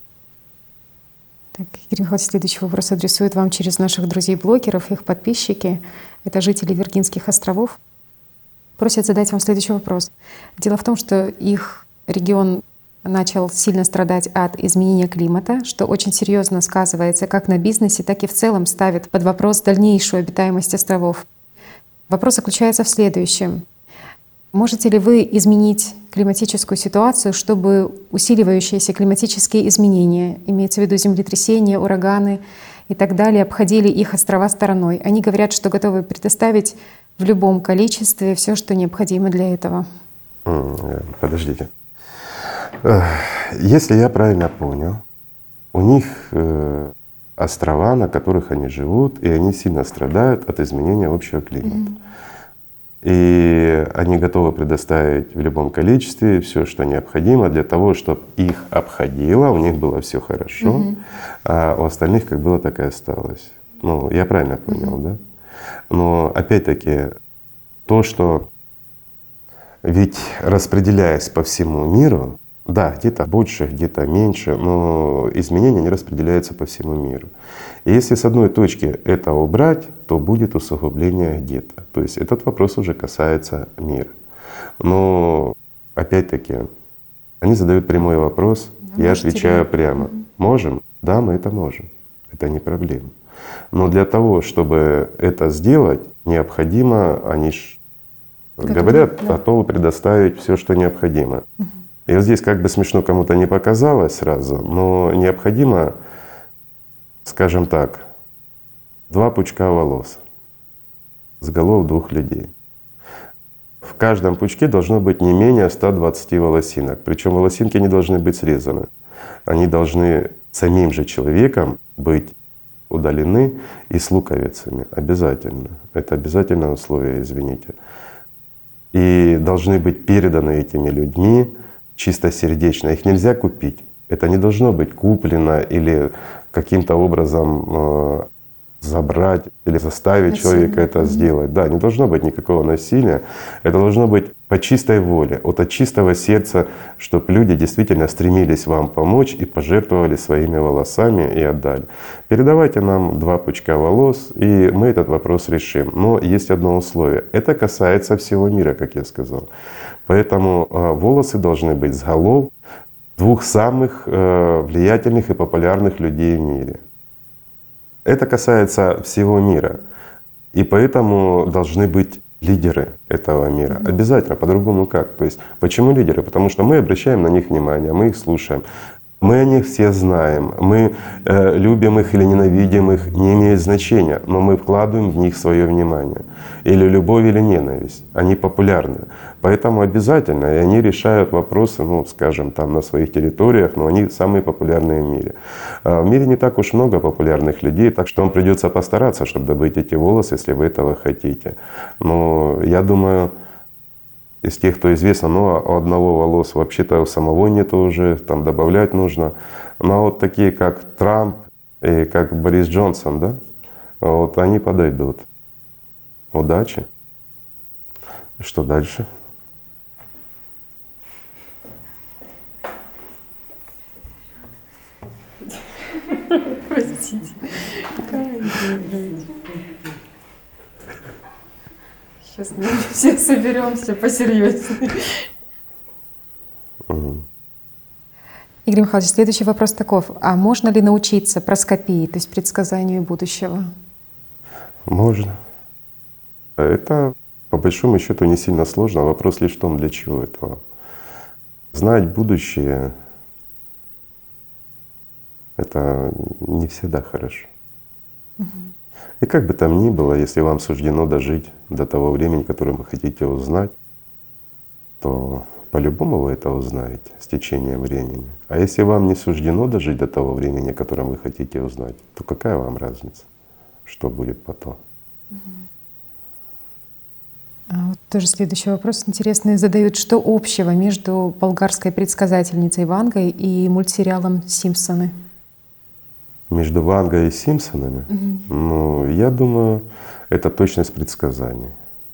Так, Игорь Михайлович, следующий вопрос адресует вам через наших друзей-блогеров, их подписчики. Это жители Виргинских островов. Просят задать вам следующий вопрос. Дело в том, что их регион начал сильно страдать от изменения климата, что очень серьезно сказывается как на бизнесе, так и в целом ставит под вопрос дальнейшую обитаемость островов. Вопрос заключается в следующем. Можете ли вы изменить климатическую ситуацию, чтобы усиливающиеся климатические изменения, имеется в виду землетрясения, ураганы и так далее, обходили их острова стороной? Они говорят, что готовы предоставить в любом количестве все, что необходимо для этого. Подождите. Если я правильно понял, у них острова, на которых они живут, и они сильно страдают от изменения общего климата. И они готовы предоставить в любом количестве все, что необходимо для того, чтобы их обходило, у них было все хорошо, а у остальных как было, так и осталось. Ну, я правильно понял, да? Но опять-таки то, что ведь распределяясь по всему миру, да, где-то больше, где-то меньше, но изменения не распределяются по всему миру. И если с одной точки это убрать, то будет усугубление где-то. То есть этот вопрос уже касается мира. Но опять-таки они задают прямой вопрос, я отвечаю прямо. Можем? Да, мы это можем. Это не проблема. Но для того, чтобы это сделать, необходимо, они ж говорят, готовы предоставить все, что необходимо. И вот здесь как бы смешно кому-то не показалось сразу, но необходимо, скажем так, 2 пучка волос. с голов 2 людей. В каждом пучке должно быть не менее 120 волосинок. Причем волосинки не должны быть срезаны. Они должны самим же человеком быть удалены и с луковицами. Обязательно. Это обязательное условие, извините. И должны быть переданы этими людьми чистосердечно. Их нельзя купить. Это не должно быть куплено или каким-то образом забрать или заставить человека это сделать. Да, не должно быть никакого насилия. Это должно быть по чистой воле, от чистого сердца, чтобы люди действительно стремились вам помочь и пожертвовали своими волосами и отдали. Передавайте нам 2 пучка волос, и мы этот вопрос решим. Но есть одно условие. Это касается всего мира, как я сказал. Поэтому волосы должны быть с голов 2 самых влиятельных и популярных людей в мире. Это касается всего мира. И поэтому должны быть лидеры этого мира. Обязательно, по-другому как. То есть почему лидеры? Потому что мы обращаем на них внимание, мы их слушаем. Мы о них все знаем, мы любим их или ненавидим их, не имеет значения, но мы вкладываем в них свое внимание. Или любовь, или ненависть. Они популярны. Поэтому обязательно, и они решают вопросы, ну, скажем, там на своих территориях, но они самые популярные в мире. В мире не так уж много популярных людей, так что вам придется постараться, чтобы добыть эти волосы, если вы этого хотите. Но я думаю, из тех, кто известно, но у одного волос вообще-то у самого нету уже, там добавлять нужно. Но вот такие, как Трамп и как Борис Джонсон, да, вот они подойдут. Удачи. Что дальше? Простите. Сейчас мы все соберемся посерьезнее. Игорь Михайлович, следующий вопрос таков. А можно ли научиться проскопии, то есть предсказанию будущего? Можно. Это, по большому счету, не сильно сложно. Вопрос лишь в том, для чего этого. Знать будущее — это не всегда хорошо. И как бы там ни было, если вам суждено дожить до того времени, которое вы хотите узнать, то по-любому вы это узнаете с течением времени. А если вам не суждено дожить до того времени, которое вы хотите узнать, то какая вам разница, что будет потом? Вот тоже следующий вопрос интересный задают. Что общего между болгарской предсказательницей Вангой и мультсериалом «Симпсоны»? Между Вангой и Симпсонами? Ну, я думаю, это точность предсказаний.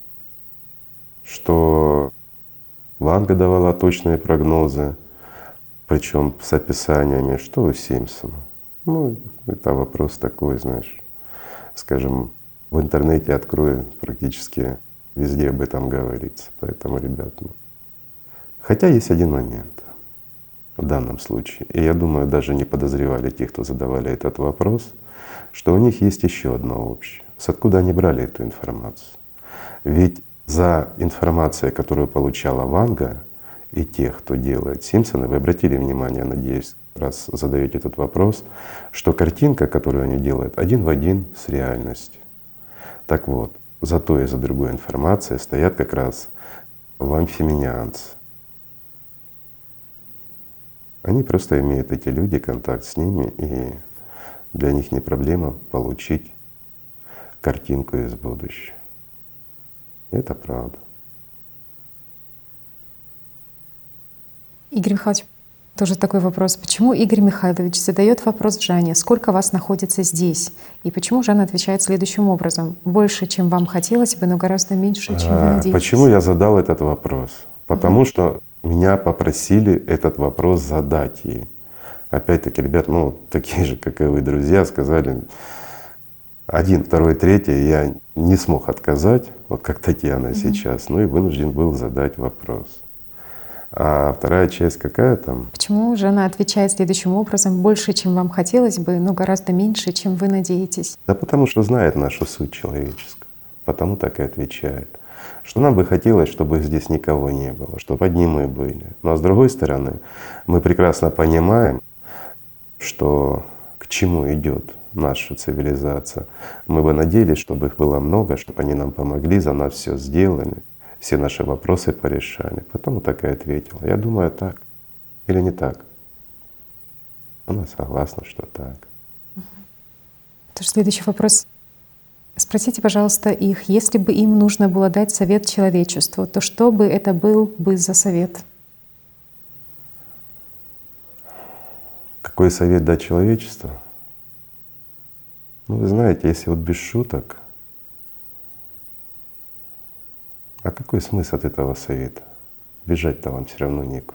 Что Ванга давала точные прогнозы, причем с описаниями, что у Симпсона. Ну, это вопрос такой, знаешь, скажем, в интернете открою, практически везде об этом говорится. Поэтому, ребят, ну. Хотя есть один момент в данном случае. И я думаю, даже не подозревали те, кто задавали этот вопрос, что у них есть еще одно общее. С откуда они брали эту информацию? Ведь за информацией, которую получала Ванга и тех, кто делает Симпсоны, вы обратили внимание, надеюсь, раз задаете этот вопрос, что картинка, которую они делают, один в один с реальностью. Так вот, за той и за другой информацией стоят как раз вамфеминианцы. Они просто имеют, эти люди, контакт с ними, и для них не проблема получить картинку из будущего. Это правда. Игорь Михайлович, тоже такой вопрос. Почему Игорь Михайлович задает вопрос Жанне, сколько вас находится здесь? И почему Жанна отвечает следующим образом: больше, чем вам хотелось бы, но гораздо меньше, чем вы надеетесь? Почему я задал этот вопрос? Потому что меня попросили этот вопрос задать ей. Опять-таки, ребят, ну такие же, как и вы, друзья, сказали, 1, 2, 3 я не смог отказать, вот как Татьяна сейчас, ну и вынужден был задать вопрос. А вторая часть какая там? Почему Жанна отвечает следующим образом: больше, чем вам хотелось бы, но гораздо меньше, чем вы надеетесь? Да потому что знает нашу суть человеческую, потому так и отвечает. Что нам бы хотелось, чтобы здесь никого не было, чтобы одни мы были. Но с другой стороны, мы прекрасно понимаем, что к чему идет нашу цивилизацию, мы бы надеялись, чтобы их было много, чтобы они нам помогли, за нас все сделали, все наши вопросы порешали. Потом так и ответила: я думаю, так или не так. Она согласна, что так. Следующий вопрос. Спросите, пожалуйста, их, если бы им нужно было дать совет человечеству, то что бы это был бы за совет? Какой совет дать человечеству? Ну, вы знаете, если вот без шуток, а какой смысл от этого совета? Бежать-то вам все равно некуда.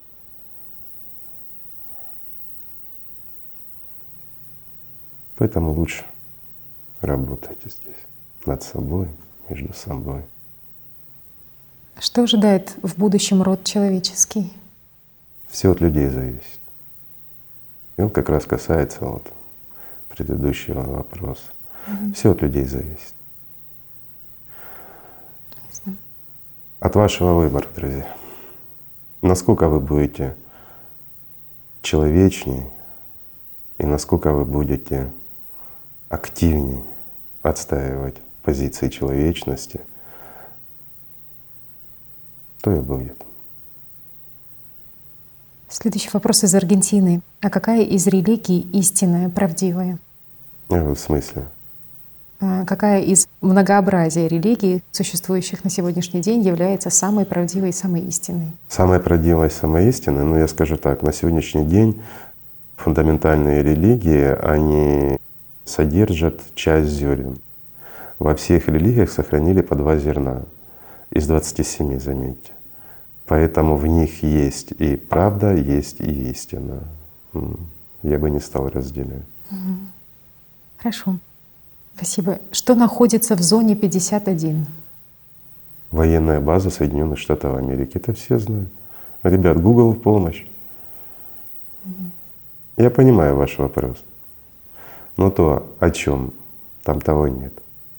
Поэтому лучше работайте здесь над собой, между собой. Что ожидает в будущем род человеческий? Все от людей зависит. И он как раз касается вот предыдущего вопроса. Все от людей зависит. Ясно. От вашего выбора, друзья. Насколько вы будете человечней и насколько вы будете активней отстаивать позиции человечности, то и будет. Следующий вопрос из Аргентины. А какая из религий истинная, правдивая? В смысле? Какая из многообразия религий, существующих на сегодняшний день, является самой правдивой и самой истинной? Самая правдивая и самая истинная, ну я скажу так, на сегодняшний день фундаментальные религии, они содержат часть зерен. Во всех религиях сохранили по 2 зерна из 27, заметьте. Поэтому в них есть и правда, есть и истина. Я бы не стал разделять. Хорошо. Спасибо. Что находится в зоне 51? Военная база Соединенных Штатов Америки. Это все знают. Ребят, Google в помощь. Я понимаю ваш вопрос. Но то, о чем, там того нет.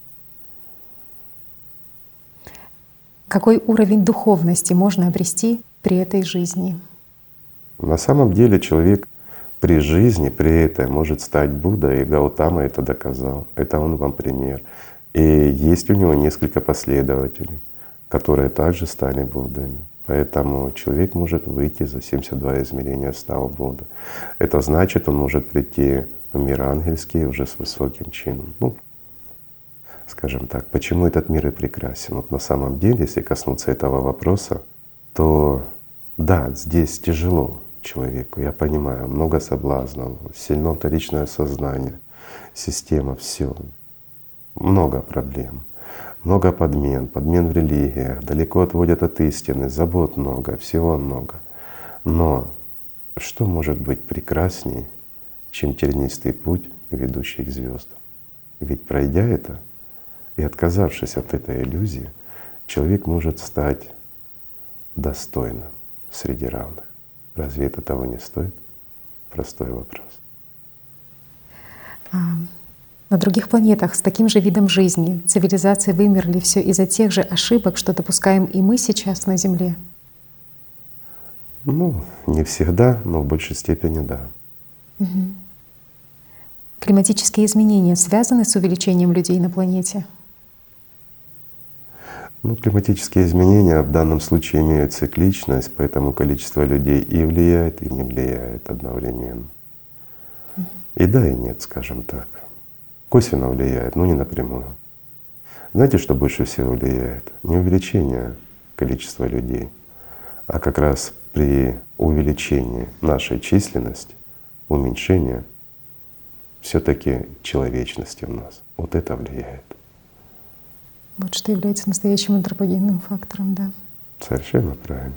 Какой уровень духовности можно обрести при этой жизни? На самом деле человек при жизни, при этой может стать Буддой, и Гаутама это доказал. Это он вам пример. И есть у него несколько последователей, которые также стали Буддами. Поэтому человек может выйти за 72 измерения, стал Буддой. Это значит, он может прийти в мир ангельский уже с высоким чином. Ну, скажем так, почему этот мир и прекрасен? Вот на самом деле, если коснуться этого вопроса, то да, здесь тяжело человеку, я понимаю, много соблазнов, сильно вторичное сознание, система, все, много проблем, много подмен в религиях, далеко отводят от истины, забот много, всего много. Но что может быть прекрасней, чем тернистый путь, ведущий к звездам? Ведь пройдя это и отказавшись от этой иллюзии, человек может стать достойным среди равных. Разве это того не стоит? Простой вопрос. На других планетах с таким же видом жизни цивилизации вымерли все из-за тех же ошибок, что допускаем и мы сейчас на Земле? Ну, не всегда, но в большей степени да. Климатические изменения связаны с увеличением людей на планете? Ну, климатические изменения в данном случае имеют цикличность, поэтому количество людей и влияет, и не влияет одновременно. И да, и нет, скажем так. Косвенно влияет, но не напрямую. Знаете, что больше всего влияет? Не увеличение количества людей, а как раз при увеличении нашей численности, уменьшение все-таки человечности в нас. Вот это влияет. Вот что является настоящим антропогенным фактором, да. Совершенно правильно.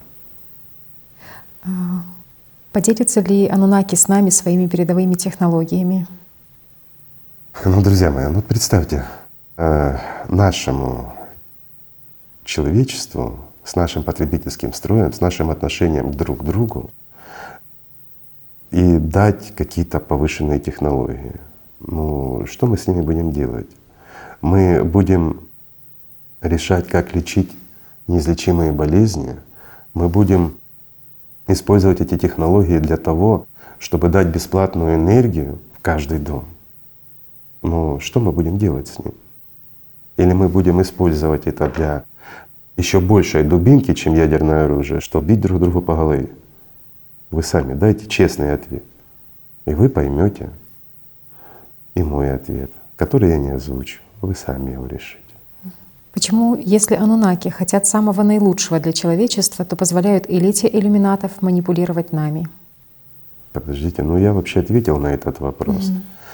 Поделится ли Анунаки с нами своими передовыми технологиями? Ну, друзья мои, ну представьте, нашему человечеству, с нашим потребительским строем, с нашим отношением друг к другу и дать какие-то повышенные технологии. Ну, что мы с ними будем делать? Мы будем решать, как лечить неизлечимые болезни, мы будем использовать эти технологии для того, чтобы дать бесплатную энергию в каждый дом. Но что мы будем делать с ним? Или мы будем использовать это для еще большей дубинки, чем ядерное оружие, чтобы бить друг друга по голове? Вы сами дайте честный ответ, и вы поймете и мой ответ, который я не озвучу. Вы сами его решите. Почему, если анунаки хотят самого наилучшего для человечества, то позволяют элите иллюминатов манипулировать нами? Подождите, я вообще ответил на этот вопрос.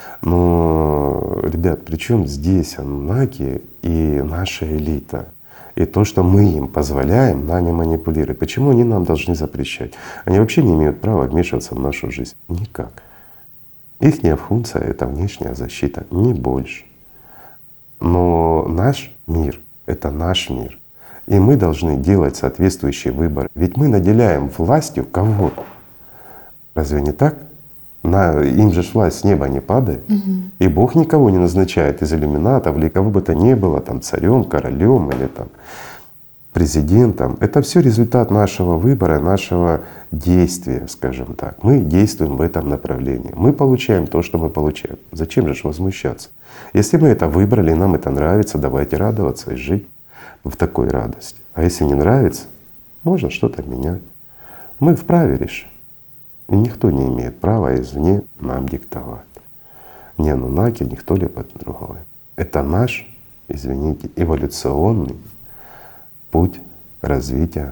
Но, ребят, при чем здесь анунаки и наша элита? И то, что мы им позволяем нами манипулировать. Почему они нам должны запрещать? Они вообще не имеют права вмешиваться в нашу жизнь. Никак. Ихняя функция — это внешняя защита, не больше. Но наш мир — это наш мир. И мы должны делать соответствующий выбор. Ведь мы наделяем властью кого-то. Разве не так? Им же власть с неба не падает. И Бог никого не назначает из иллюминатов или кого бы то ни было, там царем, королем или там президентом. Это все результат нашего выбора, нашего действия, скажем так. Мы действуем в этом направлении. Мы получаем то, что мы получаем. Зачем же возмущаться? Если мы это выбрали, нам это нравится, давайте радоваться и жить в такой радости. А если не нравится, можно что-то менять. Мы вправе решить. И никто не имеет права извне нам диктовать. Ни анунаки, ни кто-либо другой. Это наш, извините, эволюционный путь развития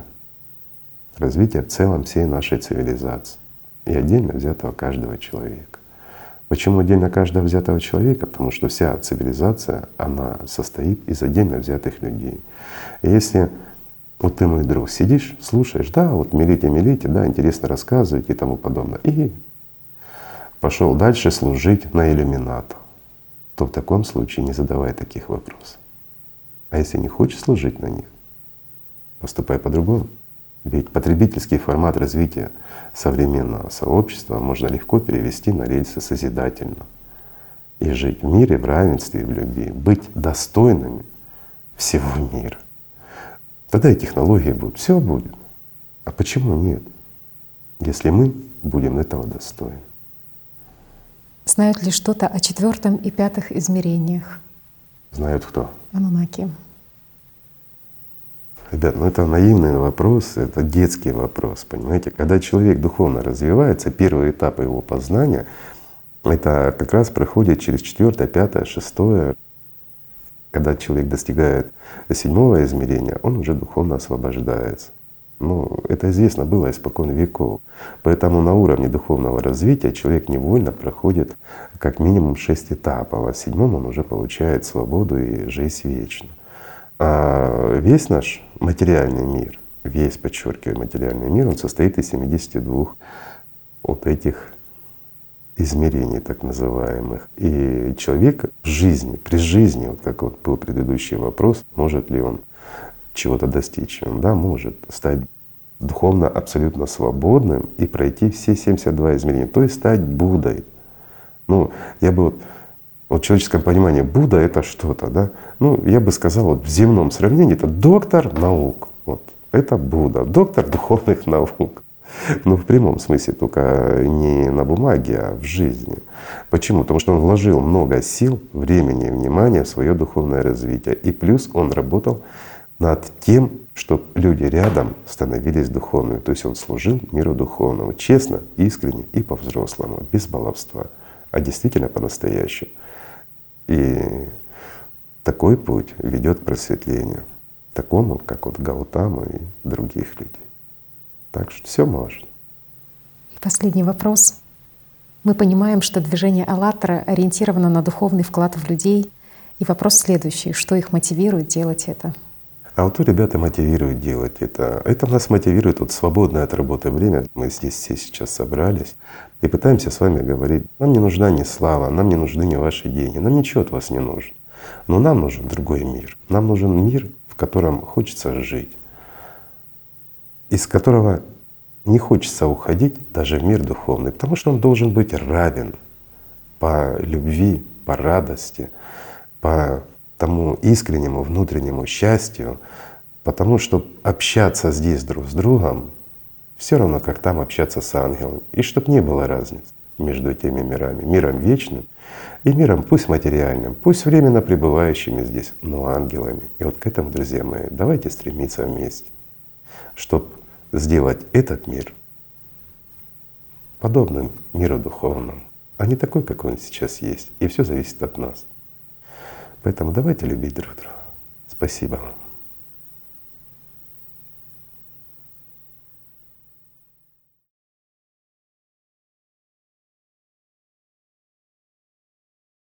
в целом всей нашей цивилизации и отдельно взятого каждого человека. Почему отдельно каждого взятого человека? Потому что вся цивилизация, она состоит из отдельно взятых людей. И если вот ты, мой друг, сидишь, слушаешь, да, вот милите, да, интересно рассказываете и тому подобное, и пошел дальше служить на иллюмината, то в таком случае не задавай таких вопросов. А если не хочешь служить на них, поступай по-другому. Ведь потребительский формат развития современного сообщества можно легко перевести на рельсы созидательно и жить в мире, в равенстве и в любви, быть достойными всего мира. Тогда и технологии будут, все будет. А почему нет, если мы будем этого достойны? Знают ли что-то о 4 и 5 измерениях? Знают кто? Анунаки. Ребят, это наивный вопрос, это детский вопрос, понимаете? Когда человек духовно развивается, первый этап его познания — это как раз проходит через 4, 5, 6. Когда человек достигает 7-го измерения, он уже духовно освобождается. Это известно было испокон веков. Поэтому на уровне духовного развития человек невольно проходит как минимум 6 этапов, а в 7-м он уже получает свободу и жизнь вечную. А весь наш материальный мир, весь, подчеркиваю, материальный мир, он состоит из 72 вот этих измерений так называемых. И человек в жизни, при жизни, вот как вот был предыдущий вопрос, может ли он чего-то достичь? Он, да, может стать духовно абсолютно свободным и пройти все 72 измерения, то есть стать Буддой. Я бы вот в человеческом понимании Будда — это что-то, да? Я бы сказал, вот в земном сравнении это доктор наук. Вот это Будда, доктор духовных наук. В прямом смысле, только не на бумаге, а в жизни. Почему? Потому что он вложил много сил, времени и внимания в свое духовное развитие. И плюс он работал над тем, чтобы люди рядом становились духовными. То есть он служил миру духовному честно, искренне и по-взрослому, без баловства, а действительно по-настоящему. И такой путь ведет к просветлению, такому, как вот Гаутама и других людей. Так что все можно. И последний вопрос. Мы понимаем, что движение «АЛЛАТРА» ориентировано на духовный вклад в людей. И вопрос следующий: что их мотивирует делать это? А вот ребята мотивируют делать это. Это нас мотивирует свободное от работы время. Мы здесь все сейчас собрались и пытаемся с вами говорить: нам не нужна ни слава, нам не нужны ни ваши деньги, нам ничего от вас не нужно. Но нам нужен другой мир. Нам нужен мир, в котором хочется жить, из которого не хочется уходить даже в мир духовный, потому что он должен быть равен по любви, по радости, по тому искреннему внутреннему счастью, потому что общаться здесь друг с другом все равно, как там общаться с ангелом, и чтобы не было разницы. между теми мирами, миром вечным и миром пусть материальным, пусть временно пребывающими здесь, но ангелами. И вот к этому, друзья мои, давайте стремиться вместе, чтобы сделать этот мир подобным миру духовному, а не такой, какой он сейчас есть. И все зависит от нас. Поэтому давайте любить друг друга. Спасибо вам.